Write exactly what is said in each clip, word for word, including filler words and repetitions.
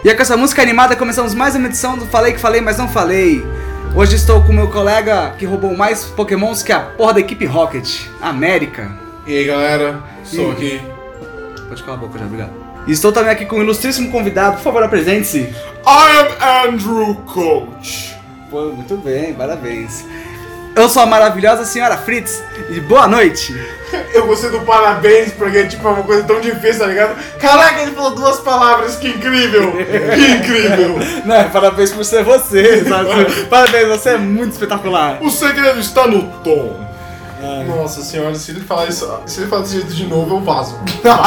E é com essa música animada começamos mais uma edição do Falei que Falei, mas não falei. Hoje estou com meu colega que roubou mais Pokémons que a porra da equipe Rocket, América. E aí galera, estou E... aqui. Pode calar a boca já, obrigado. E estou também aqui com um ilustríssimo convidado, por favor apresente-se. I am Andrew Coach. Pô, muito bem, parabéns. Eu sou a maravilhosa senhora Fritz e boa noite. Eu gostei do parabéns, porque tipo, é uma coisa tão difícil, tá ligado? Caraca, ele falou duas palavras, que incrível! Que incrível! Não, parabéns por ser você, sabe? Parabéns, você é muito espetacular. O segredo está no tom. Ai. Nossa senhora, se ele falar isso, se ele falar desse jeito de novo, eu vazo.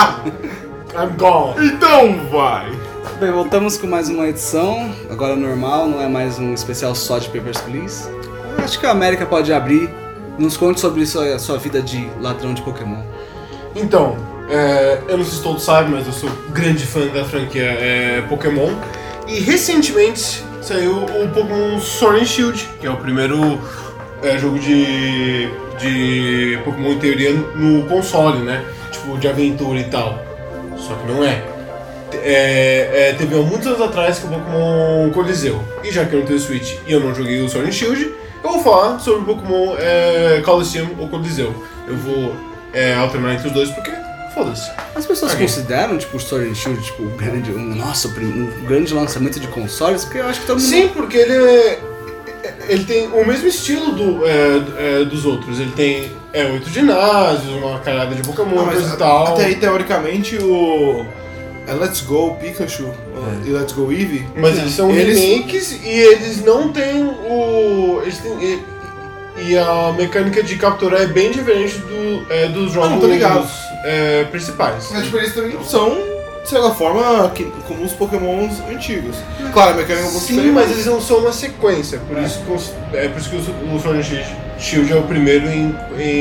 I'm gone. Então vai. Bem, voltamos com mais uma edição, agora normal, não é mais um especial só de Papers, Please. Eu acho que a América pode abrir, nos conte sobre sua, a sua vida de ladrão de Pokémon. Então, é, eu não sei se todos sabem, mas eu sou grande fã da franquia é, Pokémon. E recentemente saiu o Pokémon Sword and Shield, que é o primeiro é, jogo de, de Pokémon em teoria no console, né? Tipo, de aventura e tal. Só que não é. É, é, teve há muitos anos atrás que o Pokémon Coliseu. E já que eu não tenho Switch e eu não joguei o Sword and Shield, eu vou falar sobre o Pokémon é, Colosseum ou Coliseu. Eu vou é, alternar entre os dois porque foda-se. As pessoas okay. consideram tipo, o Sword and Shield tipo, um grande, um, nossa, um grande lançamento de consoles? Porque eu acho que todo mundo... Sim, porque ele é, ele tem o mesmo estilo do, é, é, dos outros. Ele tem é, oito ginásios, uma carada de Pokémon ah, e tal. Até aí, teoricamente, o... É Let's Go Pikachu é. e Let's Go Eevee. Mas eles são eles... remakes e eles não têm o... Eles têm... E, e a mecânica de capturar é bem diferente do, é, dos jogos ah, é, principais. Mas tipo, eles também são, de certa forma, que, como os Pokémons antigos. Claro, a mecânica é um pouco Sim, diferente. mas eles não são uma sequência. Por, é. Isso, que, é por isso que o Sword and Shield é o primeiro em,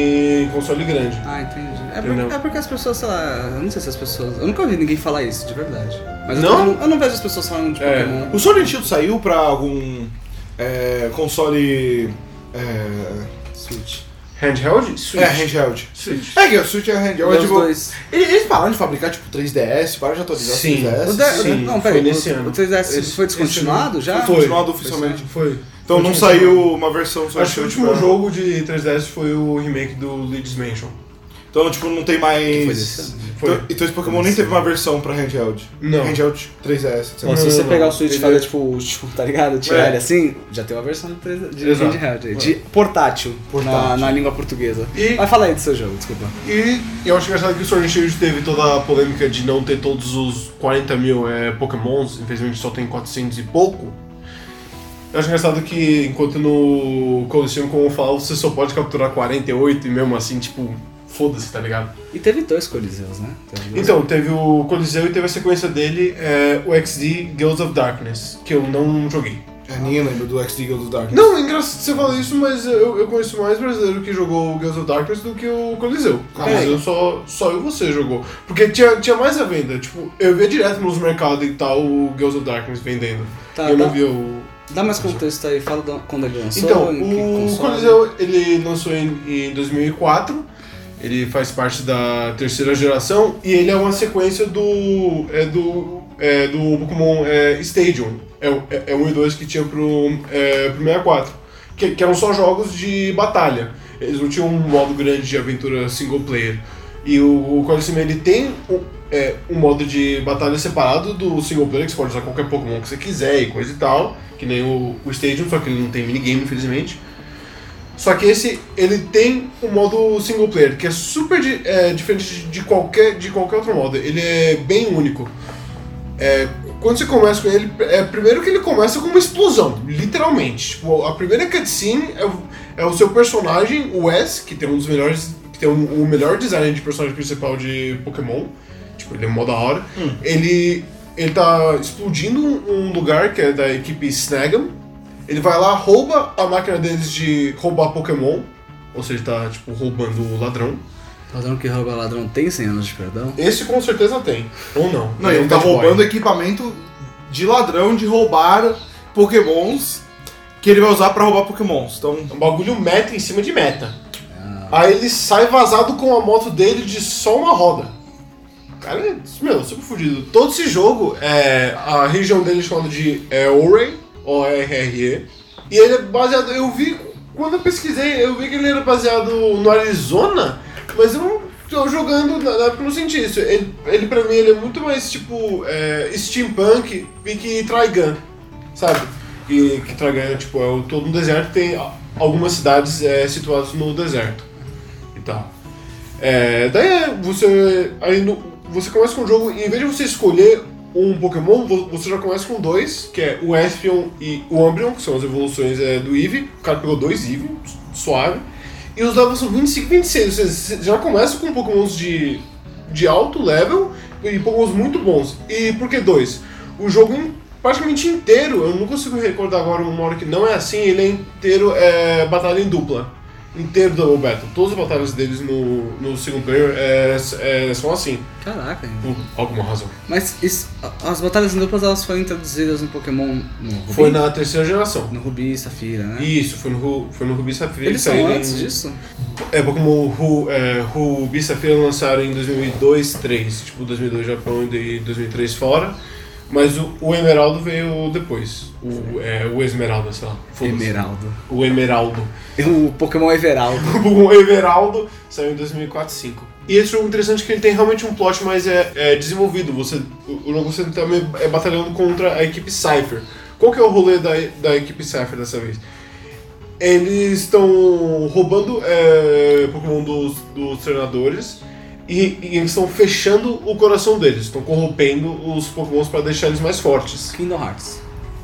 em console grande. Ah, entendi. É porque, é porque as pessoas, sei lá, eu não sei se as pessoas... Eu nunca ouvi ninguém falar isso, de verdade. Mas não? Eu, não, eu não vejo as pessoas falando de é. Pokémon. O Sword and Shield saiu pra algum é, console... É... Switch. Handheld? Switch. É, handheld. Switch. É que o Switch é handheld. Tipo, dois. Eles pararam de fabricar tipo três D S, pararam de atualizar o três D S. O de... Sim, não, peraí, nesse o, ano. o três D S esse, foi descontinuado já? Foi descontinuado oficialmente. Foi. Então não saiu uma versão só. Acho que o último pra... jogo de três D S foi o remake do Luigi's Mansion. Então, tipo, não tem mais... Que foi desse ano? Foi. Então, então esse Pokémon nem teve uma versão pra handheld. Não. Handheld três D S. Bom, se você não, pegar não. o Switch e Ele... fazer, tipo, tipo, tá ligado? Tirar é. ele assim, já tem uma versão de, de handheld. De portátil, portátil. Na, na língua portuguesa. E... Mas fala aí do seu jogo, desculpa. E eu acho engraçado que o Sword and Shield teve toda a polêmica de não ter todos os quarenta mil é, Pokémons, infelizmente só tem quatrocentos e pouco. Eu acho engraçado que, enquanto no Colosseum, como eu falo, você só pode capturar quarenta e oito e mesmo assim, tipo, foda-se, tá ligado? E teve dois Coliseus, né? Teve dois. Então, teve o Coliseu e teve a sequência dele, é, o X D Guilds of Darkness, que eu não joguei. É, ninguém lembra do X D Guilds of Darkness. Não, é engraçado você falar isso, mas eu, eu conheço mais brasileiro que jogou o Guilds of Darkness do que o Coliseu. O Coliseu só, só eu e você jogou. Porque tinha, tinha mais a venda, tipo, eu via direto nos mercados e tal o Guilds of Darkness vendendo. Tá, e eu dá, não via o... Dá mais contexto aí, fala quando ele lançou. Então, em o Coliseu, ele lançou em, em dois mil e quatro, ele faz parte da terceira geração e ele é uma sequência do, é, do, é, do Pokémon é, Stadium, é, é, é um e dois que tinha pro, é, pro sessenta e quatro, que, que eram só jogos de batalha, eles não tinham um modo grande de aventura single player. E o, o Colosseum, ele tem um, é, um modo de batalha separado do single player, que você pode usar qualquer Pokémon que você quiser e coisa e tal, que nem o, o Stadium, só que ele não tem minigame, infelizmente. Só que esse, ele tem um modo single player, que é super di, é, diferente de qualquer, de qualquer outro modo. Ele é bem único. É, quando você começa com ele, é primeiro que ele começa com uma explosão, literalmente. Tipo, a primeira cutscene é, é o seu personagem, o Wes, que tem um dos melhores... que tem um, o melhor design de personagem principal de Pokémon. Tipo, ele é mó da hora. Hum. Ele, ele tá explodindo um lugar que é da equipe Snagam. Ele vai lá, rouba a máquina deles de roubar Pokémon. Ou seja, tá, tipo, roubando o ladrão. Ladrão que rouba ladrão tem cem anos de perdão? Esse com certeza tem. Ou não. Não, ele, ele tá roubando equipamento de ladrão de roubar Pokémons que ele vai usar pra roubar Pokémons. Então... É um bagulho meta em cima de meta. Ah. Aí ele sai vazado com a moto dele de só uma roda. cara é, meu, super fodido. Todo esse jogo, é, a região dele é chamada de é, Ouray, O R R E, e ele é baseado, eu vi, quando eu pesquisei, eu vi que ele era baseado no Arizona, mas eu não tô jogando na época, não senti isso. Ele, ele pra mim, ele é muito mais, tipo, é, steampunk e que Trigun, sabe? E que Trigun, tipo, é todo um deserto, tem algumas cidades é, situadas no deserto e tal. É, daí você, aí no, você começa com o jogo, e em vez de você escolher um Pokémon, você já começa com dois, que é o Espion e o Umbreon, que são as evoluções é, do Eevee. O cara pegou dois Eevee, suave. E os levels são vinte e cinco e vinte e seis, ou seja, você já começa com Pokémons de, de alto level e Pokémons muito bons. E por que dois? O jogo in, praticamente inteiro, eu não consigo recordar agora uma hora que não é assim, ele é inteiro é, batalha em dupla. Inteiro Double Battle. Todas as batalhas deles no, no single player é, é, são assim. Caraca. Por alguma razão. Mas isso, as batalhas em duplas, elas foram introduzidas no Pokémon no Rubi? Foi na terceira geração. No Rubi e Safira, né? Isso, foi no, foi no Rubi e Safira. Eles são antes em, disso? É, Pokémon Ru, é, Rubi e Safira lançaram em dois mil e dois, dois mil e três. Tipo, dois mil e dois Japão e dois mil e três fora. Mas o, o Emeraldo veio depois. O, é, o Esmeralda, sei lá. Emeraldo. O Emeraldo. O Pokémon Everaldo. O Everaldo saiu em dois mil e quatro, dois mil e cinco. E esse jogo é interessante que ele tem realmente um plot mais é, é, desenvolvido. Você, o jogo você também é batalhando contra a equipe Cypher. Qual que é o rolê da, da equipe Cypher dessa vez? Eles estão roubando é, Pokémon dos, dos treinadores e, e eles estão fechando o coração deles. Estão corrompendo os Pokémons para deixar eles mais fortes. Kingdom Hearts.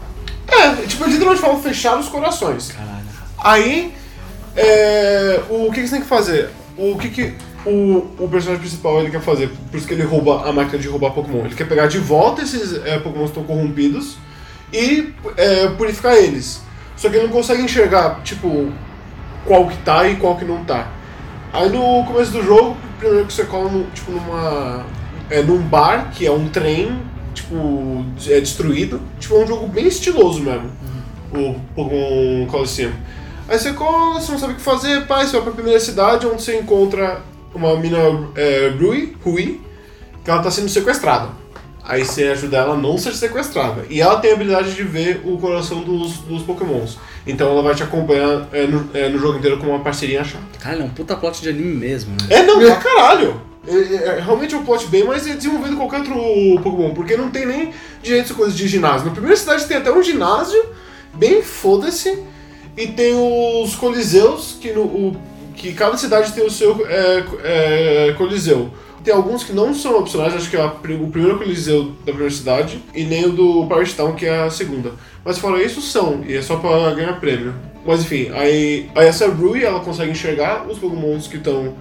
É, tipo, eles literalmente falam fechar os corações. Caralho. Aí, é, o que, que você tem que fazer? O que, que o, o personagem principal ele quer fazer? Por isso que ele rouba a máquina de roubar Pokémon. Ele quer pegar de volta esses é, Pokémon que estão corrompidos e é, purificar eles. Só que ele não consegue enxergar, tipo, qual que tá e qual que não tá. Aí no começo do jogo, primeiro que você cola no, tipo, numa, é, num bar, que é um trem, tipo, é destruído. Tipo, é um jogo bem estiloso mesmo, uhum. O Pokémon Colosseum. Aí você cola, você não sabe o que fazer, pai, você vai pra primeira cidade, onde você encontra uma mina é, Rui, Rui, que ela tá sendo sequestrada. Aí você ajuda ela a não ser sequestrada. E ela tem a habilidade de ver o coração dos, dos Pokémons. Então ela vai te acompanhar é, no, é, no jogo inteiro com uma parceirinha chata. Caralho, é um puta plot de anime mesmo, né? É, não, pra caralho! É, é, realmente é um plot bem mais desenvolvido que qualquer outro Pokémon, porque não tem nem direito a coisas de ginásio. Na primeira cidade tem até um ginásio, bem foda-se, e tem os coliseus, que, no, o, que cada cidade tem o seu é, é, coliseu. Tem alguns que não são opcionais, acho que é a, o primeiro coliseu da primeira cidade, e nem o do Pirate Town, que é a segunda. Mas fora isso, são, e é só pra ganhar prêmio. Mas enfim, aí, aí essa Rui, ela consegue enxergar os Pokémons que estão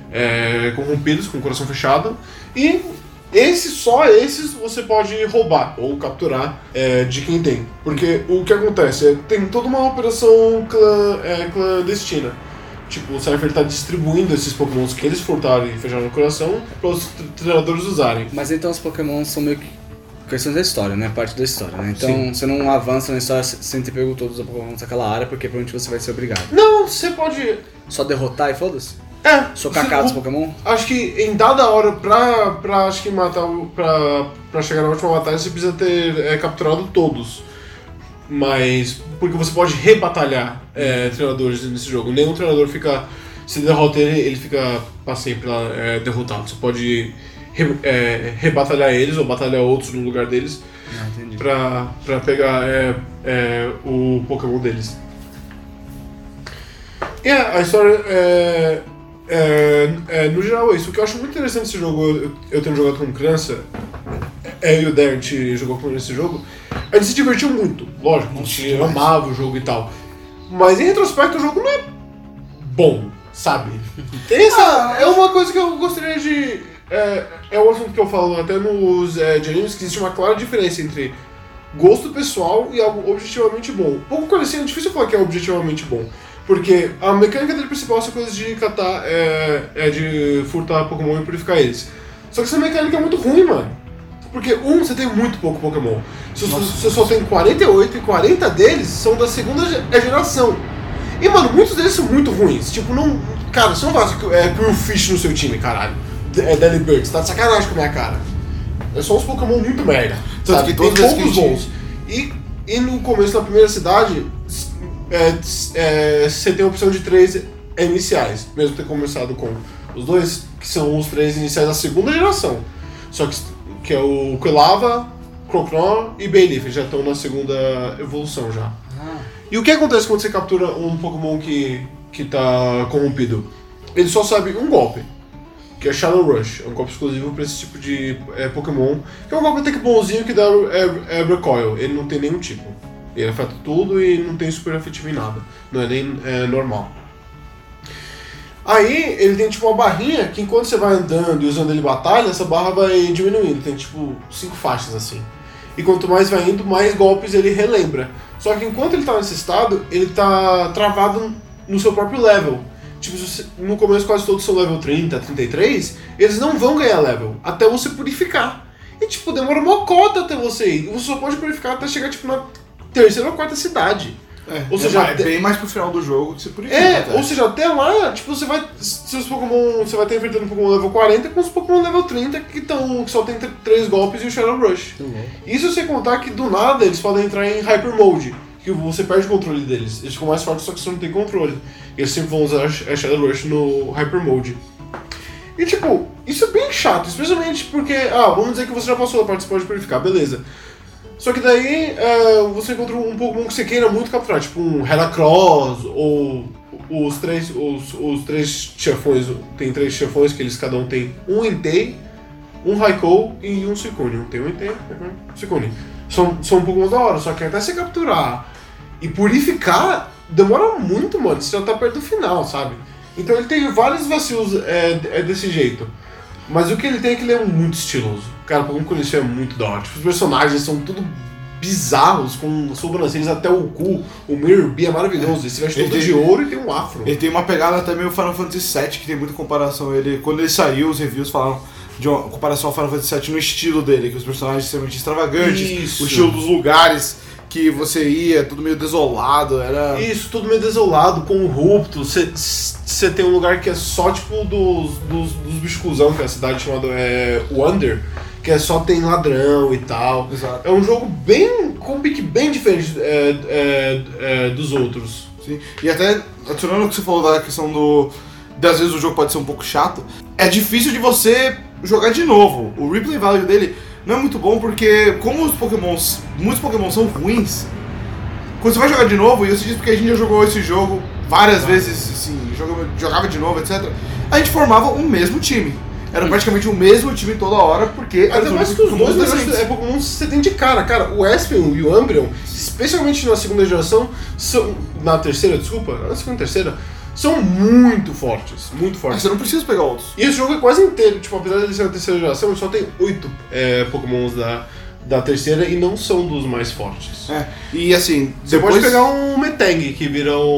é, corrompidos, com o coração fechado, e esses, só esses você pode roubar ou capturar é, de quem tem. Porque o que acontece é tem toda uma operação clã, é, clandestina. Tipo, o Cypher tá distribuindo esses Pokémons que eles furtaram e fecharam no coração para os treinadores usarem. Mas então os Pokémon são meio que questões da história, né? Parte da história, né? Então Sim. Você não avança na história sem ter pego todos os Pokémon daquela área, porque provavelmente você vai ser obrigado. Não, você pode... Só derrotar e foda-se? É. Socar cada dos Pokémon? Acho que em dada hora, pra, pra, acho que matar o, pra, pra chegar na última batalha, você precisa ter é, capturado todos. Mas, porque você pode rebatalhar é, treinadores nesse jogo. Nenhum treinador fica, se derrota ele, ele fica pra sempre lá, é, derrotado. Você pode re, é, rebatalhar eles ou batalhar outros no lugar deles ah, pra, pra pegar é, é, o Pokémon deles. E yeah, a história é, é, é, no geral é isso. O que eu acho muito interessante nesse jogo, eu, eu tenho jogado como criança, é, eu e o Darren, a gente jogou com esse jogo, a gente se divertiu muito, lógico, a gente amava o jogo e tal. Mas em retrospecto o jogo não é bom, sabe? Essa é uma coisa que eu gostaria de... É, é um assunto que eu falo até nos é, de animes, que existe uma clara diferença entre gosto pessoal e algo objetivamente bom. Pouco conhecido, é difícil falar que é objetivamente bom. Porque a mecânica dele principal é essa coisa de catar, é, é de furtar Pokémon e purificar eles. Só que essa mecânica é muito ruim, mano. Porque, um, você tem muito pouco Pokémon. Você, você só tem quarenta e oito e quarenta deles são da segunda geração. E, mano, muitos deles são muito ruins. Tipo, não... Cara, você não faz é, Qwilfish no seu time, caralho. é Delibird, você tá de sacanagem com a minha cara. É só uns Pokémon muito merda. Tanto sabe? que Tem todas as poucos vezes que bons. E, e no começo da primeira cidade, é, é, você tem a opção de três iniciais, mesmo ter começado com os dois, que são os três iniciais da segunda geração. Só que, que é o Quilava, Croconaw e Bayleaf, já estão na segunda evolução já. Ah. E o que acontece quando você captura um Pokémon que, que tá corrompido? Ele só sabe um golpe, que é Shadow Rush. É um golpe exclusivo para esse tipo de é, Pokémon, que é um golpe até que bonzinho que dá é, é Recoil. Ele não tem nenhum tipo. Ele afeta tudo e não tem super efetivo em nada. Não é nem é, normal. Aí ele tem tipo uma barrinha que enquanto você vai andando e usando ele em batalha, essa barra vai diminuindo. Tem tipo cinco faixas assim. E quanto mais vai indo, mais golpes ele relembra. Só que enquanto ele tá nesse estado, ele tá travado no seu próprio level. Tipo, no começo quase todos são level trinta, trinta e três, eles não vão ganhar level até você purificar. E tipo, demora uma cota até você ir. E você só pode purificar até chegar tipo na terceira ou quarta cidade. É, ou seja, é até... bem mais pro final do jogo que você purifica. É, até. ou seja, até lá, tipo, você vai. Seus Pokémon. Você vai estar enfrentando um Pokémon level quarenta com os Pokémon level trinta que, tão, que só tem três golpes e o Shadow Rush. Uhum. Isso sem contar que do nada eles podem entrar em Hyper Mode, que você perde o controle deles. Eles ficam mais fortes, só que você não tem controle. Eles sempre vão usar a Shadow Rush no Hyper Mode. E tipo, isso é bem chato, especialmente porque, ah, vamos dizer que você já passou da parte que você pode purificar, beleza. Só que daí é, você encontra um Pokémon que você queira muito capturar, tipo um Heracross, ou os três, os, os três chefões, tem três chefões que eles cada um tem um Entei, um Raikou e um Suicune. Tem um Entei, um Suicune. São, são um Pokémon da hora, só que até você capturar e purificar demora muito, mano, você já tá perto do final, sabe? Então ele tem vários vacilos é, é desse jeito. Mas o que ele tem é que ele é muito estiloso. Cara, o Pokémon Conhecer é muito da hora. Tipo, os personagens são tudo bizarros, com sobrancelhas até o cu. O Mirror é maravilhoso. Ele se veste todo tem... de ouro e tem um afro. Ele tem uma pegada até meio Final Fantasy sete, que tem muita comparação. Ele, quando ele saiu, os reviews falaram de uma comparação ao Final Fantasy sete no estilo dele, que os personagens são extremamente extravagantes, Isso. o estilo dos lugares que você ia, tudo meio desolado, era... Isso, tudo meio desolado, corrupto. Você tem um lugar que é só tipo dos, dos, dos bichos cuzão, que é a cidade chamada é, Wonder, que é só tem ladrão e tal. Exato. É um jogo bem, com um pique bem diferente é, é, é, dos outros. Sim. E até, adicionando o que você falou da questão do... de às vezes o jogo pode ser um pouco chato, é difícil de você jogar de novo. O replay value dele não é muito bom porque, como os Pokémons, muitos Pokémon são ruins, quando você vai jogar de novo, e eu sei disso porque a gente já jogou esse jogo várias ah. vezes, assim, jogava, jogava de novo, etcétera, a gente formava o mesmo time. Era praticamente o mesmo time toda hora, porque... Até mais que os dois mas é Pokémon que você tem de cara. Cara, o Espeon e o Umbreon, especialmente na segunda geração, são... Na terceira, desculpa, na segunda e terceira, são muito fortes, muito fortes. Mas você não precisa pegar outros. E esse jogo é quase inteiro, tipo, apesar de ele ser na terceira geração, só tem oito é, Pokémons da, da terceira e não são dos mais fortes. É, e assim, você depois... pode pegar um Metang, que vira o,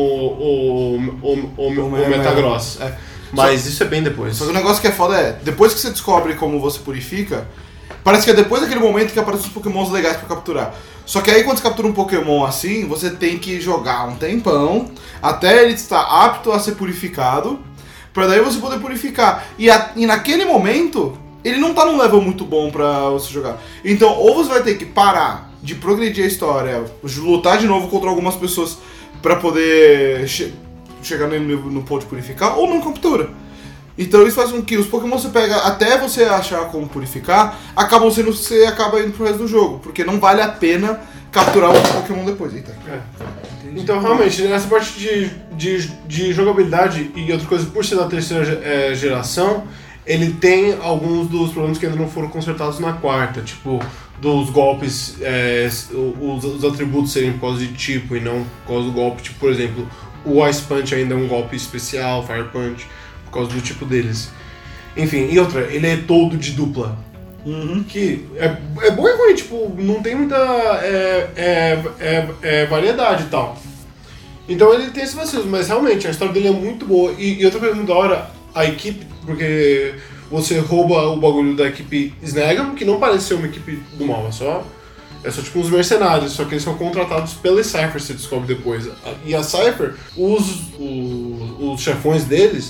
o, o, o, o, o Metagross. É. Mas só, isso é bem depois. Só que o negócio que é foda é, depois que você descobre como você purifica, parece que é depois daquele momento que aparecem os Pokémons legais pra capturar. Só que aí quando você captura um Pokémon assim, você tem que jogar um tempão até ele estar apto a ser purificado, pra daí você poder purificar. E, a, e naquele momento, ele não tá num level muito bom pra você jogar. Então, ou você vai ter que parar de progredir a história, lutar de novo contra algumas pessoas pra poder che- chegar no, no ponto de purificar, ou não captura. Então isso faz com que os Pokémon você pega até você achar como purificar, acabam sendo você acaba indo pro resto do jogo, porque não vale a pena capturar outro Pokémon depois. Eita. É. Então realmente, nessa parte de, de, de jogabilidade e outra coisa, por ser da terceira é, geração, ele tem alguns dos problemas que ainda não foram consertados na quarta, tipo, dos golpes, é, os, os atributos serem por causa de tipo e não por causa do golpe, tipo, por exemplo, o Ice Punch ainda é um golpe especial, Fire Punch, por causa do tipo deles. Enfim, e outra, ele é todo de dupla. Uhum. Que é, é bom e ruim, tipo, não tem muita é, é, é, é variedade e tal. Então ele tem esses vacilos, mas realmente a história dele é muito boa. E, e outra coisa muito da hora, a equipe, porque você rouba o bagulho da equipe Snagam, que não parece ser uma equipe do mal, é só, é só tipo uns mercenários, só que eles são contratados pela Cypher, você descobre depois. E a Cypher, os, os, os chefões deles,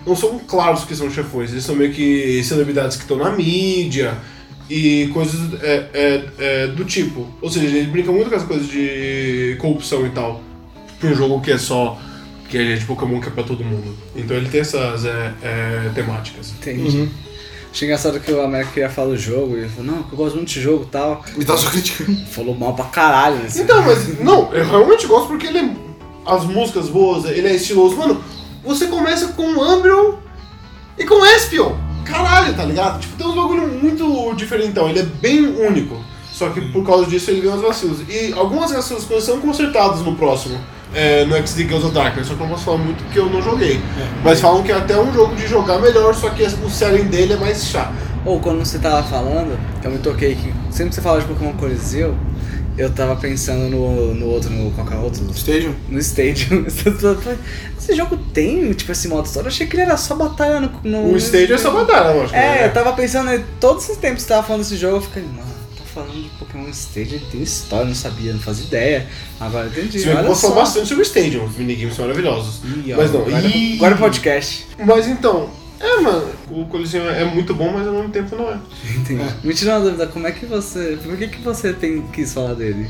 não são claros que são chefões, eles são meio que celebridades que estão na mídia e coisas é, é, é, do tipo. Ou seja, ele brinca muito com as coisas de corrupção e tal, pra um jogo que é só, que é de Pokémon que é pra todo mundo. Então ele tem essas é, é, temáticas. Entendi. Uhum. Achei engraçado que o América queria falar do jogo, e ele falou, não, eu gosto muito de jogo e tal. E tá só criticando. Falou mal pra caralho. Assim. Então, mas, não, eu realmente gosto porque ele é, as músicas boas, ele é estiloso. Mano, você começa com Umbreon e com Espion. Caralho, tá ligado? Tipo, tem uns bagulho muito diferentão, ele é bem único. Só que por causa disso ele ganha os vacilos. E algumas dessas coisas são consertadas no próximo. É, no X D Girls of Darkness, só que eu não posso falar muito porque eu não joguei. É. Mas falam que é até um jogo de jogar melhor, só que o selling dele é mais chato. Ou quando você tava falando, eu me toquei que sempre que você fala de Pokémon Coliseu, eu tava pensando no, no outro, no qualquer outro. Stadium? No Stadium. Esse jogo tem, tipo, esse modo história. Eu achei que ele era só batalha no... no o Stadium é só batalha, lógico. É, né? Eu tava pensando, né, todos esses tempos que você tava falando desse jogo, eu fiquei, mano, falando de Pokémon Stadium, tem história, não sabia, não fazia ideia. Agora entendi. Sim, eu posso falar bastante sobre o Stadium, os minigames são maravilhosos. Ih, mas não, agora, e... agora o podcast. Mas então, é, mano, o Coliseu é muito bom, mas ao mesmo tempo não é. Entendi. É. Me tira uma dúvida, como é que você. Por que, que você tem, quis falar dele?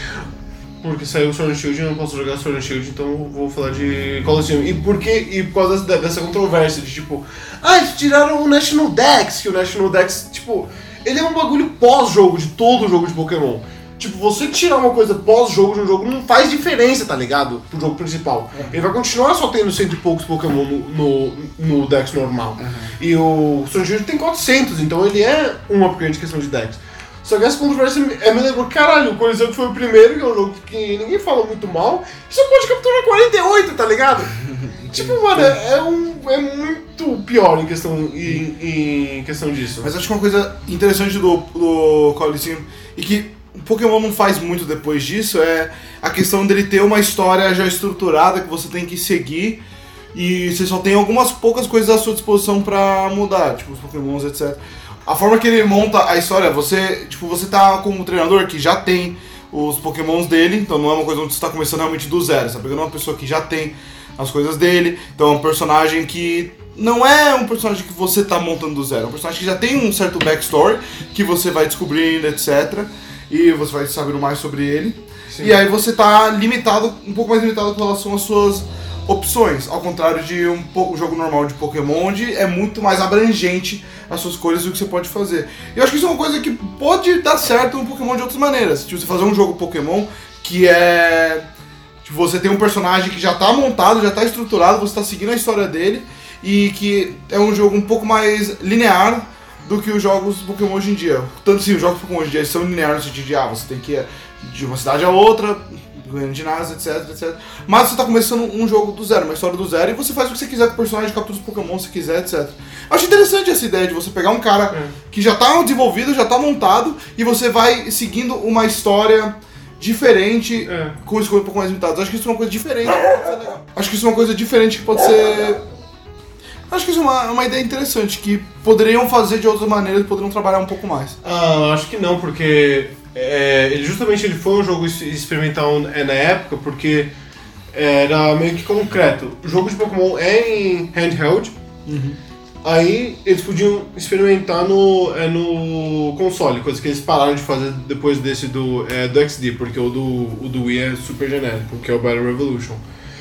Porque saiu o Sword and Shield e eu não posso jogar Sword and Shield, então eu vou falar de Colosseum. E por que? E por causa dessa, dessa controvérsia de tipo, ah, eles tiraram o National Dex, que o National Dex, tipo, ele é um bagulho pós-jogo de todo jogo de Pokémon. Tipo, você tirar uma coisa pós-jogo de um jogo não faz diferença, tá ligado? Pro jogo principal. Uhum. Ele vai continuar só tendo cento e poucos Pokémon no, no, no Dex normal. Uhum. E o Sword and Shield tem quatrocentos, então ele é um upgrade em questão de Dex. Só que essa controvérsia é, me lembrou, caralho, o Coliseu que foi o primeiro, que é um jogo que ninguém fala muito mal, só pode capturar quarenta e oito, tá ligado? Tipo, mano, é, um, é muito pior em questão, em, em questão disso. Mas acho que uma coisa interessante do, do Coliseu, e que o Pokémon não faz muito depois disso, é a questão dele ter uma história já estruturada que você tem que seguir, e você só tem algumas poucas coisas à sua disposição pra mudar, tipo os Pokémons, etcétera. A forma que ele monta a história, você, tipo, você tá com um treinador que já tem os Pokémons dele, então não é uma coisa onde você tá começando realmente do zero, você tá pegando uma pessoa que já tem as coisas dele, então é um personagem que não é um personagem que você tá montando do zero, é um personagem que já tem um certo backstory, que você vai descobrindo, etcétera, e você vai sabendo mais sobre ele. Sim. E aí você tá limitado, um pouco mais limitado com relação às suas opções, ao contrário de um, um jogo normal de Pokémon, onde é muito mais abrangente as suas coisas e o que você pode fazer. E eu acho que isso é uma coisa que pode dar certo no Pokémon de outras maneiras. Tipo, você fazer um jogo Pokémon que é... Tipo, você tem um personagem que já tá montado, já tá estruturado, você tá seguindo a história dele, e que é um jogo um pouco mais linear do que os jogos Pokémon hoje em dia. Tanto assim, os jogos Pokémon hoje em dia são lineares no sentido de, ah, você tem que ir de uma cidade a outra, ganhando ginásio, etc, etcétera. Mas você tá começando um jogo do zero, uma história do zero, e você faz o que você quiser com o personagem, captura os Pokémon se quiser, etcétera. Acho interessante essa ideia de você pegar um cara é. que já tá desenvolvido, já tá montado, e você vai seguindo uma história diferente, é. com escolhas um pouco mais limitadas. Acho que isso é uma coisa diferente. Acho que isso é uma coisa diferente que pode ser... Acho que isso é uma, uma ideia interessante, que poderiam fazer de outras maneiras, poderiam trabalhar um pouco mais. Ah, acho que não, porque é, ele justamente ele foi um jogo experimental na época, porque era meio que concreto. O jogo de Pokémon é em handheld, uhum. Aí eles podiam experimentar no, é, no console, coisa que eles pararam de fazer depois desse do, é, do X D, porque o do, o do Wii é super genérico, que é o Battle Revolution.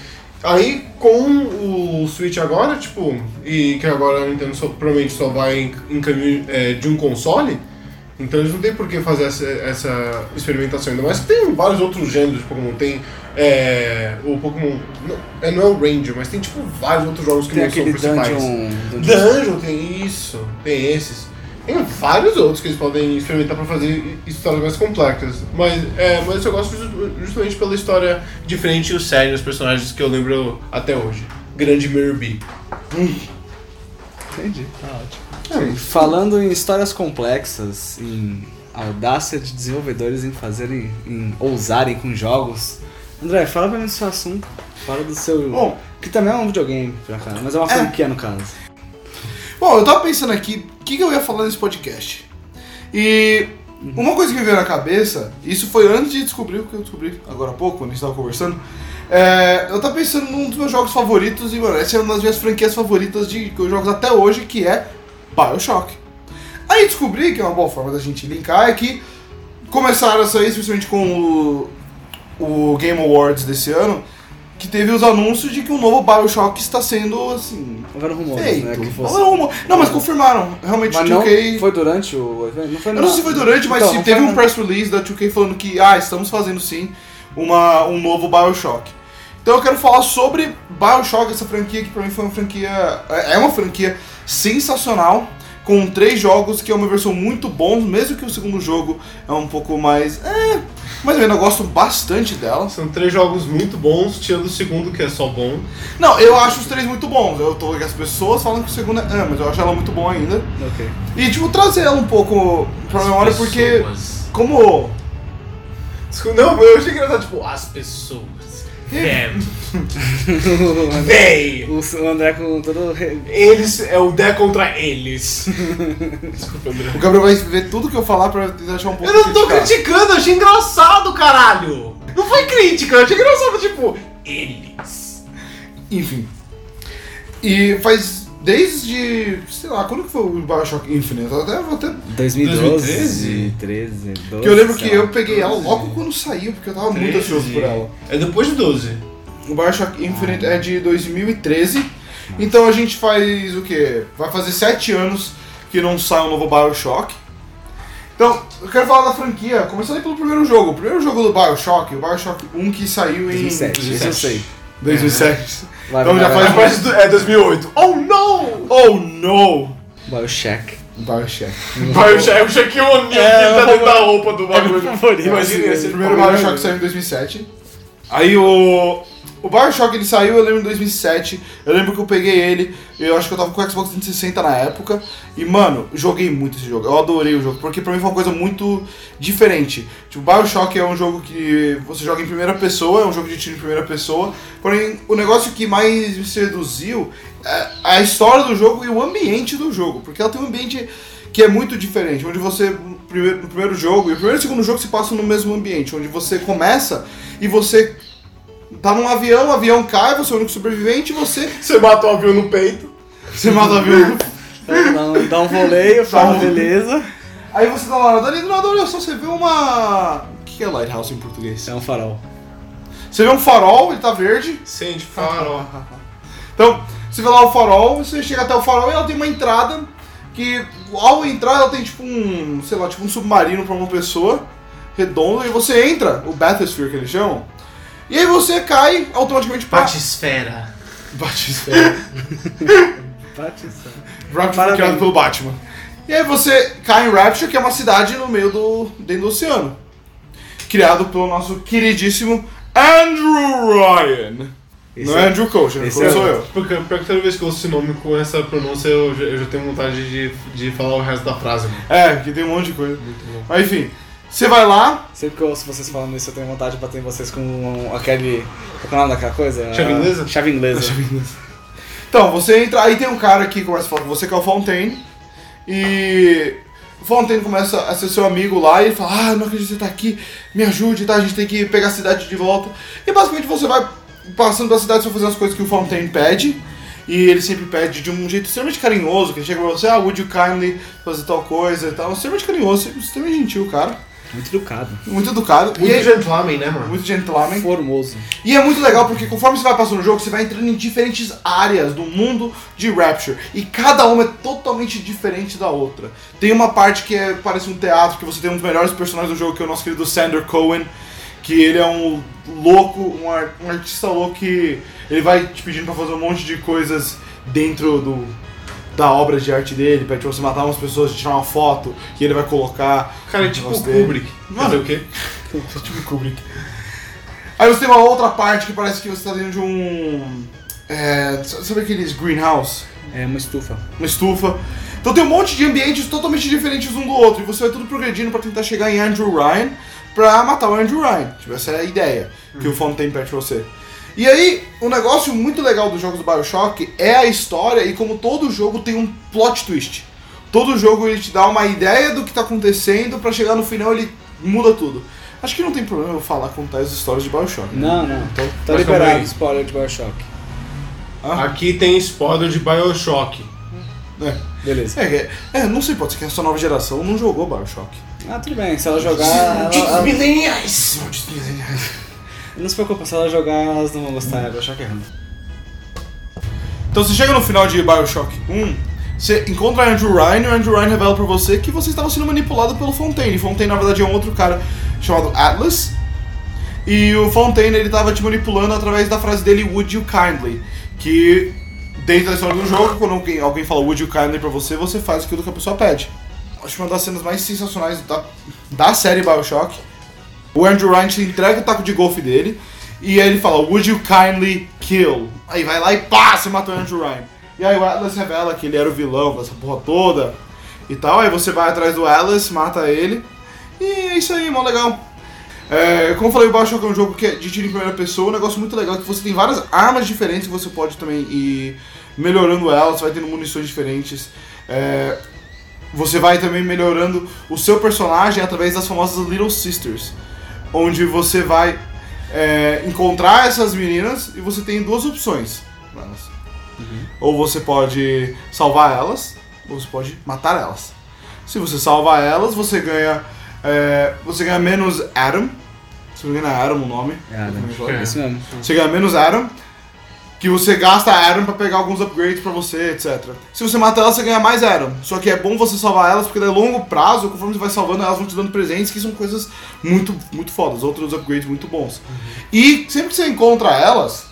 Aí, com o Switch agora, tipo, e que agora a Nintendo só, provavelmente só vai em, em caminho é, de um console, então eles não tem por que fazer essa, essa experimentação, ainda mais que tem vários outros gêneros de Pokémon. Tem é, o Pokémon, não é, não é o Ranger, mas tem tipo vários outros jogos que tem não são principais. Dungeon, Dungeon, Dungeon, tem isso, tem esses. Tem vários outros que eles podem experimentar para fazer histórias mais complexas. Mas, é, mas eu gosto justamente pela história diferente e o sério dos personagens que eu lembro até hoje. Grande Mirby. Hum. Entendi, tá ótimo. É, falando em histórias complexas, em audácia de desenvolvedores em fazerem, em ousarem com jogos, André, fala pra mim do seu assunto. Fala do seu... Bom, que também é um videogame, pra cá, mas é uma franquia é. no caso. Bom, eu tava pensando aqui, o que, que eu ia falar nesse podcast? E Uma coisa que me veio na cabeça, isso foi antes de descobrir o que eu descobri agora há pouco, quando a gente tava conversando. É, eu tava pensando num dos meus jogos favoritos, e mano, essa é uma das minhas franquias favoritas de jogos até hoje, que é BioShock. Aí descobri que é uma boa forma da gente linkar é que começaram a sair, especialmente com o, o Game Awards desse ano, que teve os anúncios de que um novo BioShock está sendo, assim, Houveram rumores, feito. né? Que fosse... Não, rumor. Não, mas confirmaram. Realmente Mas o não dois K... foi durante o evento? Não foi Eu não sei se foi durante, mas então, sim, não teve foi um press release da dois K falando que, ah, estamos fazendo sim uma, um novo BioShock. Então eu quero falar sobre BioShock, essa franquia que pra mim foi uma franquia... É uma franquia sensacional, com três jogos que é uma versão muito bom, mesmo que o segundo jogo é um pouco mais... É, mas eu ainda gosto bastante dela. São três jogos muito bons, tirando o segundo que é só bom. Não, eu acho os três muito bons. Eu tô com as pessoas falando que o segundo é... Ah, mas eu acho ela muito bom ainda. Ok. E tipo, trazer ela um pouco pra memória, porque... Pessoas. Como... Desculpa, não, eu achei engraçado, tipo, as pessoas. Them. They. O André com todo... Eles é o D contra eles. Desculpa, André. O Gabriel vai ver tudo que eu falar pra tentar achar um pouco Eu não tô criticado. criticando, eu achei engraçado, caralho. Não foi crítica, eu achei engraçado, tipo, eles. Enfim. E faz desde... Sei lá, quando que foi o BioShock Infinite? Eu até, vou até... dois mil e doze, dois mil e treze? treze, doze, Que eu lembro que sei lá. eu peguei ela logo quando saiu, porque eu tava muito ansioso por ela. É depois de doze. O BioShock Infinite é de dois mil e treze. Então a gente faz o quê? Vai fazer sete anos que não sai um novo BioShock. Então, eu quero falar da franquia, começando aí pelo primeiro jogo. O primeiro jogo do BioShock, o BioShock um que saiu em... dois mil e sete, esse eu sei. dois mil e sete. Vai, Então vai, já vai, faz vai. mais... Mas é dois mil e oito. Oh, não! Oh, no! BioShock. BioShock. Bioshock, o Shaquille O'Neal que É, tá eu dentro vou- da roupa do bagulho. favorito. Imagina Esse esse primeiro BioShock saiu em dois mil e sete. Aí o... O BioShock ele saiu, eu lembro, em dois mil e sete. Eu lembro que eu peguei ele, eu acho que eu tava com o Xbox trezentos e sessenta na época. E, mano, joguei muito esse jogo. Eu adorei o jogo, porque pra mim foi uma coisa muito diferente. Tipo, BioShock é um jogo que você joga em primeira pessoa, é um jogo de tiro em primeira pessoa. Porém, o negócio que mais me seduziu é a história do jogo e o ambiente do jogo. Porque ela tem um ambiente que é muito diferente, onde você, no primeiro, no primeiro jogo, e o primeiro e o segundo jogo se passam no mesmo ambiente, onde você começa e você... Tá num avião, o avião cai, você é o único sobrevivente e você... Você mata o avião no peito. Você mata o avião. Dá um, dá um voleio, fala um- beleza. Aí você tá lá nadando e do nada, olha só, você vê uma... O que é lighthouse em português? É um farol. Você vê um farol, ele tá verde. Sente farol. Então, você vê lá o farol, você chega até o farol e ela tem uma entrada que, ao entrar, ela tem tipo um, sei lá, tipo um submarino pra uma pessoa, redondo, e você entra, o Bathysphere que eles chamam, e aí você cai automaticamente pra... Batisfera. Batisfera. Batista. Rapture foi Parabéns. criado pelo Batman. E aí você cai em Rapture, que é uma cidade no meio do... dentro do oceano. Criado pelo nosso queridíssimo Andrew Ryan. Esse Não é é- Andrew Kocher, esse como é- sou eu. Porque pior que toda vez que eu ouço esse nome com essa pronúncia, eu já, eu já tenho vontade de, de falar o resto da frase, mano. É, que tem um monte de coisa. Muito bom. Mas enfim, você vai lá... Sempre que eu ouço vocês falando isso, eu tenho vontade de bater em vocês com um- aquele... Qual é o nome daquela coisa? Chave Ah, inglesa? Chave inglesa. Então, você entra, aí tem um cara que começa a falar com você, que é o Fontaine, e o Fontaine começa a ser seu amigo lá, e ele fala, ah, não acredito que você tá aqui, me ajude, tá, a gente tem que pegar a cidade de volta. E basicamente você vai passando pela cidade, você vai fazer as coisas que o Fontaine pede, e ele sempre pede de um jeito extremamente carinhoso, que ele chega pra você, ah, would you kindly fazer tal coisa e tal, extremamente carinhoso, extremamente gentil, cara, Muito educado. muito educado, Muito e é, gentleman, né, mano? muito gentleman. Formoso. E é muito legal porque conforme você vai passando o jogo, você vai entrando em diferentes áreas do mundo de Rapture. E cada uma é totalmente diferente da outra. Tem uma parte que é, parece um teatro, que você tem um dos melhores personagens do jogo, que é o nosso querido Sander Cohen. Que ele é um louco, um, ar- um artista louco que ele vai te pedindo pra fazer um monte de coisas dentro do, da obra de arte dele. Pede pra você matar umas pessoas, tirar uma foto, que ele vai colocar. Cara, é no tipo o negócio dele. Kubrick. Mano. Fazer o quê? Tipo Kubrick. Aí você tem uma outra parte que parece que você tá dentro de um... É, sabe aqueles greenhouse? É uma estufa. Uma estufa. Então tem um monte de ambientes totalmente diferentes um do outro. E você vai tudo progredindo pra tentar chegar em Andrew Ryan pra matar o Andrew Ryan. Tipo, essa é a ideia que o Fontaine pede pra você. E aí, um negócio muito legal dos jogos do BioShock é a história e como todo jogo tem um plot twist. todo jogo ele te dá uma ideia do que tá acontecendo, pra chegar no final ele muda tudo. Acho que não tem problema eu falar, contar as histórias de BioShock. Né? Não, não, tô, tá Mas liberado calma aí. spoiler de BioShock. Ah, Aqui tem spoiler de BioShock. é. Beleza. É, é, não sei, pode ser que essa nova geração não jogou BioShock. Ah, tudo bem, se ela jogar... Ela, ela, mileniais! não se preocupa, se ela jogar elas não vão gostar, né? BioShock é ruim. Então você chega no final de BioShock um, você encontra Andrew Ryan e o Andrew Ryan revela pra você que você estava sendo manipulado pelo Fontaine. Fontaine, na verdade, é um outro cara chamado Atlas. E o Fontaine, ele tava te manipulando através da frase dele, Would you kindly? Que, dentro da história do jogo, quando alguém, alguém fala Would you kindly pra você, você faz aquilo que a pessoa pede. Acho que uma das cenas mais sensacionais da, da série BioShock. O Andrew Ryan te entrega o taco de golfe dele. E aí ele fala, Would you kindly kill? Aí vai lá e pá, você matou o Andrew Ryan. E aí o Atlas revela que ele era o vilão dessa porra toda e tal. Aí você vai atrás do Atlas, mata ele. E é isso aí, mó legal. É, como eu falei, o BioShock é um jogo que é de tiro em primeira pessoa. Um negócio muito legal é que você tem várias armas diferentes que você pode também ir melhorando elas. Você vai tendo munições diferentes. É, você vai também melhorando o seu personagem através das famosas Little Sisters. Onde você vai é, encontrar essas meninas e você tem duas opções. Uhum. Ou você pode salvar elas, ou você pode matar elas. Se você salvar elas, você ganha é, você ganha menos Adam. Se não me engano é Adam o nome. É, Adam. É isso mesmo. Você ganha menos Adam, que você gasta Adam pra pegar alguns upgrades pra você, etcétera. Se você matar elas, você ganha mais Adam. Só que é bom você salvar elas, porque a longo prazo, conforme você vai salvando, elas vão te dando presentes, que são coisas muito, muito fodas, outros upgrades muito bons. Uhum. E sempre que você encontra elas,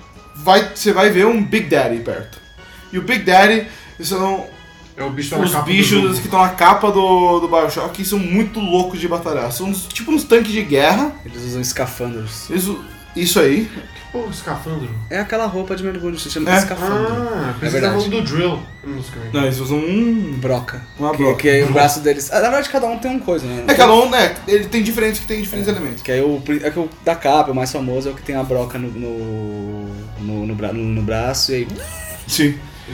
vai, você vai ver um Big Daddy perto. E o Big Daddy, são é o bicho os bichos que estão na capa do, do BioShock, que são muito loucos de batalhar. São uns, tipo uns tanques de guerra. Eles usam escafandros. Isso, isso aí. Pô, escafandro? É aquela roupa de mergulho, se chama É. escafandro. Ah, é você tá falando do drill. Não, eles usam um... Broca. Uma que, broca. que aí o braço deles... Ah, na verdade, cada um tem uma coisa, né? É, cada um, né? Ele tem diferentes que tem diferentes é. elementos. Que aí o, é que o da capa, o mais famoso, é o que tem a broca no, no, no, no, bra, no, no braço e aí... Sim.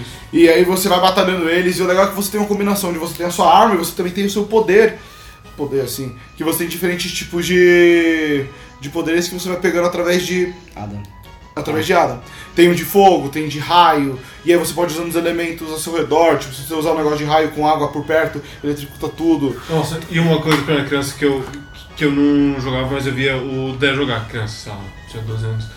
E aí você vai batalhando eles, e o legal é que você tem uma combinação de você tem a sua arma e você também tem o seu poder. Poder, assim. Que você tem diferentes tipos de... de poderes que você vai pegando através de... Adam. Através de Adam. Tem um de fogo, tem de raio, e aí você pode usar os elementos ao seu redor, tipo, se você usar um negócio de raio com água por perto, eletricuta tudo. Nossa, e uma coisa quando eu era criança que eu, que eu não jogava, mas eu via o Dé jogar, criança, sei lá, tinha doze anos.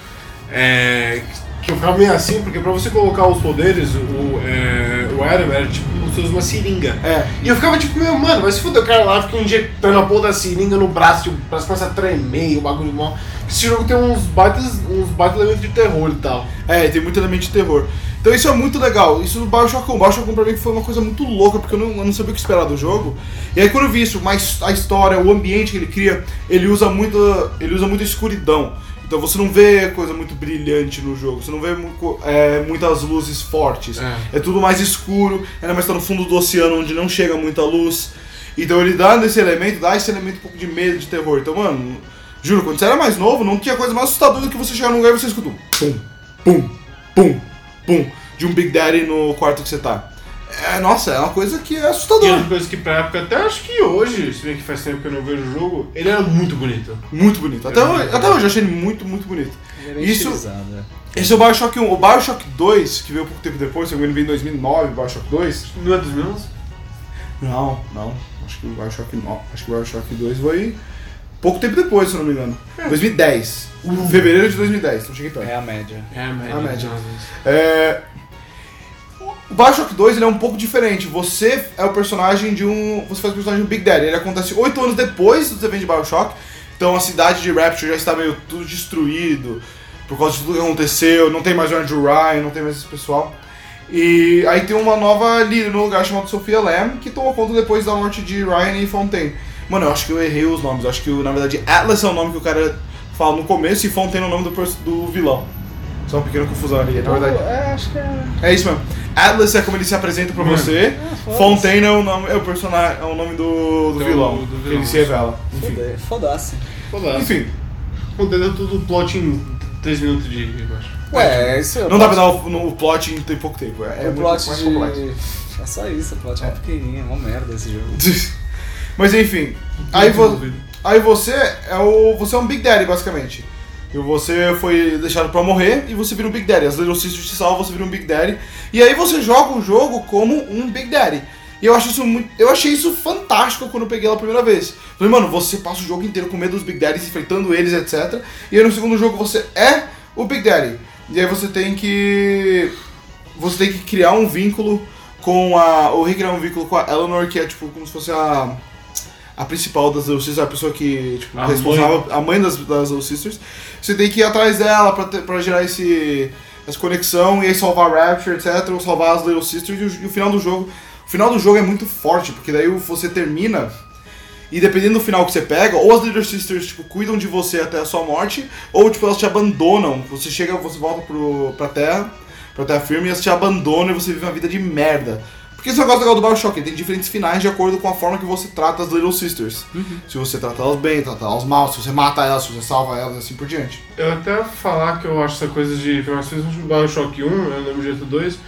É... que eu ficava meio assim, porque pra você colocar os poderes, o, é, o Adam era tipo, você usa uma seringa. É. E eu ficava tipo, meu, mano, vai se fuder, o cara lá fica injetando a porra da seringa no braço, tipo, o braço começa a tremer, o bagulho mal. Esse jogo tem uns baitas, uns baitas elementos de terror e tal. É, tem muito elemento de terror. Então isso é muito legal. Isso do BioShock um. O BioShock um pra mim foi uma coisa muito louca, porque eu não, eu não sabia o que esperar do jogo. E aí quando eu vi isso, mas a história, o ambiente que ele cria, ele usa muito, ele usa muita escuridão. Então você não vê coisa muito brilhante no jogo, você não vê muito, é, muitas luzes fortes. É. é tudo mais escuro, ainda mais tá no fundo do oceano onde não chega muita luz. Então ele dá esse elemento, dá esse elemento um pouco de medo, de terror. Então, mano, juro, quando você era mais novo, não tinha coisa mais assustadora do que você chegar num lugar e você escuta um pum, pum, pum, pum, de um Big Daddy no quarto que você tá. É, nossa, é uma coisa que é assustadora. E é uma coisa que pra época, até acho que hoje, se bem que faz tempo que eu não vejo o jogo, ele era muito bonito. Muito bonito. Até, hoje, até hoje eu achei ele muito, muito bonito. Ele é Isso, estilizado, é. Esse é o BioShock um. O BioShock dois, que veio pouco tempo depois, se eu me engano, veio em dois mil e nove, o BioShock dois. Não é dos meus? Não, não. Acho que o BioShock não. Acho que o BioShock dois foi pouco tempo depois, se eu não me engano. É. dois mil e dez. Uh. Fevereiro de dois mil e dez, então cheguei perto. É a média. É a média. A média. É... O BioShock dois ele é um pouco diferente. Você é o personagem de um... Você faz o personagem do Big Daddy. Ele acontece oito anos depois dos eventos de BioShock. Então a cidade de Rapture já está meio tudo destruído por causa de tudo que aconteceu. Não tem mais o Andrew Ryan, não tem mais esse pessoal. E aí tem uma nova líder no lugar chamada Sophia Lamb, que tomou conta depois da morte de Ryan e Fontaine. Mano, eu acho que eu errei os nomes. Eu acho que, na verdade, Atlas é o nome que o cara fala no começo e Fontaine é o nome do, do vilão. Só uma pequena confusão ali, na verdade. É, acho que é... É isso mesmo. Atlas é como ele se apresenta pra você. É, Fontaine é o nome, é o personagem, é o nome do, do, vilão, do, do vilão, que ele se revela. Foda-se. Foda-se. Enfim. Deu tudo o plot em três minutos de... Ué, isso é Não plot... dá pra dar o, no, o plot em tem pouco tempo. É, é o muito plot mais de... complexo. É só isso, a plot é pequenininha, é uma merda esse jogo. Mas enfim, aí, vo aí você é o. Você é um Big Daddy, basicamente. E você foi deixado pra morrer e você vira um Big Daddy. As Little Sisters te salvam, você vira um Big Daddy. E aí você joga o jogo como um Big Daddy. E eu acho isso muito. Eu achei isso fantástico quando eu peguei ela a primeira vez. Falei, mano, você passa o jogo inteiro com medo dos Big Daddies, enfrentando eles, etcétera. E aí no segundo jogo você é o Big Daddy. E aí você tem que. Você tem que criar um vínculo com a. Ou recriar um vínculo com a Eleanor, que é tipo como se fosse a. A principal das Little Sisters, a pessoa que, tipo, a responsável, mãe. a mãe das, das Little Sisters. Você tem que ir atrás dela pra, ter, pra gerar esse, essa conexão e aí salvar Rapture, etcétera. Ou salvar as Little Sisters. E o, e o final do jogo. O final do jogo é muito forte, porque daí você termina. E dependendo do final que você pega, ou as Little Sisters tipo, cuidam de você até a sua morte, ou tipo, elas te abandonam. Você chega, você volta pro, pra terra, pra terra firme, e elas te abandonam e você vive uma vida de merda. Porque esse negócio legal do BioShock, ele tem diferentes finais de acordo com a forma que você trata as Little Sisters. Uhum. Se você trata elas bem, trata elas mal, se você mata elas, se você salva elas e assim por diante. Eu até falar que eu acho essa coisa de finais felizes no BioShock um, eu lembro de dois,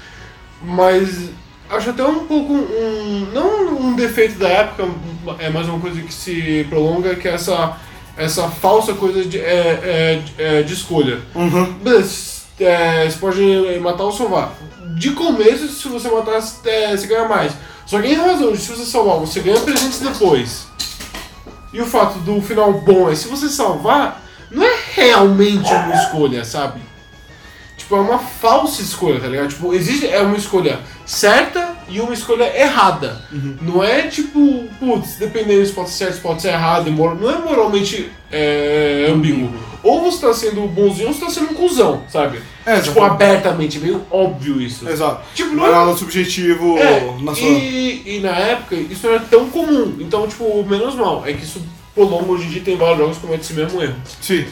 mas acho até um pouco um. Não um defeito da época, é mais uma coisa que se prolonga, que é essa, essa falsa coisa de, é, é, de escolha. Uhum. Beleza, é, você pode matar ou salvar. De começo, se você matar, é, você ganha mais. Só que em razão de se você salvar, você ganha presentes depois. E o fato do final bom é se você salvar, não é realmente uma escolha, sabe? Tipo, é uma falsa escolha, tá ligado? Tipo, existe é uma escolha certa e uma escolha errada. Uhum. Não é tipo, putz, dependendo se pode ser certo, se pode ser errado, não é moralmente é, ambíguo. Uhum. Ou você tá sendo bonzinho ou você tá sendo um cuzão, sabe? É, tipo, abertamente, meio óbvio isso. Exato. Tipo, não é nada subjetivo é, na sua... E, e na época isso não era tão comum. Então, tipo, menos mal. É que isso prolonga, hoje em dia tem vários jogos que cometem esse mesmo erro. Sim.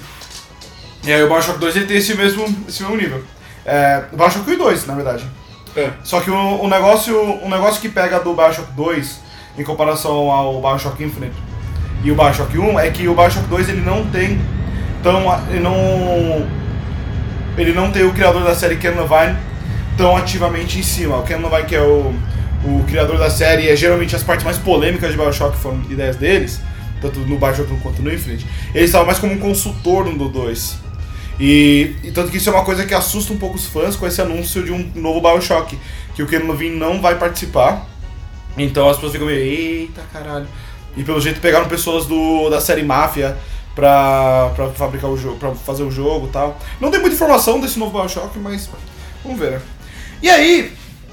E aí o BioShock dois ele tem esse mesmo, esse mesmo nível. É, o BioShock dois, na verdade. É. Só que o, o, negócio, o negócio que pega do BioShock dois em comparação ao BioShock Infinite e o BioShock um é que o BioShock dois ele não tem tão, ele não ele não tem o criador da série Ken Levine tão ativamente em cima. O Ken Levine, que é o, o criador da série, é geralmente as partes mais polêmicas de BioShock foram ideias deles, tanto no BioShock um quanto no Infinite. Ele estava mais como um consultor no do dois. E, e tanto que isso é uma coisa que assusta um pouco os fãs com esse anúncio de um novo BioShock, que o Ken Levine não vai participar. Então as pessoas ficam meio, eita caralho. E pelo jeito pegaram pessoas do, da série Mafia pra, pra fabricar o jogo, pra fazer o jogo e tal. Não tem muita informação desse novo BioShock, mas vamos ver, né? E aí,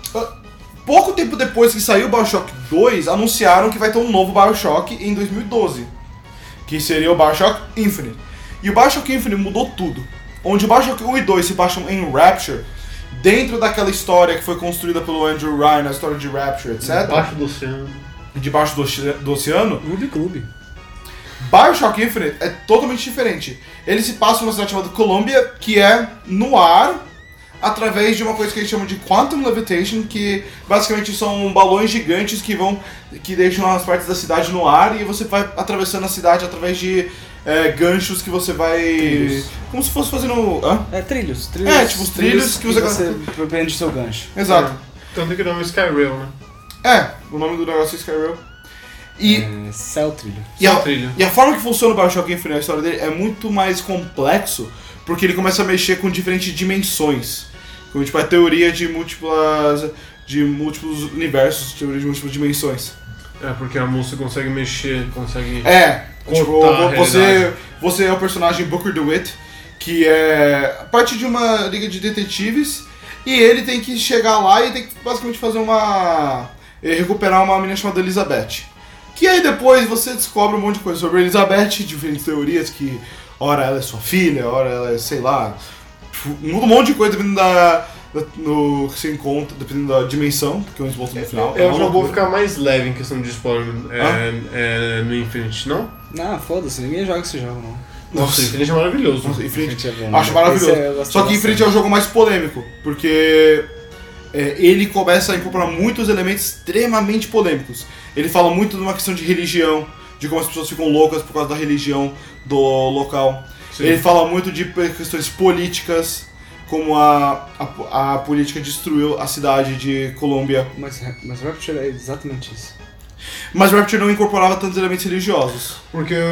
pouco tempo depois que saiu o BioShock dois, anunciaram que vai ter um novo BioShock em dois mil e doze, que seria o BioShock Infinite. E o BioShock Infinite mudou tudo. Onde o BioShock um e dois se baixam em Rapture, dentro daquela história que foi construída pelo Andrew Ryan, a história de Rapture, etcétera. Debaixo do oceano. Debaixo do, do oceano. Clube Clube. BioShock Infinite é totalmente diferente. Ele se passa numa cidade chamada Columbia, que é no ar, através de uma coisa que eles chamam de Quantum Levitation, que basicamente são balões gigantes que vão, que deixam as partes da cidade no ar e você vai atravessando a cidade através de é, ganchos que você vai... Trilhos. Como se fosse fazendo... Hã? É, trilhos. trilhos é, tipo os trilhos, trilhos que você... Que você prende o seu gancho. Exato. É. Tanto que o nome é Skyrail, né? É, o nome do negócio é Skyrail. E, é, Cell Trilho. E a, e a forma que funciona o BioShock Infinite, a história dele, é muito mais complexo, porque ele começa a mexer com diferentes dimensões. Como tipo, a teoria de múltiplas, de múltiplos universos, teoria de múltiplas dimensões. É, porque a moça consegue mexer, consegue... É, tipo, você, você é o personagem Booker DeWitt, que é parte de uma liga de detetives, e ele tem que chegar lá e tem que basicamente fazer uma... recuperar uma menina chamada Elizabeth. Que aí depois você descobre um monte de coisa sobre a Elizabeth, diferentes teorias, que ora ela é sua filha, ora ela é, sei lá, muda um monte de coisa dependendo da, da no que você encontra, dependendo da dimensão, porque eles mostram no final. Eu, eu já vou ficar mais leve em questão de spoiler é, ah? é, no Infinite, não? Não, foda-se, ninguém joga esse jogo, não. Nossa, o Infinite é maravilhoso. Nossa, Infinite, Infinite é bom, acho maravilhoso. Só que Infinite é o jogo mais polêmico, porque é, ele começa a incorporar muitos elementos extremamente polêmicos. Ele fala muito de uma questão de religião, de como as pessoas ficam loucas por causa da religião do local. Sim. Ele fala muito de questões políticas, como a, a, a política destruiu a cidade de Colômbia. Mas, mas Rapture é exatamente isso. Mas Rapture não incorporava tantos elementos religiosos. Porque é,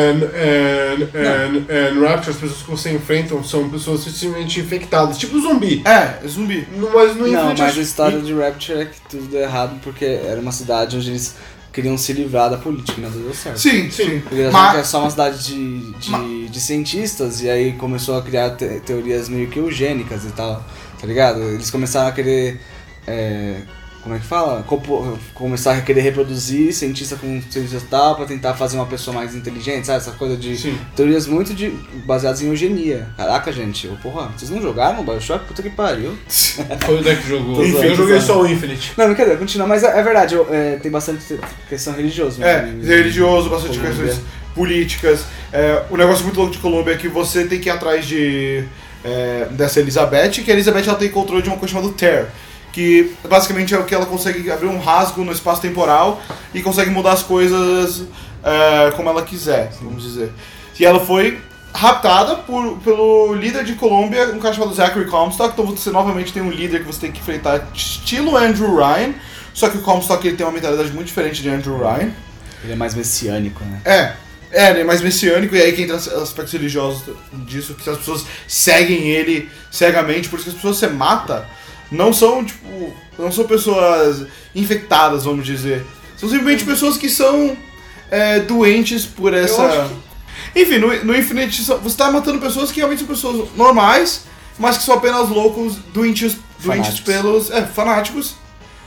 é, é, é, no Rapture as pessoas que você enfrenta são pessoas simplesmente infectadas, tipo zumbi. É, é zumbi. Mas no Não, Infinite mas a história de Rapture é que tudo deu errado porque era uma cidade onde eles queriam se livrar da política, nada deu certo. Sim, sim. Porque eles Mas- achavam que era só uma cidade de, de, Mas- de cientistas e aí começou a criar te- teorias meio que eugênicas e tal, tá ligado? Eles começaram a querer, é, como é que fala? Copo- começaram a querer reproduzir cientista com cientista tal pra tentar fazer uma pessoa mais inteligente, sabe? Essa coisa de Sim. teorias muito de, baseadas em eugenia. Caraca, gente, eu, porra, vocês não jogaram Bioshock? Puta que pariu. Foi o deck que jogou. Tô Enfim, zoando, eu joguei tô só o Infinite. Não, brincadeira, continua, mas é, é verdade, eu, é, tem bastante questão religiosa. É, né? religioso, bastante Colômbia. questões políticas. É, o negócio muito louco de Colômbia é que você tem que ir atrás de é, dessa Elizabeth, que a Elizabeth ela tem controle de uma coisa chamada Tear, que basicamente é o que ela consegue abrir um rasgo no espaço temporal e consegue mudar as coisas é, como ela quiser, vamos dizer. E ela foi raptada por, pelo líder de Colômbia, um cara chamado Zachary Comstock, então você novamente tem um líder que você tem que enfrentar, estilo Andrew Ryan, só que o Comstock ele tem uma mentalidade muito diferente de Andrew Ryan. Ele é mais messiânico, né? É, é, ele é mais messiânico, e aí que entra os aspectos religiosos disso, que as pessoas seguem ele cegamente, por isso que as pessoas que você mata não são, tipo, não são pessoas infectadas, vamos dizer. São simplesmente pessoas que são é, doentes por essa... Eu acho Enfim, no, no Infinite você tá matando pessoas que realmente são pessoas normais, mas que são apenas loucos, doentes, doentes Fanáticos. pelos... É, fanáticos,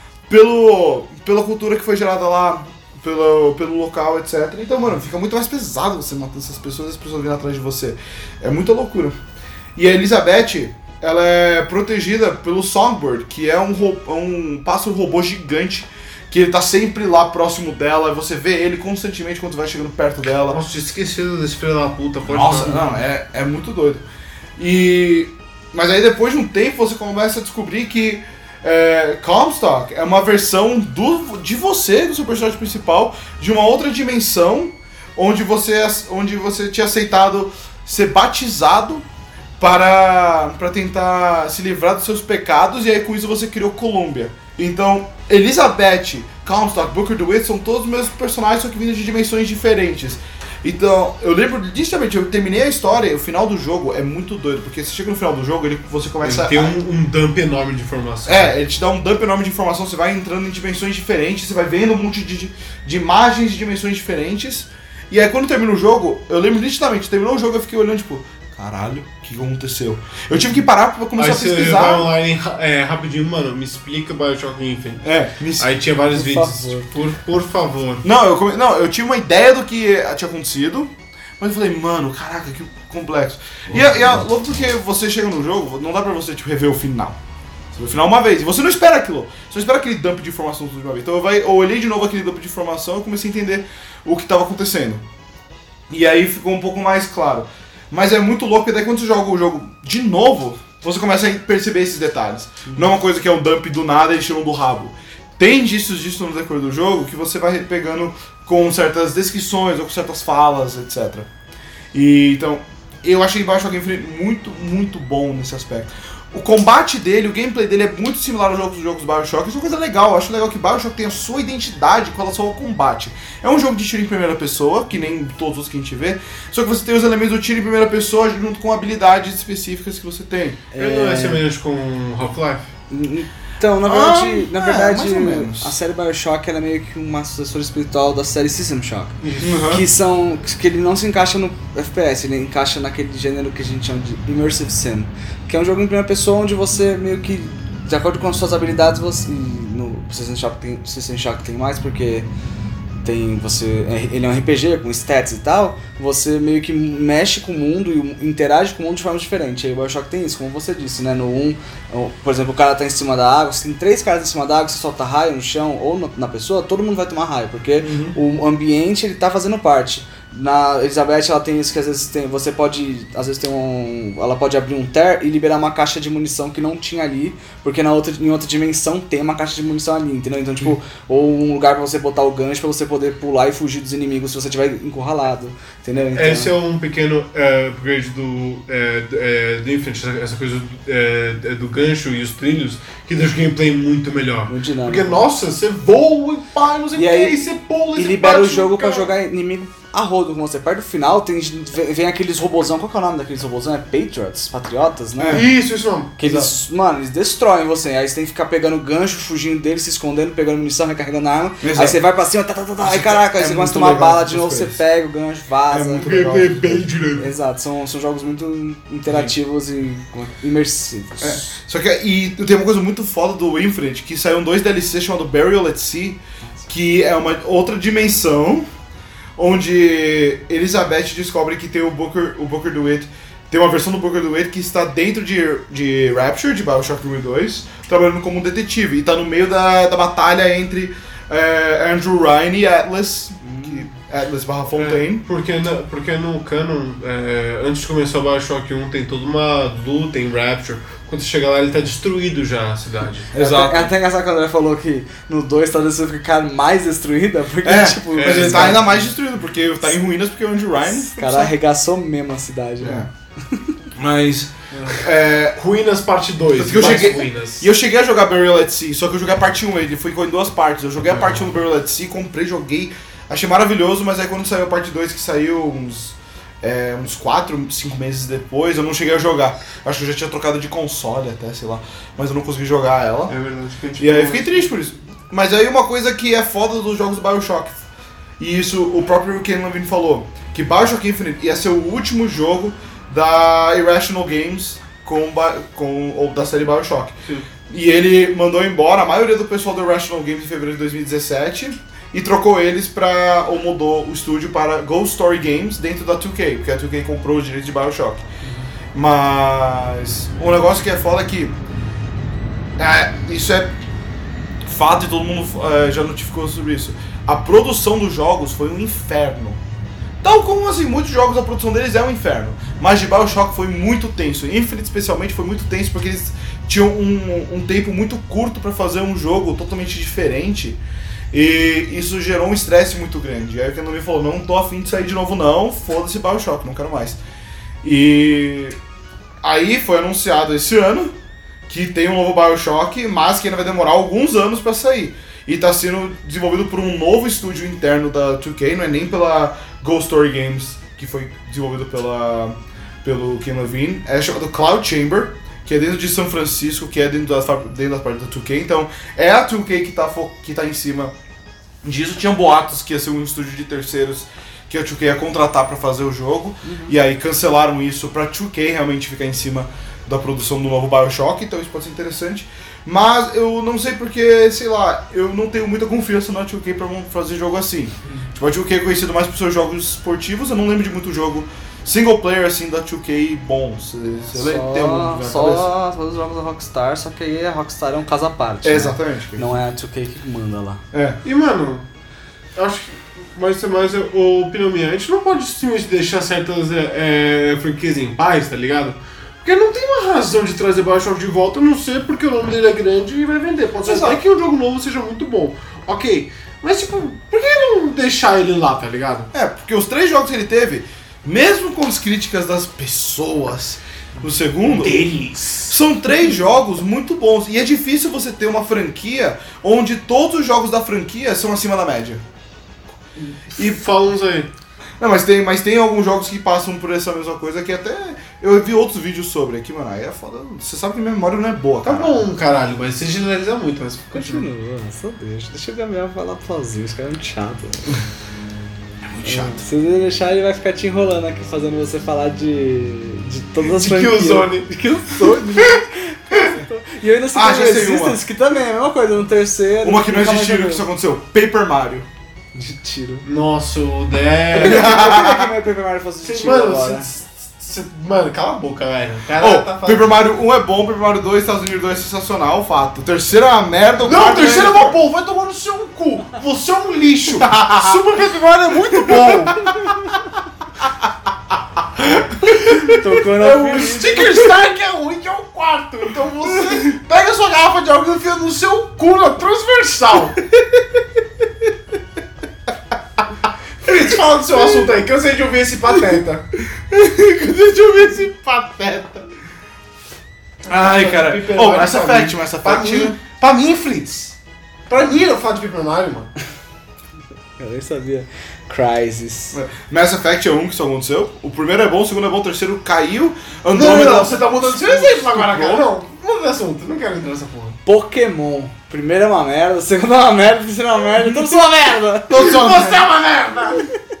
pelo, pela cultura que foi gerada lá, pelo, pelo local, etcétera. Então, mano, fica muito mais pesado você matando essas pessoas e as pessoas vindo atrás de você. É muita loucura. E a Elizabeth, ela é protegida pelo Songbird, que é um, ro- um pássaro robô gigante, que ele tá sempre lá próximo dela, e você vê ele constantemente quando vai chegando perto dela. Nossa, tinha esquecido desse filho da puta. Pode Nossa, falar. não, é, é muito doido. E... Mas aí depois de um tempo você começa a descobrir que é, Comstock é uma versão do, de você, do seu personagem principal, de uma outra dimensão, onde você, onde você tinha aceitado ser batizado para, para tentar se livrar dos seus pecados, e aí com isso você criou Colômbia. Então, Elizabeth, Comstock, Booker DeWitt são todos os mesmos personagens, só que vindo de dimensões diferentes. Então, eu lembro, justamente, eu terminei a história e o final do jogo é muito doido, porque você chega no final do jogo, ele, você começa Ele tem a... um, um dump enorme de informação. É, ele te dá um dump enorme de informação, você vai entrando em dimensões diferentes, você vai vendo um monte de, de, de imagens de dimensões diferentes. E aí quando termina o jogo, eu lembro nitidamente, terminou o jogo eu fiquei olhando tipo, caralho, o que aconteceu? Eu tive que parar pra começar Aí a você vai pesquisar. online ra- é, rapidinho, mano, me explica Bioshock Infinite. É, me... Aí tinha vários Por vídeos, favor. por, por favor. Não, eu come... não, eu tinha uma ideia do que tinha acontecido, mas eu falei, mano, caraca, que complexo. E, é- e é louco porque você chega no jogo, não dá pra você tipo, rever o final. Você vê o final uma vez, e você não espera aquilo. Você não espera aquele dump de informação tudo de uma vez. Então eu, vai, eu olhei de novo aquele dump de informação e comecei a entender o que estava acontecendo. E aí ficou um pouco mais claro. Mas é muito louco, porque daí quando você joga o jogo de novo, você começa a perceber esses detalhes. Não é uma coisa que é um dump do nada e eles tiram do rabo. Tem indícios disso no decorrer do jogo que você vai pegando com certas descrições ou com certas falas, etcétera. E então, eu achei Bioshock Infinite muito, muito bom nesse aspecto. O combate dele, o gameplay dele é muito similar aos jogos dos jogos Bioshock. Isso é uma coisa legal, eu acho legal que Bioshock tem a sua identidade com relação ao combate. É um jogo de tiro em primeira pessoa, que nem todos os que a gente vê, só que você tem os elementos do tiro em primeira pessoa junto com habilidades específicas que você tem. Ele não é semelhante com Half-Life? Então, na verdade, Ah, na é, verdade mais ou menos. a série Bioshock ela é meio que uma sucessora espiritual da série System Shock. Uhum. Que são. Que ele não se encaixa no F P S, ele encaixa naquele gênero que a gente chama de Immersive Sim. Que é um jogo em primeira pessoa onde você meio que, de acordo com as suas habilidades, você. No System Shock tem, System Shock tem mais porque tem você. Ele é um R P G com stats e tal, você meio que mexe com o mundo e interage com o mundo de forma diferente. Aí o Bioshock tem isso, como você disse, né? No um, por exemplo, o cara tá em cima da água, se tem três caras em cima da água, você solta raio no chão ou no, na pessoa, todo mundo vai tomar raio, porque Uhum. o ambiente ele tá fazendo parte. Na Elizabeth ela tem isso que às vezes tem, você pode, às vezes tem um, ela pode abrir um tear e liberar uma caixa de munição que não tinha ali, porque na outra, em outra dimensão tem uma caixa de munição ali, entendeu? Então tipo, ou um lugar pra você botar o gancho pra você poder pular e fugir dos inimigos se você estiver encurralado, entendeu? Então, esse é um pequeno é, upgrade do, é, do, é, do Infinite, essa, essa coisa do, é, do gancho e os trilhos, que deixa o gameplay muito melhor. Muito dinâmico. Porque, nossa, você voa e pá, não sei o que, e você pula e E você libera o bate jogo no pra cara. jogar inimigo a rodo com você. Perto do final tem, vem, vem aqueles robozão, qual que é o nome daqueles robozão? É Patriots? Patriotas, né? É. Isso, isso mesmo. Que eles, mano, eles destroem você, aí você tem que ficar pegando gancho, fugindo deles, se escondendo, pegando munição, recarregando a arma. Exato. Aí você vai pra cima, tá, tá, tá, tá, aí caraca, aí é você começa a muito tomar legal bala de novo, você essas pega o gancho, vaza. É muito Porque legal. é bem dinâmico. Exato, são, são jogos muito interativos e imersivos. É. Só que e tem uma coisa muito foda do Infinite, que saiu dois D L C chamado Burial at Sea, que é uma outra dimensão, onde Elizabeth descobre que tem o Booker, o Booker DeWitt, tem uma versão do Booker DeWitt que está dentro de, de Rapture, de BioShock um e dois, trabalhando como um detetive, e está no meio da, da batalha entre é, Andrew Ryan e Atlas, que, Atlas barra Fontaine. É, porque, na, porque no canon, é, antes de começar o BioShock um, tem toda uma luta em Rapture. Quando você chega lá, ele tá destruído já, a cidade. Exato. É até engraçado que o André falou que no dois talvez você ficar mais destruída, porque É, tipo... mas é, ele tá cara, ainda mais destruído, porque tá em ruínas, porque o Andrew Ryan... o cara arregaçou mesmo a cidade, né? É. Mas... É, Ruínas parte dois. Tanto que eu mais cheguei- ruínas. E eu cheguei a jogar Burial at Sea, só que eu joguei a parte um, ele foi em duas partes. Eu joguei a parte um do Burial at Sea, comprei, joguei, achei maravilhoso, mas aí quando saiu a parte dois, que saiu uns, é, uns quatro, cinco meses depois, eu não cheguei a jogar. Acho que eu já tinha trocado de console até, sei lá, mas eu não consegui jogar ela. É verdade. Que a gente E aí eu falou. fiquei triste por isso. Mas aí uma coisa que é foda dos jogos do BioShock, e isso o próprio Ken Levine falou, que BioShock Infinite ia ser o último jogo da Irrational Games com, Bi- com ou da série BioShock. Sim. E ele mandou embora a maioria do pessoal do Irrational Games em fevereiro de dois mil e dezessete e trocou eles para, ou mudou o estúdio para Ghost Story Games dentro da dois K, porque a dois K comprou os direitos de BioShock. Mas um negócio que é foda é que é, isso é fato e todo mundo é, já notificou sobre isso. A produção dos jogos foi um inferno. Tal como assim, muitos jogos a produção deles é um inferno. Mas de BioShock foi muito tenso. Infinite especialmente foi muito tenso porque eles tinham um, um tempo muito curto para fazer um jogo totalmente diferente. E isso gerou um estresse muito grande. Aí o Ken me falou, não tô afim de sair de novo não, foda-se BioShock, não quero mais. E aí foi anunciado esse ano que tem um novo BioShock, mas que ainda vai demorar alguns anos para sair. E está sendo desenvolvido por um novo estúdio interno da dois K, não é nem pela Ghost Story Games, que foi desenvolvido pela, pelo Ken Levine. É chamado Cloud Chamber, que é dentro de São Francisco, que é dentro das, dentro das partes da dois K. Então, é a dois K que está que tá em cima disso. Tinha boatos que ia ser um estúdio de terceiros que a dois K ia contratar para fazer o jogo. Uhum. E aí cancelaram isso para a dois K realmente ficar em cima da produção do novo BioShock. Então isso pode ser interessante. Mas eu não sei porque, sei lá, eu não tenho muita confiança na dois K pra fazer jogo assim. Uhum. Tipo, a dois K é conhecido mais por seus jogos esportivos, eu não lembro de muito jogo single player assim da dois K bom. Você tem algum só todos os jogos da Rockstar, só que aí a Rockstar é um caso à parte. É, né? exatamente. Não é a dois K que manda lá. É. E mano, acho que mas, mas a opinião minha, a gente não pode simplesmente deixar certas é, é, franquias em paz, tá ligado? Porque não tem uma razão de trazer BioShock de volta, a não ser porque o nome dele é grande e vai vender. Pode ser até que um jogo novo seja muito bom. Ok, mas tipo, por que não deixar ele lá, tá ligado? É, porque os três jogos que ele teve, mesmo com as críticas das pessoas no segundo, deles, são três jogos muito bons. E é difícil você ter uma franquia onde todos os jogos da franquia são acima da média. E fala uns aí. Não, mas tem, mas tem alguns jogos que passam por essa mesma coisa que até eu vi outros vídeos sobre aqui, mano. Aí é foda. Você sabe que minha memória não é boa, Tá cara. bom, caralho, mas você generaliza muito, mas continua. Só deixa. Deixa o Gabriel falar sozinho, esse cara é muito chato. É muito chato. Se você deixar, ele vai ficar te enrolando aqui, fazendo você falar de, de todas as de franquias. Killzone. De Killzone. E eu ainda sei Ah, que já sei Resistance, que também é a mesma coisa, no terceiro. Uma que não é nunca de mais tiro que joguei. isso aconteceu. Paper Mario. De tiro. Nossa, o Eu Dé. queria que meu Paper Mario fosse de tiro Mano, agora. cê, cê, mano, cala a boca, velho. O cara Oh, tá falando. Paper Mario um é bom, Paper Mario dois, Estados Unidos dois é sensacional, fato. O terceiro é uma merda, o Não, o quarto terceiro é é... uma porra, vai tomar no seu cu. Você é um lixo. Super Paper Mario é muito bom. Tocou na É, ferida. o Sticker Stark é ruim, que é o quarto. Então você pega a sua garrafa de água e enfia no seu cu na transversal. Fritz, fala do seu assunto aí. Cansei de ouvir esse pateta. Cansei de ouvir esse pateta. Ai, cara. Paper Oh, Mario Mass pra Effect, mim. Mass Pra Effect. mim, pra mim, Fritz. Pra mim não fala de Paper Mario, mano. Eu nem sabia. Crysis. Mass Effect é um que só aconteceu. O primeiro é bom, o segundo é bom, o terceiro caiu. Não, Andrômeda. não, não, você tá mudando seu exemplo agora, cara. Não, muda de assunto. Não quero entrar nessa porra. Pokémon. Primeiro é uma merda, segundo é uma merda, terceiro é uma merda, tudo são uma merda. Todos são- Você é uma merda!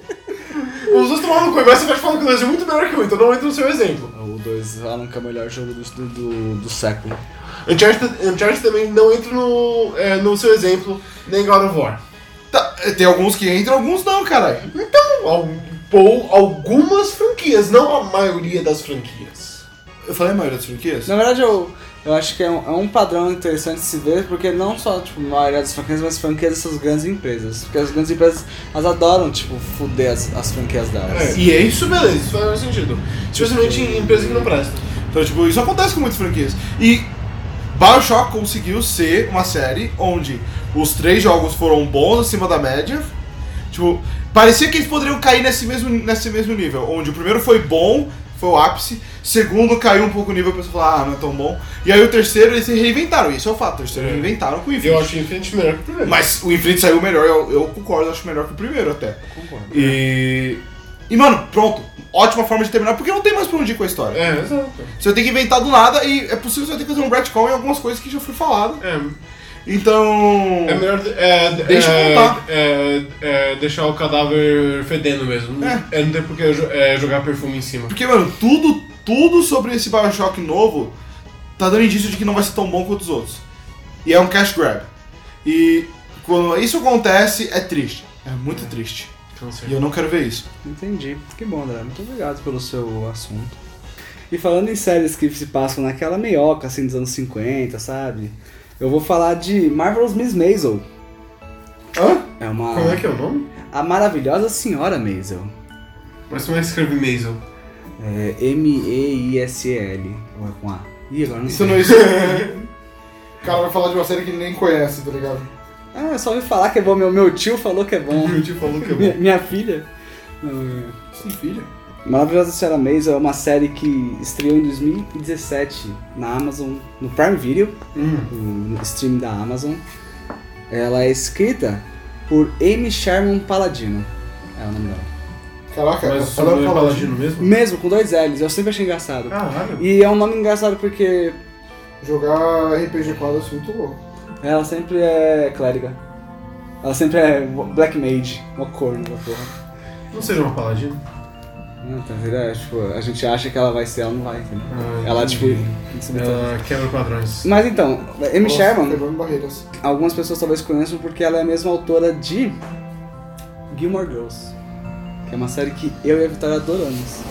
Os dois tomaram no cu, agora você vai falando que o dois é muito melhor que o um, então não entra no seu exemplo. O dois falam que é o melhor jogo do, do, do século. Uncharted, Uncharted também não entra no, é, no seu exemplo, nem God of War. Tá, tem alguns que entram, alguns não, caralho. Então, al- ou algumas franquias, não a maioria das franquias. Eu falei a maioria das franquias? Na verdade, eu, eu acho que é um, é um padrão interessante de se ver, porque não só tipo, a maioria das franquias, mas franquias dessas grandes empresas. Porque as grandes empresas, elas adoram, tipo, foder as, as franquias delas. É, e é isso, beleza, isso faz sentido. Especialmente em empresas que não prestam. Então, tipo, isso acontece com muitas franquias. E BioShock conseguiu ser uma série onde os três jogos foram bons acima da média. Tipo, parecia que eles poderiam cair nesse mesmo, nesse mesmo nível, onde o primeiro foi bom, foi o ápice, segundo caiu um pouco o nível, a pessoa falou, ah, não é tão bom. E aí o terceiro eles se reinventaram, isso é o fato, o terceiro É. reinventaram com o Eu Infinite. acho o Infinite melhor que o primeiro. Mas o Infinite saiu melhor, eu, eu concordo, acho melhor que o primeiro até. Concordo. E. E mano, pronto, ótima forma de terminar, porque não tem mais pra onde ir com a história. É, exato. Você vai ter que inventar do nada e é possível você vai ter que fazer um retcon em algumas coisas que já foi falado. É, Então. é melhor é, Deixa é, voltar. é, é, deixar o cadáver fedendo mesmo. É. É, não tem por que jo- é, jogar perfume em cima. Porque, mano, tudo, tudo sobre esse BioShock novo tá dando indício de que não vai ser tão bom quanto os outros. E é um cash grab. E quando isso acontece, é triste. É muito triste. Então, E eu não quero ver isso. Entendi. Que bom, André. Muito obrigado pelo seu assunto. E falando em séries que se passam naquela meioca, assim, dos anos cinquenta, sabe? Eu vou falar de Marvelous Miss Maisel. Hã? É uma... Como é que é o nome? A Maravilhosa Senhora Maisel. Mas como é que escreve Maisel? É M E I S E L. Ou é com A? Ih, agora não Isso sei. não é isso. O cara vai falar de uma série que ele nem conhece, tá ligado? Ah, é só me falar que é bom. Meu, meu tio falou que é bom. O tio falou que é minha, bom. minha filha. Não, é... Sim, filha. Maravilhosa Senhora Maisel é uma série que estreou em dois mil e dezessete na Amazon, no Prime Video, Hum. no stream da Amazon. Ela é escrita por Amy Sherman Palladino. É o nome dela. Caraca, Mas o ela nome é fala Paladino mesmo? Mesmo, com dois L's, eu sempre achei engraçado. Caralho. E é um nome engraçado porque Jogar R P G quadro é muito louco. ela sempre é clériga. Ela sempre é Black Mage, uma corno da porra. Não seja uma Paladino? Não, tá vendo? É, tipo, a gente acha que ela vai ser, ela não vai, entendeu? Ah, Ela, tipo... entendi. Ela quebra padrões. Mas então, Amy Sherman, Quebrando barreiras. algumas pessoas talvez conheçam porque ela é a mesma autora de Gilmore Girls, que é uma série que eu e a Vitória adoramos.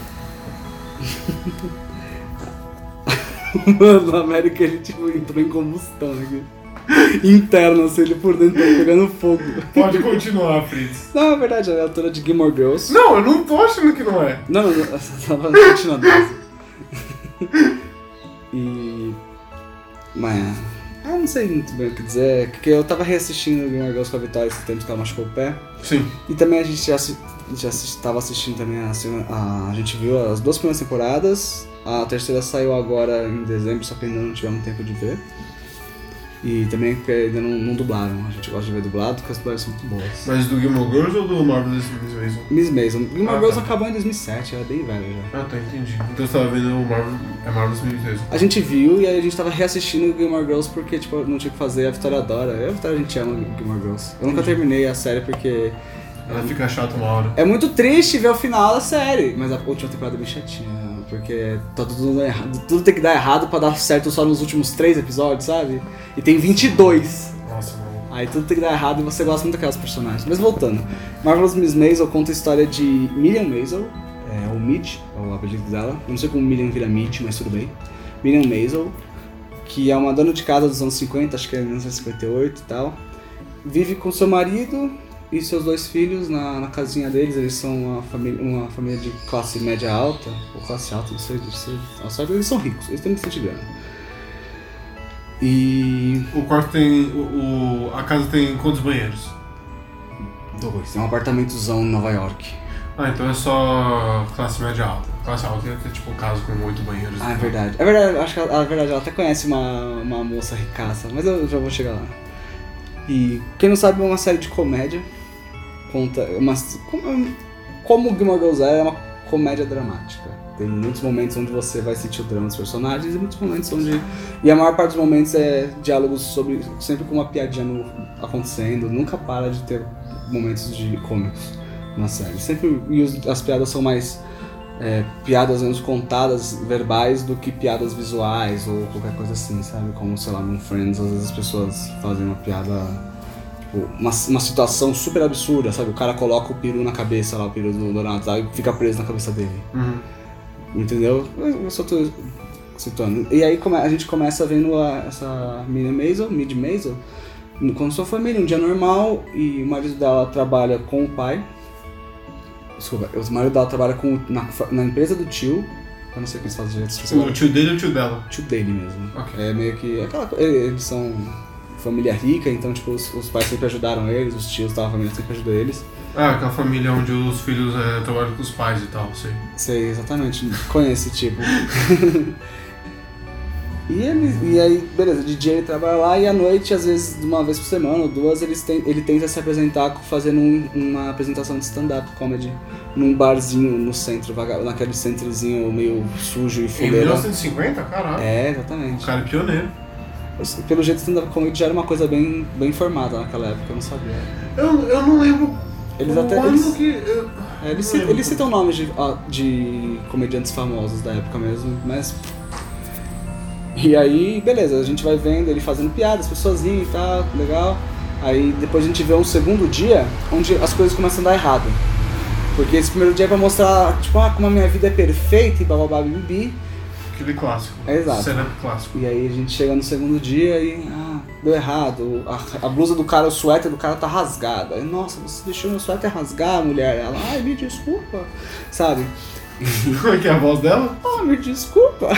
Mano, na América ele tipo, entrou em combustão aqui. Interna, assim, ele por dentro tá pegando fogo. Pode continuar, Fritz. Não, é verdade, ela é autora de Gilmore Girls. Não, eu não tô achando que não é. Não, não, não, tava continuando. E... Mas... Eu não sei muito bem o que dizer, porque eu tava reassistindo Gilmore Girls com a Vitória esse tempo que ela machucou o pé. Sim. E também a gente já, assi- já assi- tava assistindo também, a, segunda- a, a gente viu as duas primeiras temporadas, a terceira saiu agora em dezembro, só que ainda não tivemos tempo de ver. E também porque ainda não, não dublaram, a gente gosta de ver dublado porque as dublagens são muito boas. Mas do Gilmore Girls ou do Marvelous Miss Maisel? Miss Maisel, Gilmore Ah, Girls tá. acabou em dois mil e sete, ela é bem velha já. Ah, tá, entendi. Então você tava vendo o Marvel, é Marvelous Miss Maisel. A gente viu e aí a gente tava reassistindo Gilmore Girls porque tipo, não tinha o que fazer, a Vitória adora. Eu e a Vitória a gente ama Gilmore Girls. Eu nunca terminei a série porque Ela fica chata uma hora. é muito triste ver o final da série, mas a última temporada é bem chatinha, porque tá tudo dando errado, tudo tem que dar errado pra dar certo só nos últimos três episódios, sabe? E tem vinte e dois. Nossa, mano. Aí tudo tem que dar errado e você gosta muito daquelas personagens. Mas voltando, Marvelous Miss Maisel conta a história de Miriam Maisel, é, ou Midge, é o apelido dela. Eu não sei como Miriam vira Midge, mas tudo bem. Miriam Maisel, que é uma dona de casa dos anos cinquenta, acho que é mil novecentos e cinquenta e oito e tal. Vive com seu marido e seus dois filhos na, na casinha deles. Eles são uma família, uma família de classe média alta, ou classe alta, não sei, não sei, eles são ricos, eles têm bastante grana. E... O quarto tem... O, o, a casa tem quantos banheiros? Dois, é um apartamentozão em Nova York. Ah, então é só classe média alta. Classe alta é tipo casa com oito banheiros. Ah, é verdade. É verdade, acho que ela, é verdade, ela até conhece uma, uma moça ricaça, mas eu já vou chegar lá. E quem não sabe, é uma série de comédia. Conta. Uma, como, como o Gilmore Girls é, é uma comédia dramática. Tem muitos momentos onde você vai sentir o drama dos personagens e muitos momentos onde... E a maior parte dos momentos é diálogos sobre... Sempre com uma piadinha no, acontecendo. Nunca para de ter momentos de cômicos na série. Sempre... E os, as piadas são mais... É, piadas menos contadas, verbais, do que piadas visuais ou qualquer coisa assim, sabe? Como, sei lá, no Friends, às vezes as pessoas fazem uma piada... Tipo, uma, uma situação super absurda, sabe? O cara coloca o peru na cabeça lá, o peru do Donald, sabe? E fica preso na cabeça dele. Uhum. Entendeu? Eu só tô situando. E aí come, a gente começa vendo a, essa Miriam Maisel, Mid Maisel, com sua família, um dia normal, e o marido dela trabalha com o pai. Desculpa, o marido dela trabalha com, na, na empresa do tio. Eu não sei o que eles fazem direito. O tio dele ou o tio dela? O tio dele mesmo. Okay. É meio que... Aquela, eles são família rica, então tipo, os, os pais sempre ajudaram eles, os tios da família sempre ajudou eles. Ah, aquela família onde os filhos é, trabalham com os pais e tal, sei. Sei, exatamente. Conheço esse tipo. e, ele, e aí, beleza, de dia ele trabalha lá e à noite, às vezes, uma vez por semana ou duas, eles tem, ele tenta se apresentar fazendo um, uma apresentação de stand-up comedy num barzinho no centro, naquele centrozinho meio sujo e fuleiro. Em mil novecentos e cinquenta? Caralho. É, exatamente. O cara é pioneiro. Pelo jeito, stand-up comedy já era uma coisa bem, bem formada naquela época, eu não sabia. Eu, eu não lembro. Eles o até. ano Eles, que. Eu, é, eles, citam, eles citam nomes de, de comediantes famosos da época mesmo, mas. E aí, beleza, a gente vai vendo ele fazendo piadas, pessoas e tal, legal. Aí depois a gente vê um segundo dia onde as coisas começam a dar errado. Porque esse primeiro dia é pra mostrar, tipo, ah, como a minha vida é perfeita e bababá bibi. Aquele clássico. É, exato. Stand-up clássico. E aí a gente chega no segundo dia e, ah, deu errado. A, a blusa do cara, o suéter do cara tá rasgada. Aí, nossa, você deixou meu suéter rasgar, mulher. Ela, ai, me desculpa, sabe? Como é que é a voz dela? Ah, me desculpa.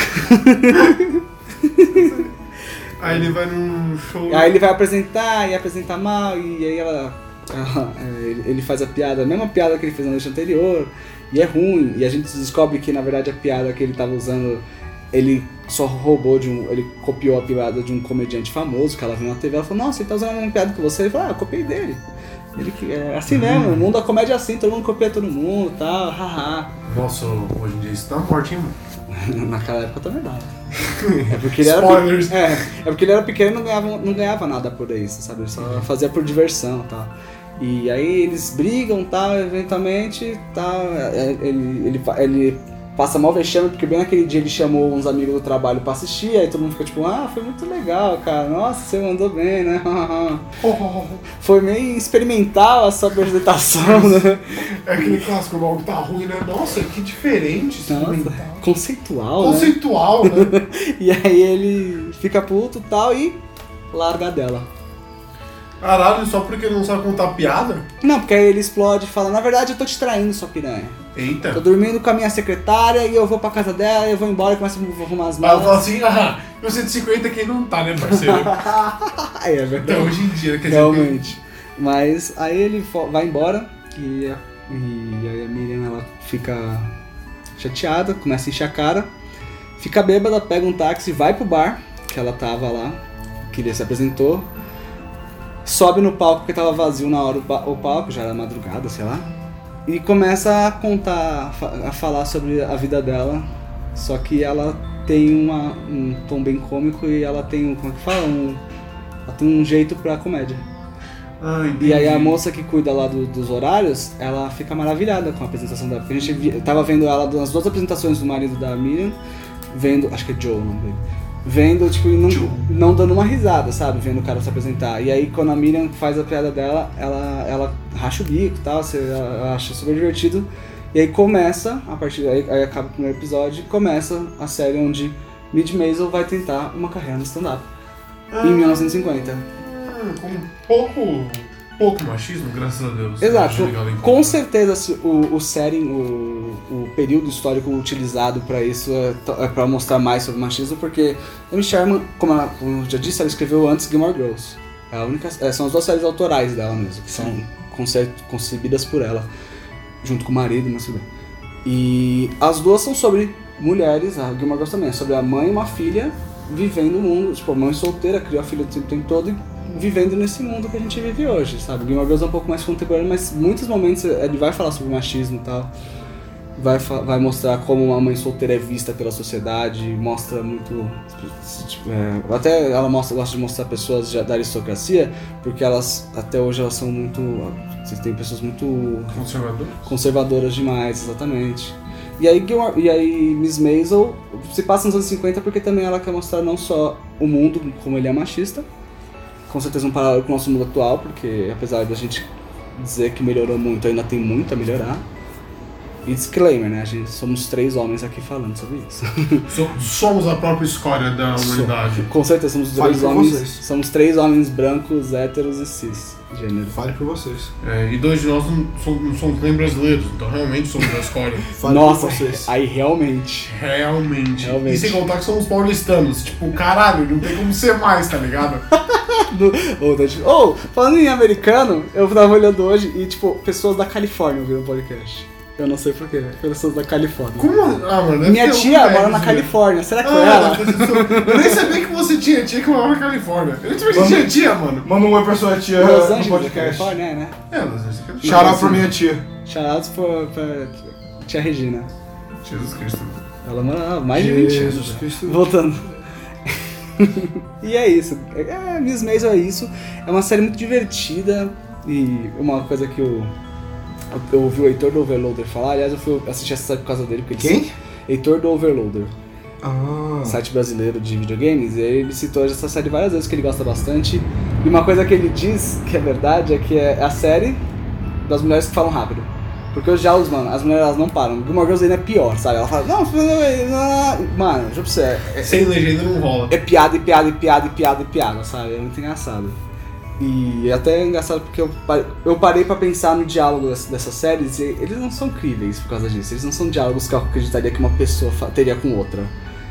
Aí ele vai num show... Aí ele vai apresentar e apresentar mal e aí ela... ela ele faz a piada, a mesma piada que ele fez na noite anterior. E é ruim. E a gente descobre que, na verdade, a piada que ele tava usando... Ele só roubou de um... Ele copiou a piada de um comediante famoso que ela viu na T V. Ela falou, nossa, ele tá usando a mesma piada que você. Ele falou, ah, eu copiei dele. Ele, é assim mesmo, o mundo da comédia é assim, todo mundo copia todo mundo e tal, haha. Nossa, hoje em dia isso tá morte, hein, mano? Naquela época também dava. É porque ele era, Spoilers. é, é porque ele era pequeno e não ganhava, não ganhava nada por isso, sabe? Ele só fazia por diversão e tal. E aí eles brigam, tal, eventualmente, tal, ele, ele, ele passa mal vexame, porque bem naquele dia ele chamou uns amigos do trabalho pra assistir, aí todo mundo fica tipo, ah, foi muito legal, cara, nossa, você mandou bem, né? Foi meio experimental a sua apresentação, né? É aquele clássico, o bagulho tá ruim, né? Nossa, que diferente, nossa, conceitual, Conceitual, né? né? E aí ele fica puto e tal e larga dela. Caralho, só porque não sabe contar piada? Não, porque aí ele explode e fala, na verdade eu tô te traindo, sua piranha. Eita. Tô dormindo com a minha secretária e eu vou pra casa dela e eu vou embora e começo a arrumar as malas. Ela fala assim, ah, mil cento e cinquenta quem não tá, né, parceiro? É verdade. Até hoje em dia, quer dizer... Realmente. Mas aí ele vai embora e, a, e aí a Miriam, ela fica chateada, começa a encher a cara, fica bêbada, pega um táxi, vai pro bar, que ela tava lá, que ele se apresentou, sobe no palco porque tava vazio na hora o palco, já era madrugada, sei lá, e começa a contar, a falar sobre a vida dela, só que ela tem uma, um tom bem cômico e ela tem, como é que fala? Um, ela tem um jeito pra comédia. Ah, e aí a moça que cuida lá do, dos horários, ela fica maravilhada com a apresentação dela, porque a gente vi, tava vendo ela nas duas apresentações do marido da Miriam, vendo, acho que é Joe o nome dele, vendo, tipo, não, não dando uma risada, sabe, vendo o cara se apresentar. E aí quando a Miriam faz a piada dela, ela, ela racha o bico e tal, você, ela acha super divertido. E aí começa, a partir daí, aí acaba o primeiro episódio, começa a série onde Mid Maisel vai tentar uma carreira no stand-up, ah, em mil novecentos e cinquenta. Com pouco pouco machismo, graças a Deus. Exato. Com certeza o, o setting, o, o período histórico utilizado pra isso é, é pra mostrar mais sobre machismo, porque Amy Sherman, como, ela, como eu já disse, ela escreveu antes Gilmore Girls. É a única, é, são as duas séries autorais dela mesmo, que são conce, concebidas por ela, junto com o marido, mas tudo bem. E as duas são sobre mulheres, a Gilmore Girls também, é sobre a mãe e uma filha vivendo o mundo, tipo, a mãe solteira, criou a filha o tempo todo e vivendo nesse mundo que a gente vive hoje, sabe? Gilmore Girls é um pouco mais contemporâneo, mas em muitos momentos ele vai falar sobre machismo e tal, vai, vai mostrar como uma mãe solteira é vista pela sociedade, mostra muito, tipo, é, até ela mostra, gosta de mostrar pessoas da aristocracia, porque elas, até hoje elas são muito, tem pessoas muito conservadoras, conservadoras demais, exatamente. E aí, e aí Miss Maisel se passa nos anos cinquenta porque também ela quer mostrar não só o mundo como ele é machista, com certeza um paralelo com o nosso mundo atual, porque apesar da gente dizer que melhorou muito, ainda tem muito a melhorar. E disclaimer, né? A gente, somos três homens aqui falando sobre isso. Somos a própria escória da humanidade. Com certeza, somos três homens. Vocês. Somos três homens brancos, héteros e cis. Gênero. Fale por vocês. É, e dois de nós não somos, não somos nem brasileiros, então realmente somos a escória. Fale Nossa, por vocês. Aí realmente. Realmente. realmente. E sem contar que somos paulistanos. Tipo, caralho, não tem como ser mais, tá ligado? Ou oh, oh, falando em americano, eu tava olhando hoje e, tipo, pessoas da Califórnia ouviram o podcast. Eu não sei porquê, pessoas da Califórnia. Como? Ah, mano, minha tia mora na Califórnia, será que foi ah, ela? Eu nem sabia que você tinha tia que morava na Califórnia. Eu nem sabia que você tinha tia, mano. Manda um oi pra sua tia Los no Angeles, podcast. Califórnia, é, né? É, Los Angeles. Shout out pra minha tia. Shout out pra, pra tia Regina. Jesus Cristo. Ela mora há mais de vinte anos. Jesus Cristo. Voltando. E é isso. É, Miss Maisel é isso. É uma série muito divertida e uma coisa que eu... Eu ouvi o Heitor do Overloader falar, aliás eu fui assistir essa série por causa dele. Porque Quem? Disse, Heitor do Overloader. Ah. Site brasileiro de videogames, e ele citou essa série várias vezes que ele gosta bastante. E uma coisa que ele diz, que é verdade, é que é a série das mulheres que falam rápido. Porque os diálogos, mano, as mulheres elas não param. Gilmore Girls ainda é pior, sabe? Ela fala, não, mano, juro pra você. É, Sem legenda não rola. É piada e piada e piada e piada e piada, sabe? É muito engraçado. E é até engraçado porque eu parei, eu parei pra pensar no diálogo dessas séries e eles não são críveis por causa disso. Eles não são diálogos que eu acreditaria que uma pessoa teria com outra.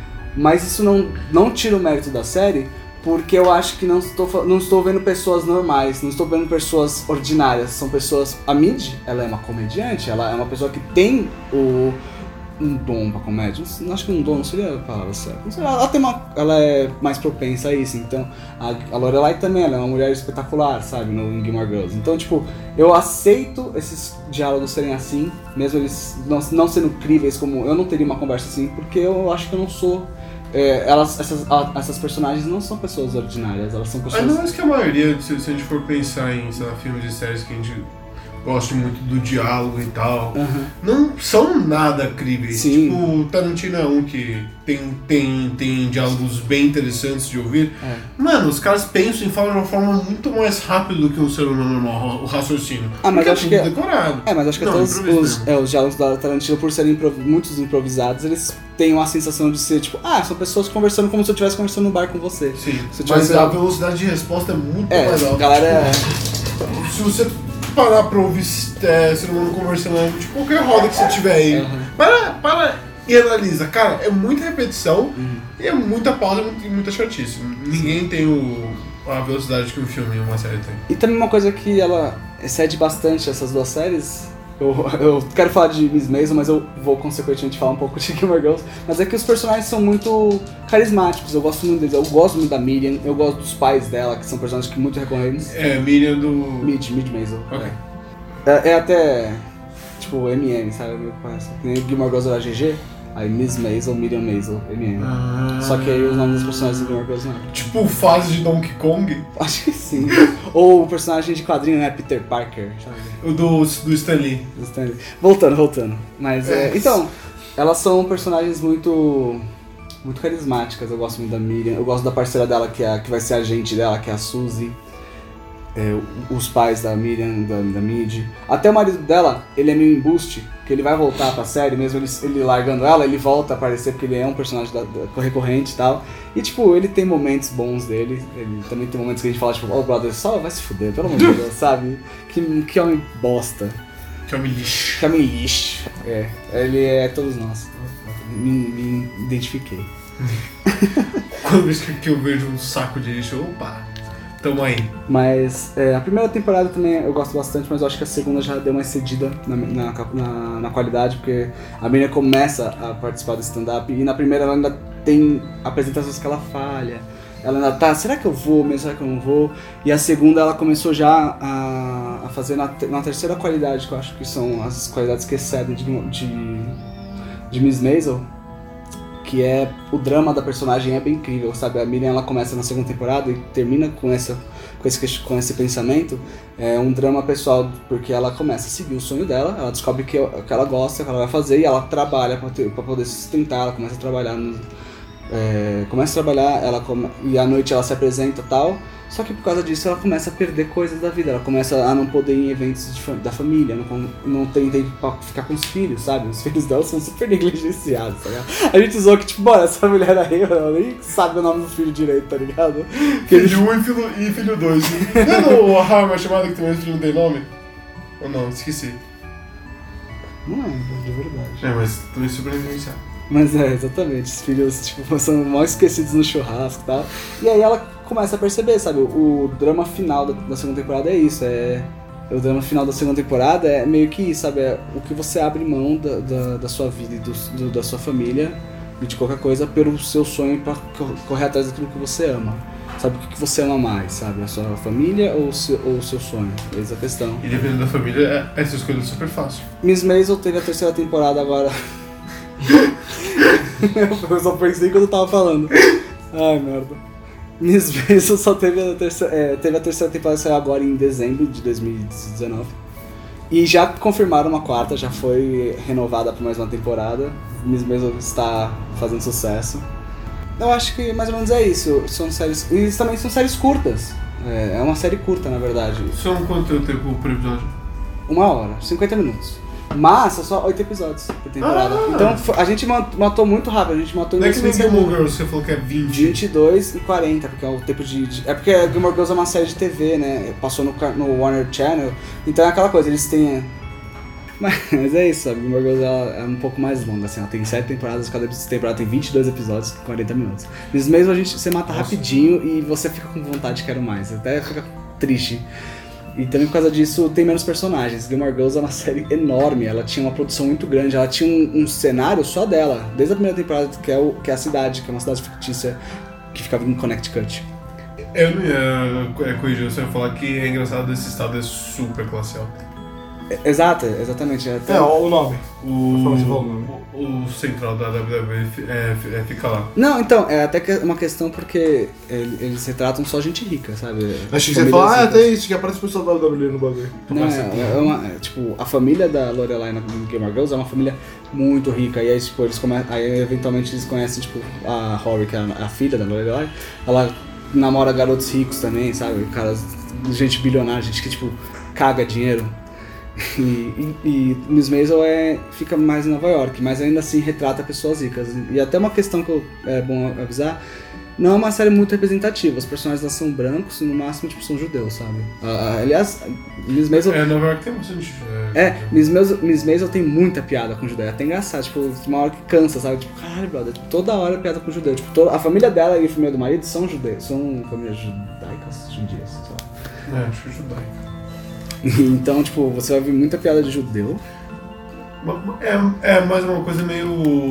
Mas isso não, não tira o mérito da série, porque eu acho que não estou, não estou vendo pessoas normais, não estou vendo pessoas ordinárias. São pessoas... A Mid, ela é uma comediante, ela é uma pessoa que tem o... um dom pra comédia, não, acho que um dom não seria a palavra certa. Ela, tem uma, ela é mais propensa a isso, então a, a Lorelai também, ela é uma mulher espetacular, sabe, no Gilmore Girls. Então, tipo, eu aceito esses diálogos serem assim, mesmo eles não, não sendo críveis, como eu não teria uma conversa assim, porque eu acho que eu não sou... É, elas, essas, a, essas personagens não são pessoas ordinárias, elas são pessoas... Ainda mais que a maioria, se, se a gente for pensar em, sei lá, filmes e séries que a gente... gosto muito do diálogo e tal, uhum. não são nada críveis. Sim. Tipo, Tarantino é um que tem, tem, tem diálogos bem interessantes de ouvir. É. Mano, os caras pensam e falam de uma forma muito mais rápida do que um ser humano normal, o raciocínio. Ah, mas acho é que é decorado. É, mas acho que não, todos os, é, os diálogos da Tarantino, por serem improv... muitos improvisados, eles têm uma sensação de ser tipo, ah, são pessoas conversando como se eu estivesse conversando no bar com você. Sim, se mas a velocidade de resposta é muito é, mais alta. Galera, tipo, se você parar pra ouvir é, ser humano conversando, tipo, qualquer roda que você tiver aí, uhum. para, para e analisa. Cara, é muita repetição uhum. e é muita pausa e muita chatice. Ninguém tem o, a velocidade que um filme e uma série tem. E também uma coisa que ela excede bastante essas duas séries, eu, eu quero falar de Miss Maisel, mas eu vou consequentemente falar um pouco de Gilmore Girls, mas é que os personagens são muito carismáticos, eu gosto muito deles, eu gosto muito da Miriam, eu gosto dos pais dela, que são personagens que muito recorrentes. É, Miriam do... Mid, Mid Maisel. Ok. É, é até, tipo, M M, sabe? Meio que parece. Gilmore Girls era G G, aí Miss Maisel, Miriam Maisel, M M. Ah. Só que aí os nomes dos personagens do Gilmore Girls não. Tipo, fase de Donkey Kong? Acho que sim. Ou o personagem de quadrinho, né? Peter Parker, sabe? O do, do Stan Lee. Do Stan Lee. Voltando, voltando. Mas, é. É, então, elas são personagens muito... muito carismáticas. Eu gosto muito da Miriam. Eu gosto da parceira dela, que, é a, que vai ser a agente dela, que é a Suzy. é, os pais da Miriam, da, da Mid. Até o marido dela, ele é meio embuste, que ele vai voltar pra série, mesmo ele, ele largando ela, ele volta a aparecer porque ele é um personagem da, da, recorrente e tal. E tipo, ele tem momentos bons dele, ele também tem momentos que a gente fala, tipo, oh brother, só vai se fuder, pelo amor de Deus, sabe? Que, que homem bosta. Que homem lixo. Que homem lixo. É, ele é todos nós. Me, me identifiquei. Quando vez que eu vejo um saco de lixo, opa, tamo aí. Mas é, a primeira temporada também eu gosto bastante, mas eu acho que a segunda já deu uma excedida na, na, na, na qualidade, porque a menina começa a participar do stand-up e na primeira ela ainda tem apresentações que ela falha. Ela ainda tá, será que eu vou mesmo, será que eu não vou? E a segunda ela começou já a, a fazer na, na terceira qualidade, que eu acho que são as qualidades que excedem de, de, de Miss Maisel, que é o drama da personagem é bem incrível, sabe? A Miriam ela começa na segunda temporada e termina com, essa, com, esse, com esse pensamento. É um drama pessoal, porque ela começa a seguir o sonho dela, ela descobre que, que ela gosta, que ela vai fazer, e ela trabalha para poder se sustentar, ela começa a trabalhar no, É, começa a trabalhar, ela come... e à noite ela se apresenta e tal, só que por causa disso ela começa a perder coisas da vida, ela começa a não poder ir em eventos de fa... da família, não, não tem tempo pra ficar com os filhos, sabe? Os filhos dela são super negligenciados, tá ligado? A gente zoou que, tipo, bora, essa mulher aí, ela nem sabe o nome do filho direito, tá ligado? Que filho um e filho, e filho dois. Não é no How I Met Your Mother que também o filho não tem nome? Ou não? Esqueci. Não é, de verdade. É, mas também super negligenciado. Mas é, exatamente, os filhos tipo, são mal esquecidos no churrasco e tal. E aí ela começa a perceber, sabe, o, o drama final da, da segunda temporada é isso, é... O drama final da segunda temporada é meio que isso, sabe, é o que você abre mão da, da, da sua vida e do, do, da sua família e de qualquer coisa pelo seu sonho pra correr atrás daquilo que você ama. Sabe, o que, que você ama mais, sabe, a sua família ou o seu, ou o seu sonho? Essa é a questão. E dependendo da família, essa escolha é super fácil. Miss Maisel teve a terceira temporada agora... Eu só pensei quando eu tava falando. Ai, merda. Miss Maisel só teve a terceira, é, teve a terceira temporada, saiu agora em dezembro de dois mil e dezenove. E já confirmaram uma quarta, já foi renovada por mais uma temporada. Miss Maisel está fazendo sucesso. Eu acho que mais ou menos é isso. São séries. E também são séries curtas. É, é uma série curta, na verdade. São quanto tempo por episódio? Uma hora, cinquenta minutos. Mas são só oito episódios por temporada. Ah. Então a gente matou muito rápido, a gente matou em Não é que nem dois Game of Girls, você falou que é vinte. vinte e dois e quarenta, porque é o tempo de, de... É porque Game of Girls é uma série de T V, né? Passou no, no Warner Channel. Então é aquela coisa, eles têm... Mas é isso, sabe? Game of Girls ela é um pouco mais longa, assim. Ela tem sete temporadas, cada temporada tem vinte e dois episódios, quarenta minutos. Mas mesmo a gente, você mata Nossa. rapidinho e você fica com vontade de quero mais. Até fica triste. E também por causa disso tem menos personagens. Gilmore Girls é uma série enorme, ela tinha uma produção muito grande, ela tinha um, um cenário só dela, desde a primeira temporada, que é, o, que é a cidade, que é uma cidade fictícia que ficava em Connecticut. Eu não ia corrigir, você ia falar que é engraçado, esse estado é super classe alta. É, exato, exatamente. É, é o nome. O, o, o central da W W E é, é, fica lá. Não, então, é até que uma questão porque eles retratam só gente rica, sabe? Achei que você ia falar, ah, até isso, que aparece o pessoal da W W E no bagulho. Não, é, é uma, é, tipo, a família da Lorelai na Game of Girls é uma família muito rica, e aí, tipo, eles come... aí eventualmente eles conhecem, tipo, a Rory, que é a, a filha da Lorelai, ela namora garotos ricos também, sabe? Caras, gente bilionária, gente que, tipo, caga dinheiro. E, e, e Miss Maisel é, fica mais em Nova York, mas ainda assim retrata pessoas ricas. E até uma questão que eu, é bom avisar, não é uma série muito representativa, os personagens lá são brancos e no máximo tipo, são judeus, sabe? Uh, aliás, Miss Maisel... É, Nova York tem bastante... É, é Miss, Maisel, Miss Maisel tem muita piada com judeu, é até engraçado, tipo, uma hora que cansa, sabe? Tipo, caralho, brother, tipo, toda hora é piada com judeu. Tipo, toda, a família dela e a família do marido são judeus, são famílias judaicas, judias, só. É, acho que é judaica. Então, tipo, você vai ver muita piada de judeu. É, é mais uma coisa meio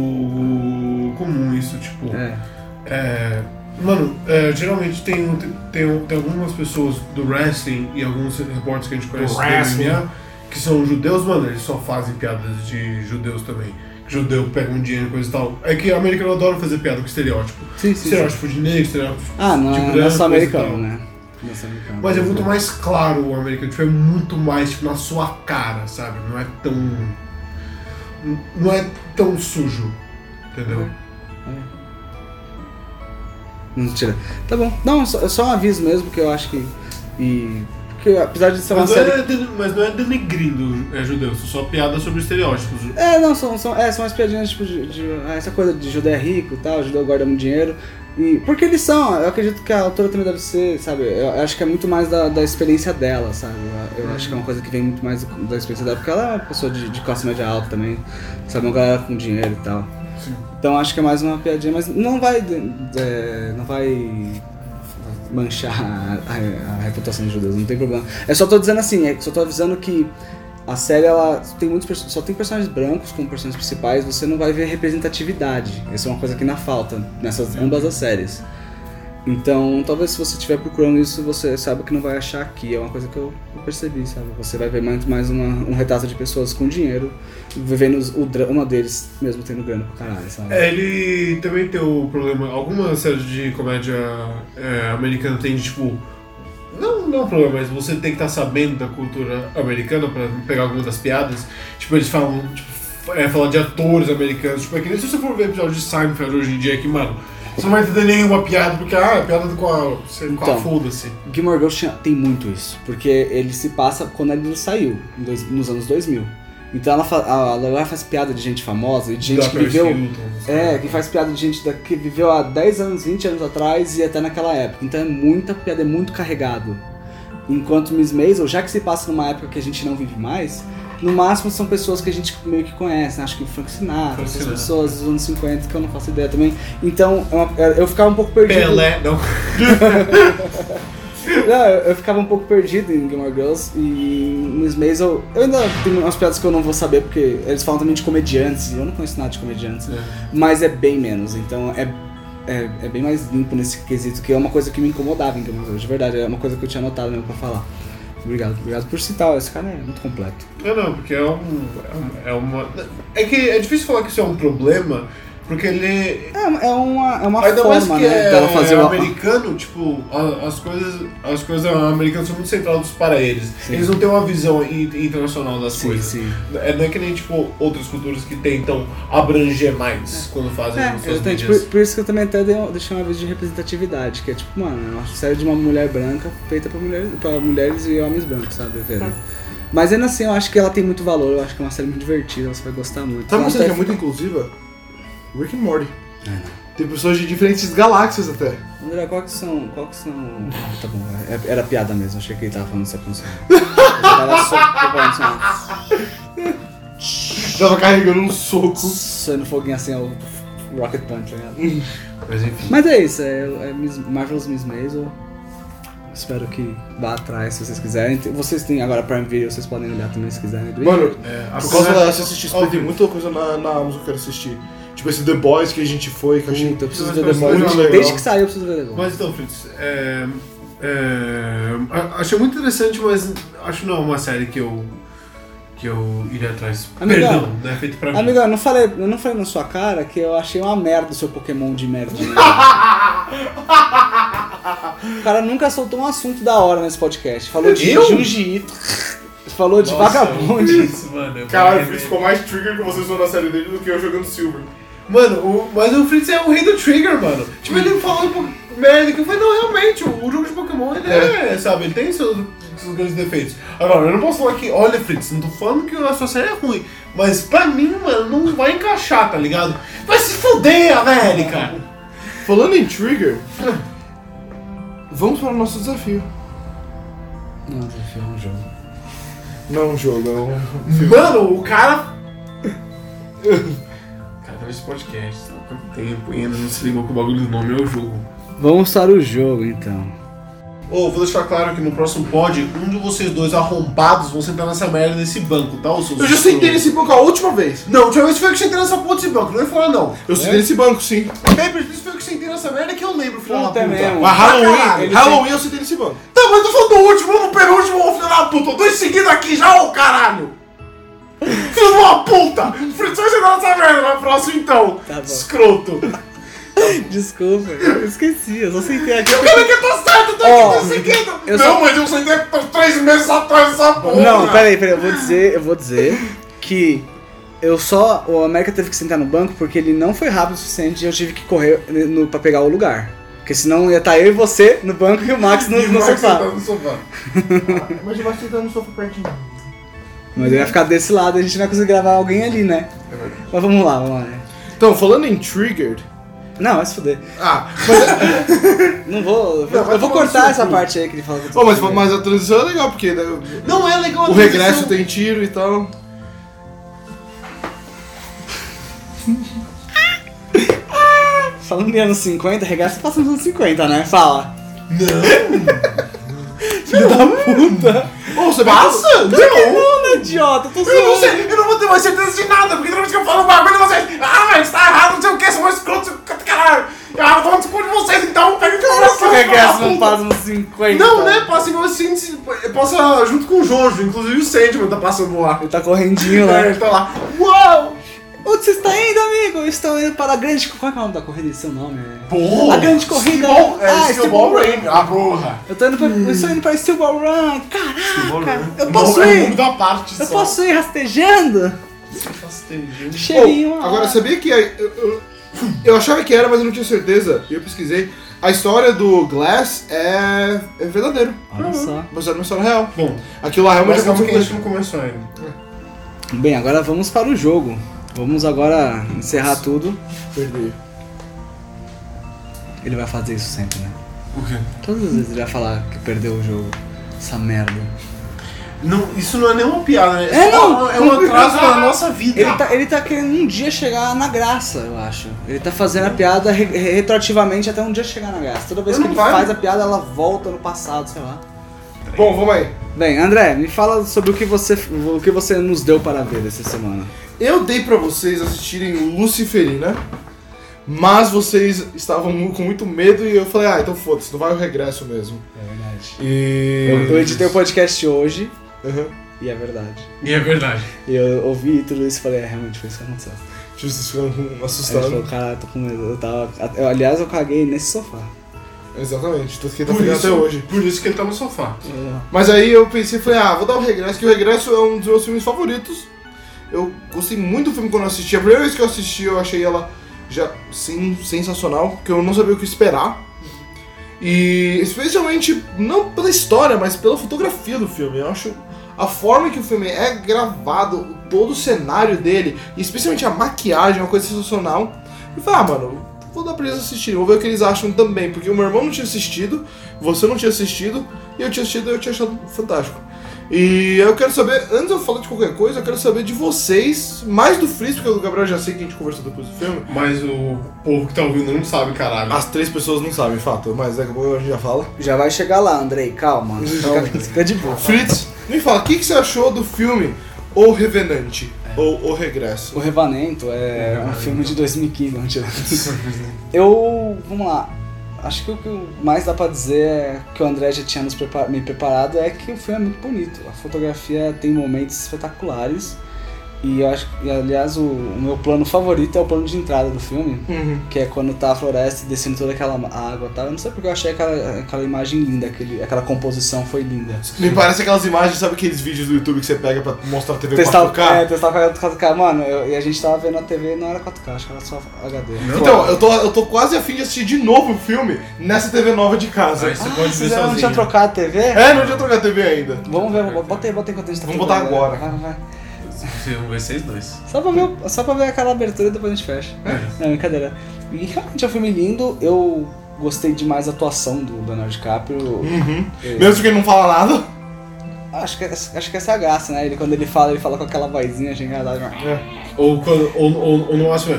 comum isso, tipo... É. É, mano, é, geralmente tem, tem, tem algumas pessoas do wrestling e alguns repórteres que a gente conhece do M M A que são judeus, mano, eles só fazem piadas de judeus também. Judeu pega um dinheiro e coisa e tal. É que o americano adora fazer piada com estereótipo. Sim, sim, estereótipo sim. de negro, estereótipo ah, não, de branco. Ah, não é só americano, né? Mas é muito mais claro o americano, tipo, é muito mais tipo, na sua cara, sabe? Não é tão... Não é tão sujo, entendeu? É. Mentira. Tá bom. Não, é só, é só um aviso mesmo, que eu acho que... E, porque apesar de ser uma mas, não série... é den- mas não é denegrindo é, judeus, são só piadas sobre estereótipos. É, não, são, são, é, são as piadinhas tipo de, de ah, essa coisa de judeu é rico e tal, judeu guarda muito dinheiro. E, porque eles são, eu acredito que a autora também deve ser, sabe, eu, eu acho que é muito mais da, da experiência dela, sabe, eu, eu acho que é uma coisa que vem muito mais da experiência dela, porque ela é uma pessoa de, de classe média alta também, sabe, uma galera com dinheiro e tal. Sim. Então acho que é mais uma piadinha, mas não vai, é, não vai manchar a, a, a reputação dos judeus, não tem problema. É só tô dizendo assim, é, só tô avisando que a série, ela tem muitos perso- só tem personagens brancos como personagens principais, você não vai ver representatividade. Essa é uma coisa que ainda falta nessas ambas as séries. Então, talvez se você estiver procurando isso, você saiba que não vai achar aqui. É uma coisa que eu, eu percebi, sabe? Você vai ver muito mais uma, um retrato de pessoas com dinheiro, vivendo os- o drama deles, mesmo tendo grana pro caralho, sabe? É, ele também tem o problema. Algumas séries de comédia é, americana tem, tipo. Não, não é um problema, mas você tem que estar sabendo da cultura americana pra pegar algumas das piadas. Tipo, eles falam, tipo, é, falar de atores americanos. Tipo, é que nem se você for ver episódio de Seinfeld hoje em dia, que, mano, você não vai entender nenhuma piada, porque, ah, é piada com a. Sei, com a Então. foda-se. Gilmore Girls tinha- tem muito isso, porque ele se passa quando ele saiu, em dois- nos anos dois mil. Então ela fa- a Lorelai faz piada de gente famosa e de gente Da que Paris viveu... Hilton, É, que faz piada de gente da, que viveu há dez anos, vinte anos atrás e até naquela época. Então é muita piada, é muito carregado. Enquanto Miss Maisel, já que se passa numa época que a gente não vive mais, no máximo são pessoas que a gente meio que conhece, né? Acho que o Frank Sinatra, Frank essas Sinatra. pessoas dos anos cinquenta que eu não faço ideia também. Então é uma- eu ficava um pouco perdido. Pelé, não. Não, eu, eu ficava um pouco perdido em Gilmore Girls e em Miss Maisel eu ainda tenho umas piadas que eu não vou saber porque eles falam também de comediantes e eu não conheço nada de comediantes, É. mas é bem menos, então é, é, é bem mais limpo nesse quesito, que é uma coisa que me incomodava em Gilmore Girls, de verdade, é uma coisa que eu tinha anotado mesmo pra falar. Obrigado, obrigado por citar, esse cara é muito completo. Não, não, porque é um. É uma. É que é difícil falar que isso é um problema, porque ele. É, é uma, é uma Ainda mais forma, que né, é dela fazer uma... americano, tipo, a- as coisas, as coisas americanas são muito centradas para eles. Sim. Eles não têm uma visão in- internacional das Sim, coisas. sim. É, não é que nem, tipo, outras culturas que tentam abranger mais quando fazem É, as suas exatamente, mídias. por, por isso que eu também até dei, deixei uma vez de representatividade, que é tipo, mano, é uma série de uma mulher branca feita pra, mulher, pra mulheres e homens brancos, sabe, velho? Mas ainda assim, eu acho que ela tem muito valor, eu acho que é uma série muito divertida, você vai gostar muito. Sabe uma Ela série que é até- muito inclusiva? Rick and Morty. É, não. Tem pessoas de diferentes galáxias até. André, qual que são. Qual que são. Ah, tá bom, é- era piada mesmo, achei que ele tava falando isso com você. Eu tava só preparando assim, Tava carregando um soco. ó, saindo foguinho assim, ó, o Rocket Punch, tá ligado? Mas enfim. Mas é isso, é, é Miss, Marvelous Miss Maisel. Espero que vá atrás se vocês quiserem. Tem- Vocês têm agora Prime Video, vocês podem olhar também se quiserem. Mano, É, por causa apesar- da C C X P Óbvio. tem muita coisa na, na Amazon que eu quero assistir. Tipo esse The Boys que a gente foi, que eu achei... Puta, eu preciso Mas ver The parece Boys. muito legal. Desde que saiu, eu preciso ver The Boys. Mas então, Fritz, é, é, a- achei muito interessante, mas acho que não é uma série que eu, que eu iria atrás. Amigão. Perdão, não é feito pra mim. Amigo, eu não falei, eu não falei na sua cara que eu achei uma merda o seu Pokémon de merda. O cara nunca soltou um assunto da hora nesse podcast. Falou de Eu? Junji Ito, falou de Nossa, Vagabond. isso, mano, eu Caralho, o vou Fritz rever. ficou mais trigger com vocês na série dele do que eu jogando Silver. Mano, o- mas o Fritz é o rei do trigger, mano. Tipo, ele falou um pouco merda que eu falei, não, realmente, o, o jogo de Pokémon, ele é, sabe, ele tem seus, seus grandes defeitos. Agora, eu não posso falar que, olha, Fritz, não tô falando que a sua série é ruim, mas pra mim, mano, não vai encaixar, tá ligado? Vai se fuder, América! Falando em trigger, vamos para o nosso desafio. Não, desafio é um jogo. Não é um jogo, é um... Mano, o cara. Cara, esse podcast, tá há quanto tempo e ainda não se ligou que o bagulho do nome é o jogo. Vamos para o jogo então. Ô, vou deixar claro que no próximo pod, um de vocês dois arrombados vão sentar nessa merda nesse banco, tá? Os seus- Eu já sentei nesse banco a última vez. Não, a última vez foi eu que sentei nessa porra desse banco, não ia falar não. Eu sentei nesse banco, sim. Lembra disso? Foi eu que sentei nessa merda que eu lembro, filho da Puta, puta. é mesmo. Mas Ah, Halloween, caralho, ele Halloween eu sentei nesse banco. Tá, mas eu tô falando do último, no penúltimo, ô filho da puta. Dois seguidos aqui já, ô caralho. Filho de uma puta. Fritz vai sentar nessa merda na próxima então. Tá bom. Escroto. Desculpa, eu esqueci, eu só sentei aqui. Eu quero que eu tô certo, eu tô Ó, aqui, tô seguindo. eu Não, só- mas eu sentei três meses atrás dessa porra. Não, peraí, peraí, eu vou dizer, eu vou dizer que eu só. O América teve que sentar no banco porque ele não foi rápido o suficiente e eu tive que correr no, pra pegar o lugar. Porque senão ia estar eu e você no banco e o Max no, E o no Max sofá. sentado no sofá. Ah, mas o Max sentado no sofá pertinho. Mas ele ia ficar desse lado e a gente não vai conseguir gravar alguém ali, né? É verdade. Mas vamos lá, vamos lá. Então, falando em Triggered... Não, vai se fuder. Ah, mas... Não vou. Eu vou, Não, vai eu vou tomar no cortar seu essa cu. parte aí que ele falou que eu tô oh, mas, fazendo. mas a transição é legal, porque né, Não é legal a o transição. regresso tem tiro e tal. Falando em anos cinquenta, regaça passa nos anos cinquenta, né? Fala. Filho da puta! Ô, você Passa? Não, Não! não, idiota, eu tô Eu não zoando. sei, eu não vou ter mais certeza de nada, porque toda vez que eu falo um bagulho, vocês. Ah, mas tá errado, não sei o que, são mais escrotos, caralho. Ah, vou discutir vocês então, pega o que eu Esse regaço não passa nos cinquenta. Não, né? Passa igual assim, passa junto com o Jojo, inclusive o Sandman tá passando lá. Ele tá correndinho lá. É, ele tá lá. Uau! Onde você está indo, amigo? Eu estou indo para a grande... Qual é o nome da corrida? Seu nome é... Porra! A grande corrida... Steel Ball, é, ah, Steel Steel Ball Ball Rain. Ah, porra! Eu, tô indo pra... eu estou indo para Steel Ball Run. Caraca! Eu Não, posso é o ir? nome da parte Eu só. posso ir rastejando? Rastejando. Cheirinho. Oh, agora, sabia que... a- Eu, eu, eu achava que era, mas eu não tinha certeza. E eu pesquisei. A história do Glass é, é verdadeiro. Olha só. Baseado numa história real. Bom, Aquilo lá realmente mas calma que a aconteceu. gente não começou ainda. Bem, agora vamos para o jogo. Vamos agora encerrar tudo. Perdi. Ele vai fazer isso sempre, né? O quê? Todas as vezes ele vai falar que perdeu o jogo. Essa merda. Não, isso não é nenhuma piada, né? É, só- não. É um atraso na nossa vida. Ele tá, ele tá querendo um dia chegar na graça, eu acho. Ele tá fazendo a piada re- re- retroativamente até um dia chegar na graça. Toda vez Eu que não ele vai. faz a piada, ela volta no passado, sei lá. Bom, vamos aí. Bem, André, me fala sobre o que você, o que você nos deu para ver essa semana. Eu dei pra vocês assistirem Luciferina, mas vocês estavam mu- com muito medo e eu falei, ah, então foda-se, não vai o regresso mesmo. É verdade. E... Eu, eu editei o podcast hoje Uhum. e é verdade. E é verdade. E eu ouvi tudo isso e falei, é, realmente foi isso que aconteceu. Tipo, vocês ficaram Aí ele assustados. falou, cara, eu tô com medo. Eu tava, eu, aliás, eu caguei nesse sofá. Exatamente, tudo que tá Por fazendo isso, até hoje. por isso que ele tá no sofá. Mas aí eu pensei, falei, ah, vou dar o Regresso, que o Regresso é um dos meus filmes favoritos. Eu gostei muito do filme quando eu assisti. A primeira vez que eu assisti, eu achei ela já, sim, sensacional, porque eu não sabia o que esperar. E especialmente, não pela história, mas pela fotografia do filme. Eu acho a forma que o filme é gravado, todo o cenário dele, e especialmente a maquiagem, é uma coisa sensacional. E falei, ah, mano, vou dar pra eles assistirem, vou ver o que eles acham também, porque o meu irmão não tinha assistido, você não tinha assistido, e eu tinha assistido e eu tinha achado fantástico. E eu quero saber, antes de eu falar de qualquer coisa, eu quero saber de vocês, mais do Fritz, porque o Gabriel já sei que a gente conversou depois do filme. Mas o povo que tá ouvindo não sabe, caralho. As três pessoas não sabem, fato, mas daqui a pouco a gente já fala. Já vai chegar lá, Andrei, calma. Calma. Fica, fica de boa. Fritz, me fala, o que, que você achou do filme O Revenante? Ou O Regresso? O Revanento é um filme de dois mil e quinze, não tira. Eu, vamos lá, acho que o que mais dá pra dizer é que o André já tinha nos prepar- me preparado é que o filme é muito bonito. A fotografia tem momentos espetaculares e eu acho e aliás o, o meu plano favorito é o plano de entrada do filme, Uhum. que é quando tá a floresta e descendo toda aquela água, tá? Eu não sei porque eu achei aquela, aquela imagem linda, aquele, aquela composição foi linda. Me parece aquelas imagens, sabe aqueles vídeos do YouTube que você pega pra mostrar a T V Testar, quatro K? é, testar quatro K, mano, eu- e a gente tava vendo a T V e não era quatro K, acho que era só H D. Não. Então, eu tô, eu tô quase a fim de assistir de novo o filme nessa T V nova de casa. Aí você Ah, pode ver vocês já não sozinho. tinham trocado a T V? É, não tinha trocado a T V ainda. Vamos ver, bota aí, bota aí enquanto a gente tá Vamos falando. botar agora. Vai, vai, vai. Vamos ver vocês dois. Só pra, ver, o- só pra ver aquela abertura e depois a gente fecha. É. Não, brincadeira. E realmente é um filme lindo, eu gostei demais da atuação do Leonardo DiCaprio. Uhum. Eu- Mesmo que ele não fala nada. Acho que, acho que essa é a graça, né? Ele, quando ele fala, ele fala com aquela vozinha gingada. É. Ou, quando, ou, ou, ou no máximo.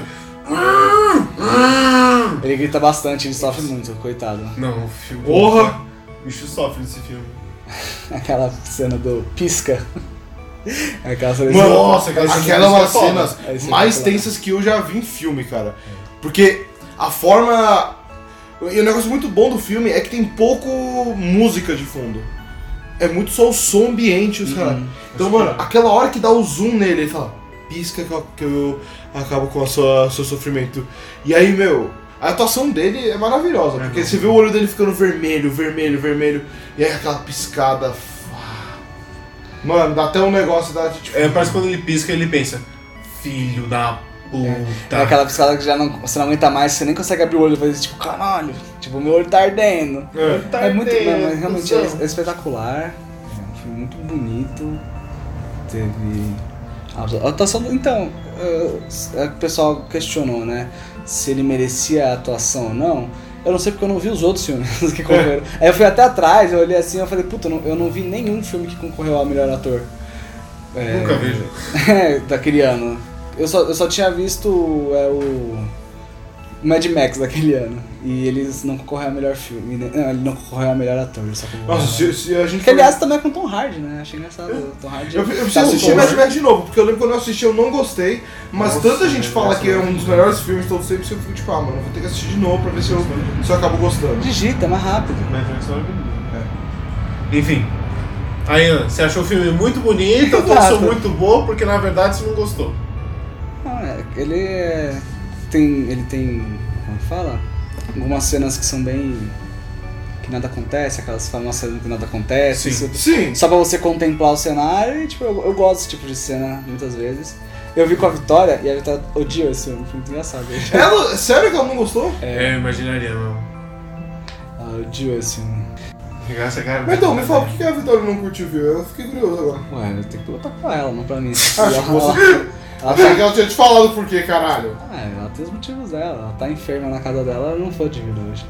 Ele grita bastante, ele sofre muito, coitado. Não, o filme. Porra! O bicho sofre nesse filme. Aquela cena do pisca. Aquela cena Mano, Nossa, aquela cena aquela é uma das foda. cenas É, isso é mais muito tensas que eu já vi em filme, cara. Porque a forma. E o negócio muito bom do filme é que tem pouco música de fundo. É muito só o som ambiente, os caras. Então, mano, aquela hora que dá o zoom nele, ele fala, pisca que eu, que eu acabo com o seu sofrimento. E aí, meu, a atuação dele é maravilhosa, É porque bom. você vê o olho dele ficando vermelho, vermelho, vermelho, e aí aquela piscada. Mano, dá até um negócio da tipo. É, parece que quando ele pisca, ele pensa: filho da puta. É aquela piscada que já não, você não aguenta mais, você nem consegue abrir o olho e fazer tipo, caralho. Tipo, meu olho tá ardendo. É, tá É muito, ardendo, mas realmente é, cuzão. é espetacular. É um filme muito bonito. Teve. A atuação. do- Então, uh, o pessoal questionou, né? Se ele merecia a atuação ou não. Eu não sei porque eu não vi os outros filmes que concorreram. Aí eu fui até atrás, eu olhei assim e falei, puta, eu não, eu não vi nenhum filme que concorreu a melhor ator. É, Nunca vejo. É, daquele ano. Eu só, eu só tinha visto é, o Mad Max daquele ano. E eles não concorreram a melhor filme. né? Não, ele não concorreu a melhor ator, ele só concorreu. Nossa, se, se a gente. Que aliás também é com Tom Hardy, né? Achei engraçado. O Tom Hardy. Eu, eu tá preciso no assistir Tom Mad Hardy. Max de novo, porque eu lembro quando eu assisti eu não gostei, mas Nossa, tanta gente fala nossa, que é um nossa. dos melhores filmes de todos os tempos, eu fico tipo, ah, mano, eu vou ter que assistir de novo pra ver se eu, se eu acabo gostando. Digita, é mais rápido. Enfim. Aí, Ana, você achou o filme muito bonito, a atuação Exato. muito boa, porque na verdade você não gostou. Não, é, ele é, tem, ele tem, como fala? Algumas cenas que são bem, que nada acontece, aquelas famosas cenas que nada acontece. Sim. isso- Sim. Só pra você contemplar o cenário e tipo, eu, eu gosto desse tipo de cena muitas vezes. Eu vi com a Vitória e a Vitória odiou esse filme, foi muito engraçado. Ela, sério que ela não gostou? É, eu imaginaria, não. Ela odiou esse filme. Essa cara. Mas então, me fala, por que a Vitória não curtiu o filme? Eu fiquei curioso agora. Ué, eu tenho que lutar com ela, não pra mim. Acho ela, que você- ela, ela Achei tá, que ela tinha te falado por quê, caralho. ah, ela tem os motivos dela, ela tá enferma na casa dela, ela não foi de vida hoje.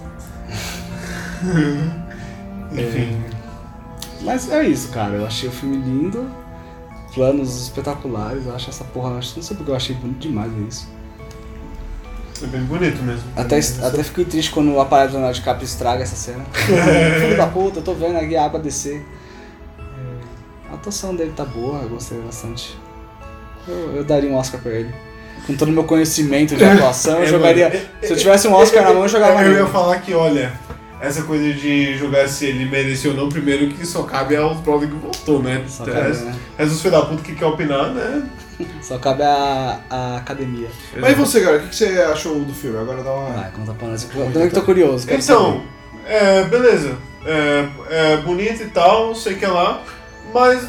Enfim. Mas é isso, cara. Eu achei o filme lindo, planos espetaculares. Eu acho essa porra. eu acho- Não sei porque eu achei bonito demais isso. É bem bonito mesmo. Até, até fiquei triste quando o aparelho do Leonardo DiCaprio estraga essa cena. Filho da puta, eu tô vendo aqui a água descer. É, a atuação dele tá boa, eu gostei bastante. Eu, eu daria um Oscar pra ele. Com todo o meu conhecimento de atuação, eu É, jogaria. mano, Se eu tivesse um Oscar na mão, eu jogava Eu ia nele. falar que, olha, essa coisa de julgar se ele mereceu ou não, primeiro que só cabe aos brother que votou, né? Só Os cabe, né? filhos da puta que quer opinar, né? Só cabe a, a academia. Mas e você, cara, o que que você achou do filme? Agora dá uma. Vai, conta pra nós. Eu também que tô curioso. quero Então, é, beleza. É, é bonito e tal, sei que é lá, mas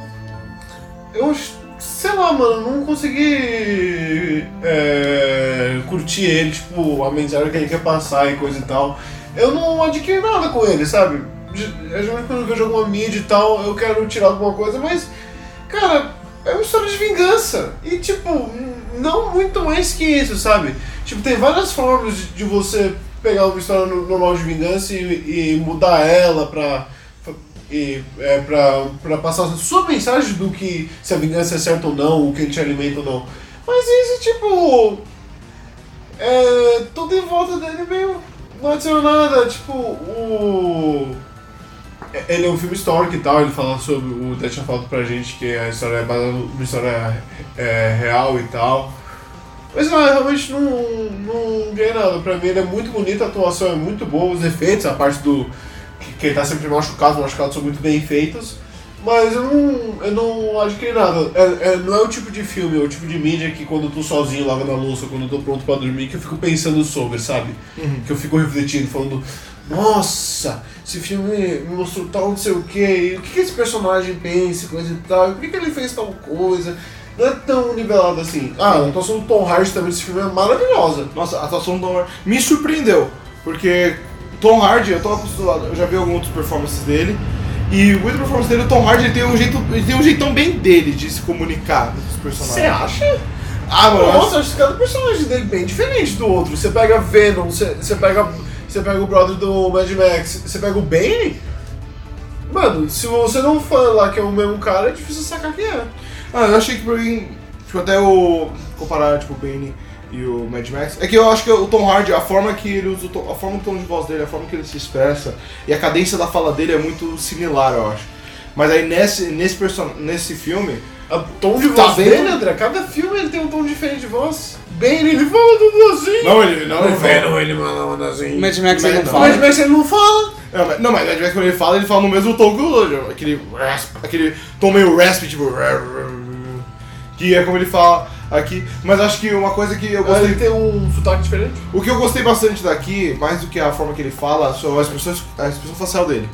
eu, sei lá, mano, não consegui é, curtir ele, tipo, a mensagem que ele quer passar e coisa e tal. Eu não adquiri nada com ele, sabe? Geralmente quando eu vejo alguma mídia e tal, eu quero tirar alguma coisa, mas, cara, é uma história de vingança. E, tipo, não muito mais que isso, sabe? Tipo, tem várias formas de, de você pegar uma história no- normal de vingança e, e mudar ela pra, e, é, pra, pra passar a sua mensagem do que se a vingança é certa ou não, o que ele te alimenta ou não. Mas esse, tipo, é, tudo em volta dele meio não adicionou nada. Tipo, o... Ele é um filme histórico e tal, ele fala sobre, o Ted tinha falado pra gente que a história é baseada numa história é, real e tal. Mas não, realmente não, não ganhei nada. Pra mim ele é muito bonito, a atuação é muito boa, os efeitos, a parte do... que, que ele tá sempre machucado, os machucados são muito bem feitos. Mas eu não, eu não adquiri nada. É, é, não é o tipo de filme, é o tipo de mídia que quando eu tô sozinho lavando a louça, quando eu tô pronto pra dormir, que eu fico pensando sobre, sabe? Uhum. Que eu fico refletindo, falando... Nossa, esse filme me mostrou tal não sei o que, o que, que esse personagem pensa, coisa e tal, por que, que ele fez tal coisa, não é tão nivelado assim. Ah, a atuação do Tom Hardy também nesse filme é maravilhosa. Nossa, a atuação do Tom Hardy me surpreendeu, porque Tom Hardy, eu tô acostumado, eu já vi algumas outras performances dele, e muita performance dele, o Tom Hardy ele tem um jeito, ele tem um jeitão bem dele de se comunicar com os personagens. Você acha? Ah, mano, eu acho- Nossa, eu acho que cada personagem dele bem diferente do outro. Você pega Venom, você, você pega. Você pega o brother do Mad Max, você pega o Bane. Mano, se você não falar que é o mesmo cara, é difícil sacar quem é. Ah, eu achei que pra mim, tipo, até o comparar tipo o Bane e o Mad Max, é que eu acho que o Tom Hardy, a forma que ele usa o tom, a forma do tom de voz dele, a forma que ele se expressa e a cadência da fala dele é muito similar, eu acho. Mas aí nesse nesse person... nesse filme, O tom de Tá voz vendo? dele, André, cada filme ele tem um tom diferente de voz. Bane, ele fala tudo assim. não ele não ele O Venom, ele manda assim. O Mad Max ele não Mas- O Mad fala. Max ele não fala. Não, mas, não, mas Mad Max quando ele fala, ele fala no mesmo tom que o outro, aquele rasp, aquele tom meio rasp, tipo, que é como ele fala aqui. Mas acho que uma coisa que eu Ele gostei, tem um sotaque diferente. o que eu gostei bastante daqui, mais do que a forma que ele fala, são a expressão, a expressão facial dele.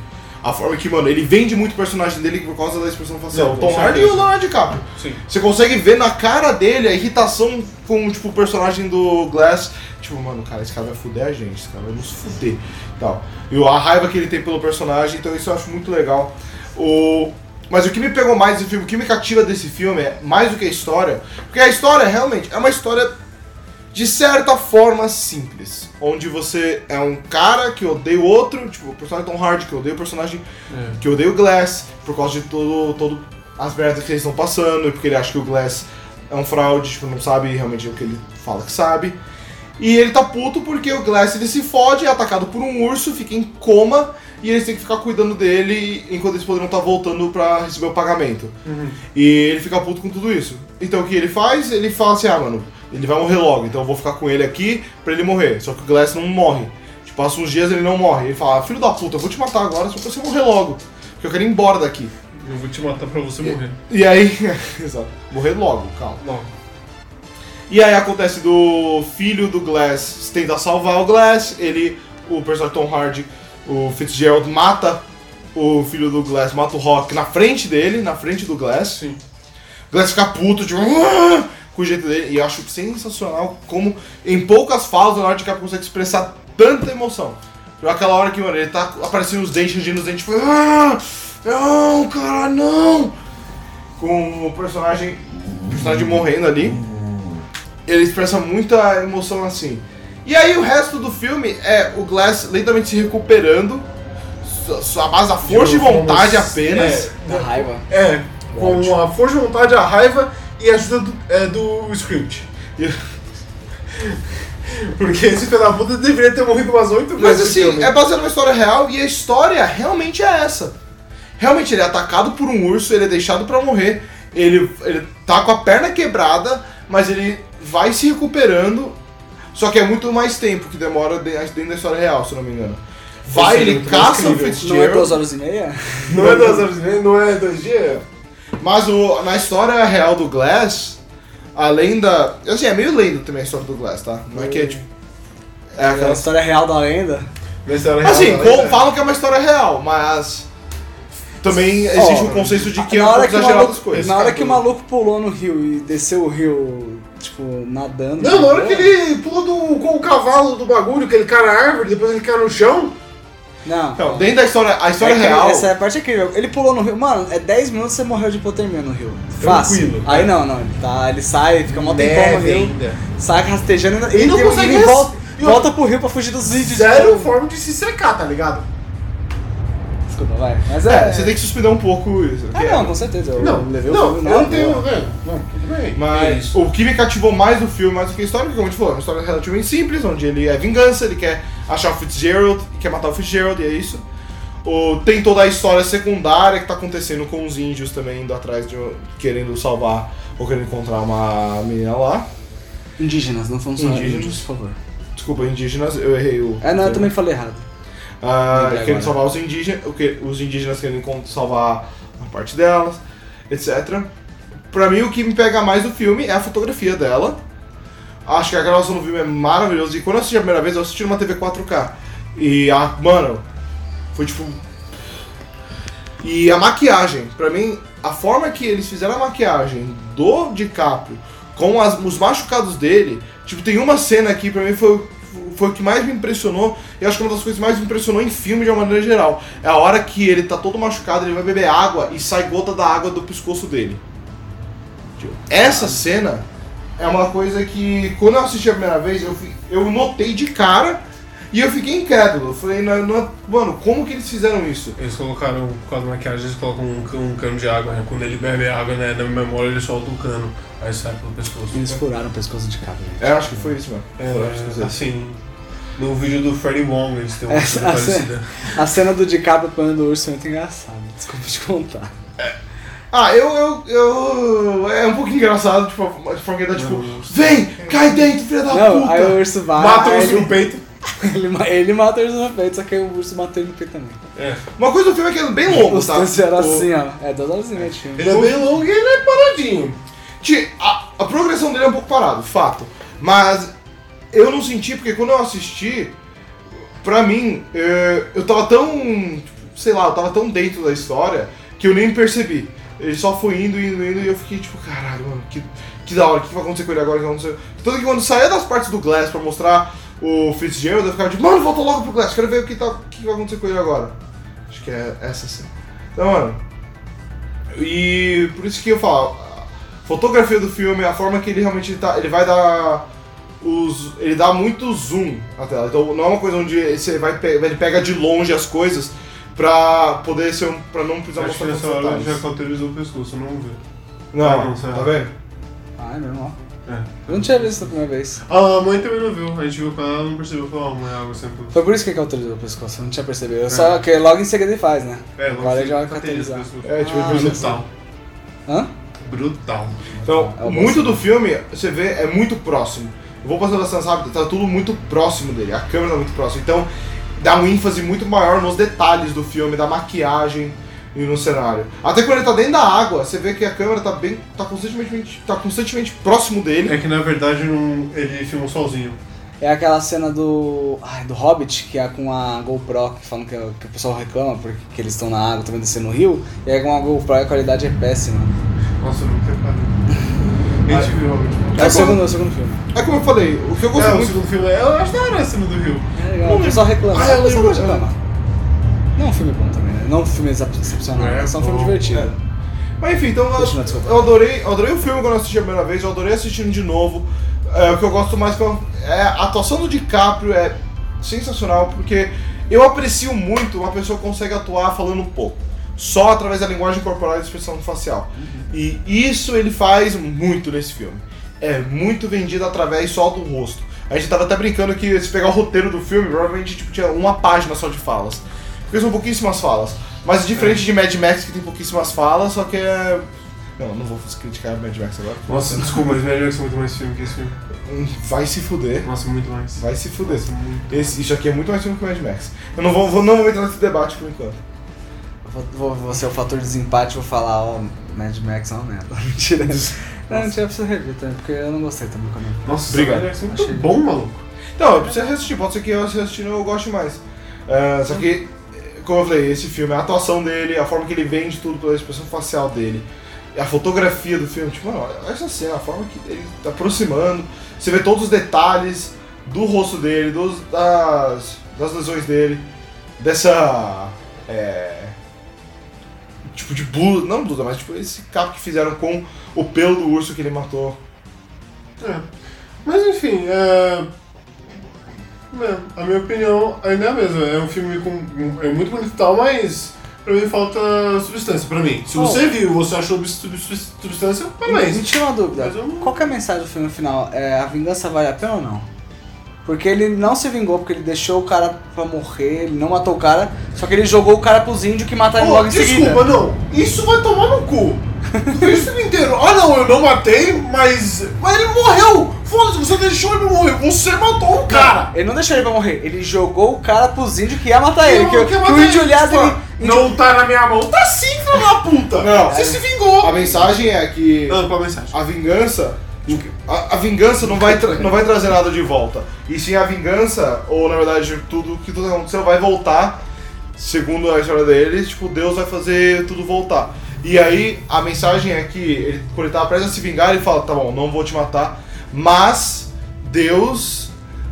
A forma que, mano, ele vende muito o personagem dele por causa da expressão facial. Não, O Tom com Hardy e certeza. o Leonardo DiCaprio. Sim. Você consegue ver na cara dele a irritação com, tipo, o personagem do Glass. Tipo, mano, cara, esse cara vai fuder a gente, esse cara vai nos fuder e tal. E a raiva que ele tem pelo personagem, então isso eu acho muito legal. O... Mas o que me pegou mais desse filme, o que me cativa desse filme é mais do que a história, porque a história realmente é uma história de certa forma simples, onde você é um cara que odeia o outro, tipo o personagem Tom Hardy que odeia o personagem É. que odeia o Glass, por causa de todo, todo as merdas que eles estão passando, e porque ele acha que o Glass é um fraude, tipo, não sabe realmente o que ele fala que sabe. E ele tá puto porque o Glass ele se fode, é atacado por um urso, fica em coma, e eles têm que ficar cuidando dele enquanto eles poderiam estar voltando pra receber o pagamento. Uhum. E ele fica puto com tudo isso. Então o que ele faz? Ele fala assim, ah mano, ele vai morrer logo, então eu vou ficar com ele aqui pra ele morrer. Só que o Glass não morre. Tipo, passa uns dias e ele não morre. Ele fala, ah, filho da puta, eu vou te matar agora só pra você morrer logo. Porque eu quero ir embora daqui. Eu vou te matar pra você morrer. E aí, exato, morrer logo, calma. Não. E aí acontece do filho do Glass tenta salvar o Glass, ele, o personagem Tom Hardy, o Fitzgerald mata o filho do Glass, mata o Rock na frente dele, na frente do Glass. Sim. O Glass fica puto, tipo, "Ah!", com o jeito dele, e eu acho sensacional como em poucas falas o Leonardo DiCaprio consegue expressar tanta emoção. Tipo, aquela hora que, mano, ele tá aparecendo os dentes, rangindo os dentes, tipo, ah, não, cara, não! Com o personagem, o personagem morrendo ali. Ele expressa muita emoção assim. E aí o resto do filme é o Glass lentamente se recuperando, só a base da força de vontade apenas. Da raiva. É, com a força de vontade, a raiva e a ajuda do, é, do script. Porque esse filho da puta deveria ter morrido umas oito vezes. Mas no assim, filme. é baseado numa história real e a história realmente é essa. Realmente ele é atacado por um urso, ele é deixado pra morrer, ele, ele tá com a perna quebrada, mas ele vai se recuperando, só que é muito mais tempo que demora dentro da história real, se eu não me engano. Vai, Esse é ele muito mais caça o incrível. Não é Fitzgerald, duas horas e meia? Não é duas horas e meia, não é dois dias? mas o, na história real do Glass, além da... Assim, é meio lenda também a história do Glass, tá? Não é que é tipo... É É a aquela... história real da lenda. Na história real. Assim, não, com- é. falam que é uma história real, mas... Também existe um consenso de que é um na hora pouco que o exagerado maluco, as coisas. na hora que o maluco pulou no rio e desceu o rio, tipo, nadando. Não, na hora que ele pulou do, com o cavalo do bagulho, que ele cai na árvore, depois ele cai no chão. Não. Então, dentro da história, a história É que real... Essa é a parte incrível. Ele pulou no rio. Mano, é dez minutos e você morreu de hipotermia no rio. Fácil. Tranquilo. Aí não, não. Ele, tá, ele sai, fica mó tempão no Neve rio. ainda. Sai rastejando e Ele não consegue e res- volta, e volta pro rio pra fugir dos vídeos. Zero de- forma de se secar, tá ligado? Desculpa, vai. Mas É, é. você tem que suspender um pouco isso. Ah, que é- não, com certeza. Eu Não, levei não, o filme eu na não tenho. boa. Velho, não, tudo bem. É Mas isso. o que me cativou mais do filme, mais do que a história, porque como a gente falou, é uma história relativamente simples, onde ele é vingança, ele quer achar o Fitzgerald, quer matar o Fitzgerald, e é isso. O, tem toda a história secundária que tá acontecendo com os índios também indo atrás de querendo salvar ou querendo encontrar uma menina lá. Indígenas, não são só Indígenas. índios, por favor. Desculpa, indígenas, eu errei o. É, não, eu também falei errado. Ah, Lembrei querendo agora. salvar os indígenas, o que, os indígenas querendo encont- salvar a parte delas, etcétera. Pra mim, o que me pega mais do filme é a fotografia dela. Acho que a gravação do filme é maravilhosa. E quando eu assisti a primeira vez, eu assisti numa T V quatro K. E a. Mano, foi tipo. E a maquiagem, pra mim, a forma que eles fizeram a maquiagem do DiCaprio com as- os machucados dele, tipo, tem uma cena aqui, pra mim, foi, foi o que mais me impressionou, e acho que uma das coisas que mais me impressionou em filme de uma maneira geral. É a hora que ele tá todo machucado, ele vai beber água e sai gota da água do pescoço dele. Tipo, essa cena é uma coisa que, quando eu assisti a primeira vez, eu, fi- eu notei de cara e eu fiquei incrédulo. Eu falei, não, não, mano, como que eles fizeram isso? Eles colocaram, por causa da maquiagem, eles colocam um, ca- um cano de água, né? Quando ele bebe água, né, na memória ele solta o cano, aí sai pelo pescoço. Eles furaram o pescoço de cabra. É, acho que foi isso, mano. Foi, acho que É, foi isso. assim, no vídeo do Freddie Wong eles têm uma Essa- coisa a cena- parecida. A cena do DiCaprio apanhando o urso é muito engraçada. Desculpa te contar. Ah, eu, eu, eu... É um pouquinho engraçado, tipo, a forma que ele tá, tipo, Não. vem, cai dentro, filha da Não, puta! aí o urso vai. Mata o aí urso ele, no peito. ele, ma- ele mata o urso no peito, só que o urso matou ele no peito também. É. Uma coisa do filme é que ele é bem longo, Os tá? dois eram O- assim, ó. É, duas horas e meia de filme. Ele é bem longo e ele é paradinho. Ti- A, a progressão dele é um pouco parado, fato. Mas eu não senti, porque quando eu assisti, pra mim, eh, eu tava tão tipo, sei lá, eu tava tão dentro da história que eu nem percebi. Ele só foi indo, indo, indo e eu fiquei tipo, caralho, mano, que, que da hora, o que vai acontecer com ele agora? Que vai acontecer? Tanto que quando saía das partes do Glass pra mostrar o Fitzgerald, eu ficava tipo, mano, volta logo pro Glass, quero ver o que, tá, o que vai acontecer com ele agora. Acho que é essa sim. Então, mano, e por isso que eu falo, a fotografia do filme, a forma que ele realmente tá, ele vai dar os, ele dá muito zoom na tela, então não é uma coisa onde você vai, ele pega de longe as coisas pra poder ser um, pra não precisar Acho que mostrar nessa hora detalhes. já cauterizou o pescoço, não vê. Não, Ah, não, tá certo. vendo? Ah, é normal. É. Eu não tinha visto a primeira vez. A mãe também não viu, a gente viu com ela, não percebeu, falou, ah, mãe, é algo sempre. Foi por isso que ele cauterizou o pescoço, eu não tinha percebido. Eu só que logo em seguida ele faz, né? É, Agora ele já vai cauteriza o cauterizar. pescoço. É, tipo, Ah, por exemplo, Brutal. Hã? Brutal. então, É o muito bom do filme, você vê, é muito próximo. Eu vou passando bastante rápido, tá tudo muito próximo dele, a câmera tá muito próxima. Então, dá um ênfase muito maior nos detalhes do filme, da maquiagem e no cenário. Até quando ele tá dentro da água, você vê que a câmera tá bem, tá constantemente, tá constantemente próximo dele. É que na verdade não, ele filmou sozinho. É aquela cena do. Ai, do Hobbit, que é com a GoPro, que falam que, que o pessoal reclama porque que eles estão na água, estão descendo no rio, e aí com a GoPro a qualidade é péssima. Nossa, eu nunca reparei. A gente viu realmente. É, É o, segundo, como- é o segundo filme. É como eu falei, o que eu gosto É, o muito. segundo filme, eu acho da hora a cena do Rio. É legal, o pessoal reclama. Ah, eu o pessoal lembro. reclama. Não é um filme bom também, né? Não é um filme excep- excepcional, É, é só um filme bom. divertido. Mas enfim, então eu, Continua, desculpa. eu adorei, eu adorei o filme quando eu assisti a primeira vez, eu adorei assistindo de novo. É, o que eu gosto mais que eu- é a atuação do DiCaprio é sensacional, porque eu aprecio muito uma pessoa que consegue atuar falando um pouco, só através da linguagem corporal e da expressão facial. E isso ele faz muito nesse filme. É muito vendido através só do rosto. A gente tava até brincando que se pegar o roteiro do filme, provavelmente tipo, tinha uma página só de falas. Porque são pouquíssimas falas. Mas diferente de Mad Max, que tem pouquíssimas falas, só que é... Não, não vou criticar o Mad Max agora. Nossa, desculpa, mas Mad Max é muito mais filme que esse filme. Hum, Vai se fuder. Nossa, muito mais. Vai se fuder. Nossa, muito. Esse, isso aqui é muito mais filme que o Mad Max. Eu não vou, vou, não vou entrar nesse debate por enquanto. Vou, vou, vou ser o fator de desempate e vou falar, ó, Mad Max é uma merda. Mentira. Não, não tinha preciso rever também, porque eu não gostei também quando eu... Nossa, Obrigado. Mad Max é muito Achei- bom, maluco. Então, eu preciso assistir, pode ser que eu assistindo eu goste mais. Ah, só que, como eu falei, esse filme, a atuação dele, a forma que ele vende tudo pela expressão facial dele, a fotografia do filme, tipo, mano, olha essa cena, a forma que ele tá aproximando, você vê todos os detalhes do rosto dele, dos, das, das lesões dele, dessa. É, tipo de blusa, não blusa, mas tipo esse capo que fizeram com o pelo do urso que ele matou. É. Mas enfim, é... é, a minha opinião ainda é a mesma. É um filme com, é muito bonito e tal, mas pra mim falta substância, pra mim. Se você Oh. viu e você achou sub- sub- substância, Me parabéns. tira uma dúvida, Mas eu não- qual que é a mensagem do filme final? É, a vingança vale a pena ou não? Porque ele não se vingou, porque ele deixou o cara pra morrer, ele não matou o cara, só que ele jogou o cara pros índios que mataram ele Pô, logo em seguida. desculpa, não. Isso vai tomar no cu. Tu fez o filme inteiro. Ah não, eu não matei, mas... Mas ele morreu. Foda-se, você deixou ele morrer. Você matou um cara. Ele não deixou ele pra morrer, ele jogou o cara pros índios que ia matar ele. Que, Não, que, quer o matar índio ele, olhava tipo, ele... Não tá na minha mão. Tá sim, filho da puta. Não, Você é- se vingou. A mensagem é que Ah, qual a mensagem? a vingança. A, a vingança não vai, tra- não vai trazer nada de volta. E sim a vingança, ou na verdade tudo que tudo aconteceu, vai voltar, segundo a história deles, tipo, Deus vai fazer tudo voltar. E aí a mensagem é que ele, quando ele tava prestes a se vingar, ele fala, tá bom, não vou te matar, mas Deus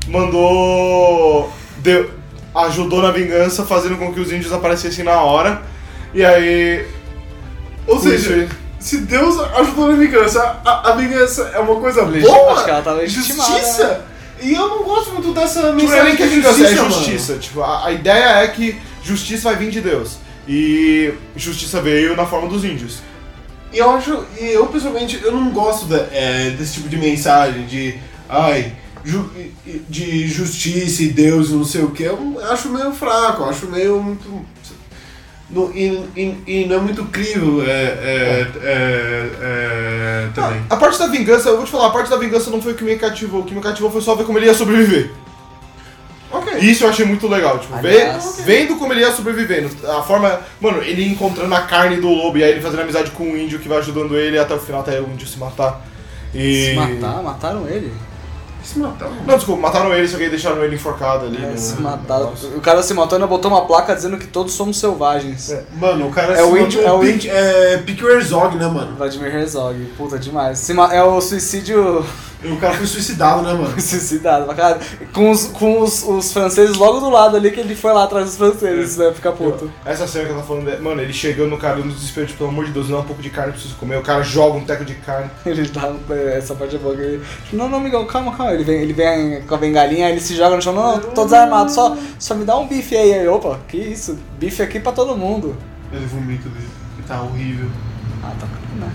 mandou. Deu, ajudou na vingança, fazendo com que os índios aparecessem na hora. E aí. Ou por seja, isso- se Deus ajudou na vingança, a, a vingança é uma coisa Legit- boa, acho que ela tá legitimada, justiça. E eu não gosto muito dessa Tipo, não é mensagem nem que é de vingança, é mano. justiça. Tipo, a, a ideia é que justiça vai vir de Deus. E justiça veio na forma dos índios. E eu acho, e eu pessoalmente, eu não gosto da- é, desse tipo de mensagem de, ai, ju- de justiça e Deus e não sei o que. Eu acho meio fraco, eu acho meio muito... Não, e, e, e não é muito crível é, é, é, é, também. A parte da vingança, eu vou te falar, a parte da vingança não foi o que me cativou. O que me cativou foi só ver como ele ia sobreviver. Ok. E isso eu achei muito legal, tipo, Aliás- ver, vendo como ele ia sobrevivendo. A forma, mano, ele encontrando a carne do lobo e aí ele fazendo amizade com o índio que vai ajudando ele até o final, até o índio se matar. E... Se matar, mataram ele. Se mataram? Não, desculpa, mataram ele, só que deixaram ele enforcado ali. É, no... se mataram. O cara se matou e ainda botou uma placa dizendo que todos somos selvagens. É, mano, o cara É se o índio- matou, é o Pique- é Pique Herzog, né, mano? Vladimir Herzog, puta demais. Se ma- É o suicídio E o cara foi suicidado, né, mano? suicidado pra caralho. Com, os, com os, os franceses logo do lado ali, que ele foi lá atrás dos franceses, né? Ficar puto. Essa cena que ela tá falando, é- mano, ele chegando no cara no desespero, tipo, pelo amor de Deus, dá um pouco de carne, preciso comer. O cara joga um teco de carne. Ele dá. Essa parte é boa. que Ele, não, não, amigão, calma, calma. Ele vem, ele vem com a bengalinha, aí ele se joga no chão. Não, não, tô desarmado, só, só me dá um bife aí. Aí, opa, que isso? Bife aqui pra todo mundo. Ele vomita dele. Tá horrível. Ah, tá. Né?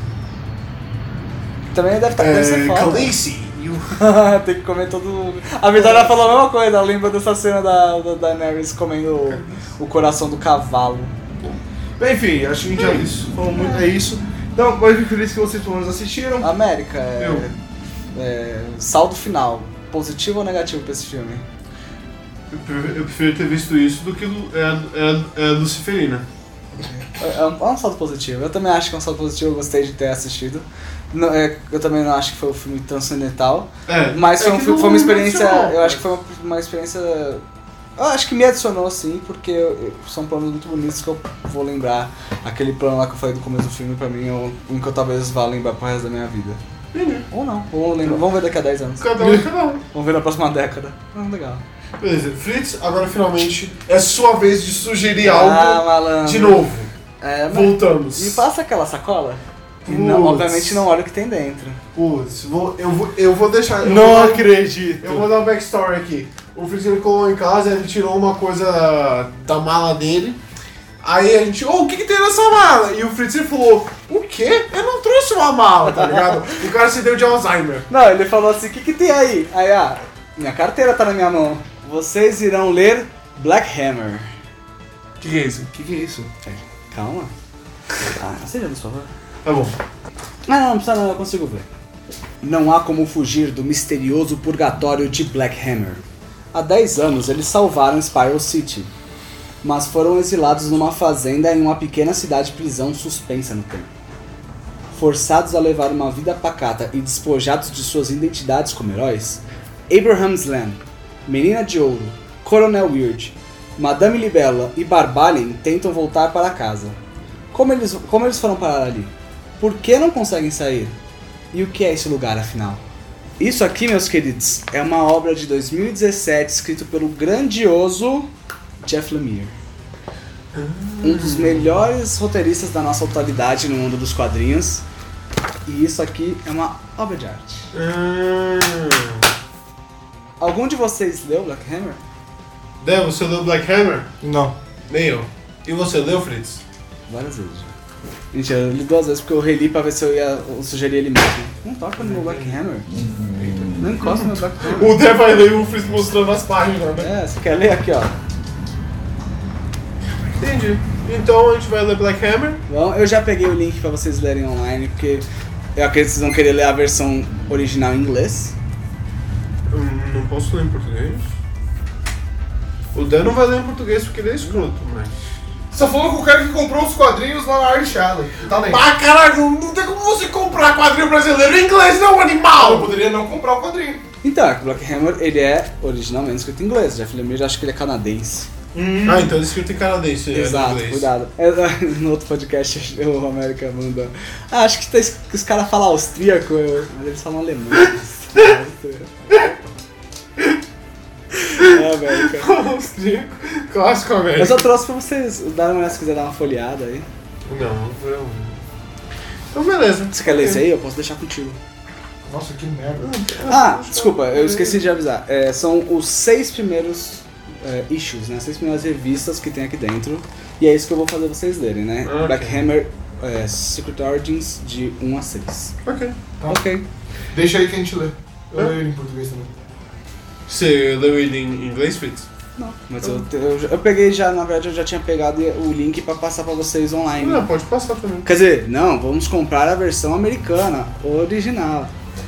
Também deve estar deve ser É, foda. Khaleesi. e o- Tem que comer todo. A Vitória falou a mesma coisa, ela lembra dessa cena da, da Daenerys comendo o, o coração do cavalo. Bem, enfim, acho que a gente já isso. Falou muito, é isso. Então, mas fico feliz que vocês pelo menos assistiram. América, é, Eu. é, saldo final, positivo ou negativo pra esse filme? Eu prefiro- eu prefiro ter visto isso do que Lu- é, é, é Luciferina. É um, é um saldo positivo, eu também acho que é um saldo positivo, eu gostei de ter assistido. Não, é, eu também não acho que foi um filme transcendental, É, mas foi, é um que fi- não foi uma experiência, mencionou, eu acho mas- que foi uma, uma experiência, eu acho que me adicionou sim, porque eu- eu- são planos muito bonitos que eu vou lembrar. Aquele plano lá que eu falei do começo do filme, pra mim, é o um que eu talvez vá lembrar pro resto da minha vida. Uhum. Ou não, ou lembra, vamos ver daqui a dez anos. Cada um, cada um. Vamos ver na próxima década. Ah, legal. Beleza, Fritz, agora finalmente é sua vez de sugerir Ah, algo malandro. de novo. É, mas... Voltamos. Me passa aquela sacola. E Putz. não, obviamente não olha o que tem dentro. Putz, vou, eu, vou, eu vou deixar. Eu Não vou dar- acredito. Eu vou dar um backstory aqui. O Fritz ele colou em casa, ele tirou uma coisa da mala dele. Aí a gente, ô, o que, que tem nessa mala? E o Fritz ele falou, o quê? Eu não trouxe uma mala, tá ligado? O cara se deu de Alzheimer. Não, ele falou assim, o que, que tem aí? Aí, ah, minha carteira tá na minha mão. Vocês irão ler Black Hammer. O que, que é isso? O que, que é isso? Calma. Ah, seja por favor. Tá bom. Ah, não, não precisa não, eu consigo ver. Não há como fugir do misterioso purgatório de Black Hammer. Há dez anos eles salvaram Spiral City, mas foram exilados numa fazenda em uma pequena cidade-prisão suspensa no tempo. Forçados a levar uma vida pacata e despojados de suas identidades como heróis, Abraham Slam, Menina de Ouro, Coronel Weird, Madame Libella e Barbalian tentam voltar para casa. Como eles, como eles foram parar ali? Por que não conseguem sair? E o que é esse lugar, afinal? Isso aqui, meus queridos, é uma obra de dois mil e dezessete, escrito pelo grandioso Jeff Lemire. Um dos melhores roteiristas da nossa atualidade no mundo dos quadrinhos. E isso aqui é uma obra de arte. Hum. Algum de vocês leu Black Hammer? Dan, você leu Black Hammer? Não. Nem eu. E você leu, Fritz? Várias vezes já. Gente, eu li duas vezes porque eu reli pra ver se eu ia eu sugerir ele mesmo. Não toca no meu Black Hammer. Não encosta no meu Black Hammer. O Dan vai ler o Fritz mostrando as páginas, né? É, você quer ler aqui, ó. Entendi. Então a gente vai ler Black Hammer. Bom, eu já peguei o link pra vocês lerem online, porque eu acredito que vocês vão querer ler a versão original em inglês. Hum, não posso ler em português. O Dan não vai ler em português porque ele é escroto, mas... Só falou com o cara que comprou os quadrinhos lá na Art Alley. Tá lendo. Ah, caralho, não tem como você comprar quadrinho brasileiro em inglês, não, Eu animal! poderia não comprar o quadrinho. Então, é que o Black Hammer, ele é originalmente escrito em inglês. Jeff Lemire, acho que ele é canadense. Ah, então ele é escrito em canadense, é, Exato, em inglês. cuidado. É, no outro podcast, o América manda... Ah, acho que, tá, es- que os caras falam austríaco, eu- mas eles falam alemão. É, América. Austríaco. Clássico, América. Mas eu trouxe pra vocês darem uma olhada se quiser dar uma folhada aí. Não, não não. Então beleza. Você quer ler isso aí? Eu posso deixar contigo. Nossa, que merda. Ah, desculpa, eu esqueci de avisar. É, são os seis primeiros é, issues, né? As seis primeiras revistas que tem aqui dentro. E é isso que eu vou fazer vocês lerem, né? Ok. Black Hammer, é, Secret Origins, de um a seis. Ok. Tá. Ok. Deixa aí que a gente lê. Eu É? leio ele em português também. Você leu ele em inglês, Fritz? Não, mas eu, eu, eu peguei já, na verdade eu já tinha pegado o link pra passar pra vocês online. Não, pode passar também. Quer dizer, não, vamos comprar a versão americana, original.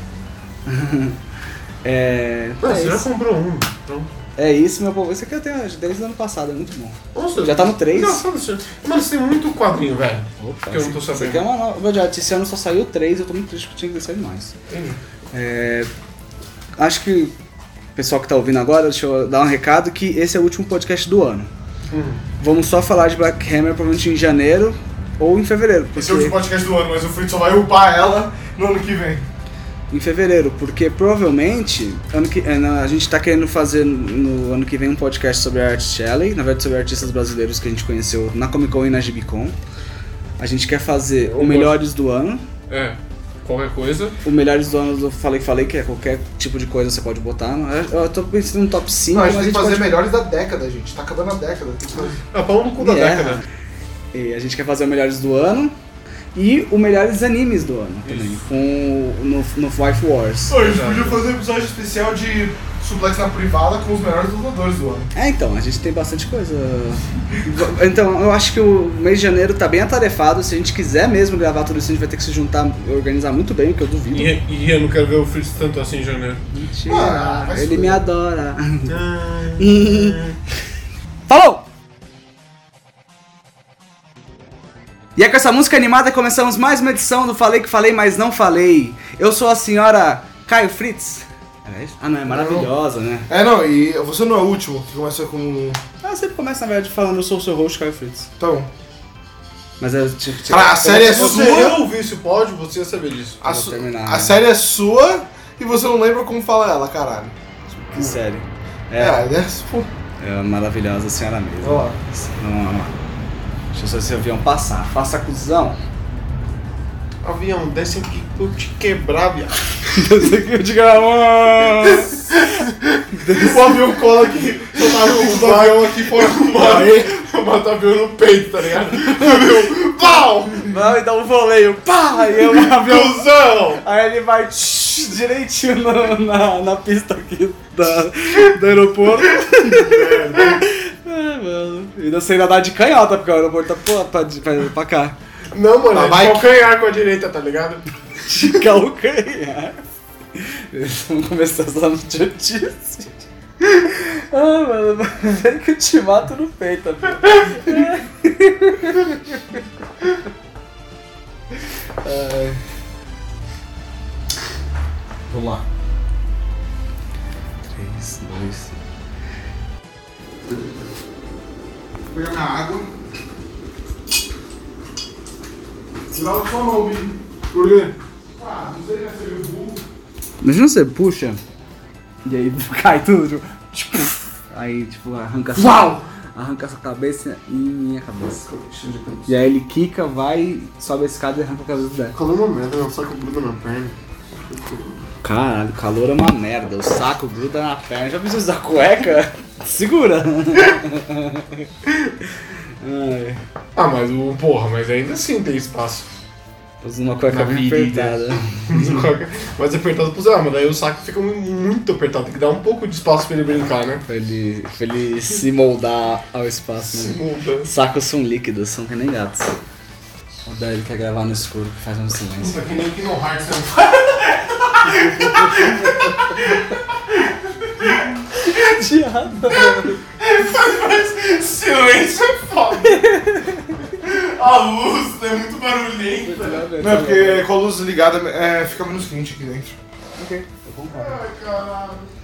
é, Ah, é, você já isso. comprou um. Então... É isso, meu povo. Esse aqui eu tenho desde o ano passado, é muito bom. Nossa, Já tá no três? Engraçado isso. Mano, você tem muito quadrinho, velho. Opa, Que eu não tô esse- sabendo. Esse aqui é uma nova. Verdade, esse ano só saiu três, eu tô muito triste porque tinha que ter saído mais. Entendi. É, acho que o pessoal que tá ouvindo agora, deixa eu dar um recado que esse é o último podcast do ano. Uhum. Vamos só falar de Black Hammer provavelmente em janeiro ou em fevereiro. Porque... Esse é o último podcast do ano, mas o Fritz só vai upar ela no ano que vem. Em fevereiro, porque provavelmente ano que, a gente tá querendo fazer no ano que vem um podcast sobre a Art Shelley, na verdade sobre artistas brasileiros que a gente conheceu na Comic Con e na GibCon. A gente quer fazer o Melhores do Ano. É, qualquer coisa. O Melhores do Ano do Falei que Falei, que é qualquer tipo de coisa você pode botar. Eu tô pensando no top cinco. Não, a gente mas tem que a gente fazer pode... melhores da década, gente. Tá acabando a década. Ah, pau no cu da Yeah. década. E a gente quer fazer o Melhores do Ano e o Melhores Animes do Ano também, com o- no, no Wife Wars. A gente podia fazer um episódio especial de suplex na privada com os melhores dubladores do ano. É, então, a gente tem bastante coisa. Então, eu acho que o mês de janeiro tá bem atarefado. Se a gente quiser mesmo gravar tudo isso, a gente vai ter que se juntar e organizar muito bem, o que eu duvido. E, e eu não quero ver o Fritz tanto assim em janeiro. Mentira, Ah, vai se ele fuder. me adora. Falou! E é com essa música animada que começamos mais uma edição do Falei que Falei, mas não falei. Eu sou a senhora Caio Fritz. É isso? Ah, não, é maravilhosa, né? É, não, e você não é o último que começa com... Ah, sempre começa, na verdade, falando eu sou o seu host, Caio Fritz. Tá bom. Mas eu tinha que... Ah, a série é Se sua. eu ouvisse o pódio, você ia saber disso. A, Vou su- terminar, a né? série é sua e você não lembra como fala ela, caralho. Que sério. É, É, né? Pô. é a maravilhosa senhora mesmo. Ó. Vamos lá. Deixa eu ver se esse avião passar. Faça cuzão. Avião, desce aqui pra eu te quebrar, viado. Esse aqui eu te gravo. O avião cola aqui, só tava o do avião aqui fora do mar. Eu mato o avião no peito, tá ligado? O avião, pau! Não, e dá um voleio. Pá! E eu, o avião. Cusão! Aí ele vai tsh, direitinho na, na, na pista aqui da, do aeroporto. É, mano. E não sei nadar de canhota, porque o aeroporto tá pra, pra, pra, pra cá. Não, mano, Tá, é vai de calcanhar com a direita, tá ligado? De calcanhar. Vamos começar essa notícia. Ah, mano, vem que eu te mato no peito, velho. Ai. Vamos lá. três, dois. Vou pegar minha água. Tirava sua mão, Bi. Por quê? Ah, não sei se vai ser o burro. Imagina você puxa e aí cai tudo, tipo, aí tipo arranca sua, Uau! arranca sua cabeça e minha cabeça. E aí ele quica, vai, sobe a escada e arranca a cabeça dela. Calor uma merda, meu saco gruda na perna. Caralho, calor é uma merda, o saco gruda na perna. Já precisa usar cueca? Segura! Ai, Ah, mas o porra, mas ainda assim tem espaço. usa uma cueca Na bem vida. apertada. Mais apertado pro ah, mas daí o saco fica muito apertado, tem que dar um pouco de espaço pra ele brincar, né? Pra ele, pra ele se moldar ao espaço. Se Né? muda. Sacos são líquidos, são que nem gatos. O Daí quer gravar no escuro, que faz um silêncio. Puta, que nem aqui no Hearts, né? Mas silêncio é foda. A luz é muito barulhenta. Não, é porque com a luz ligada é, fica menos quente aqui dentro. Ok, eu concordo. Ai, caralho.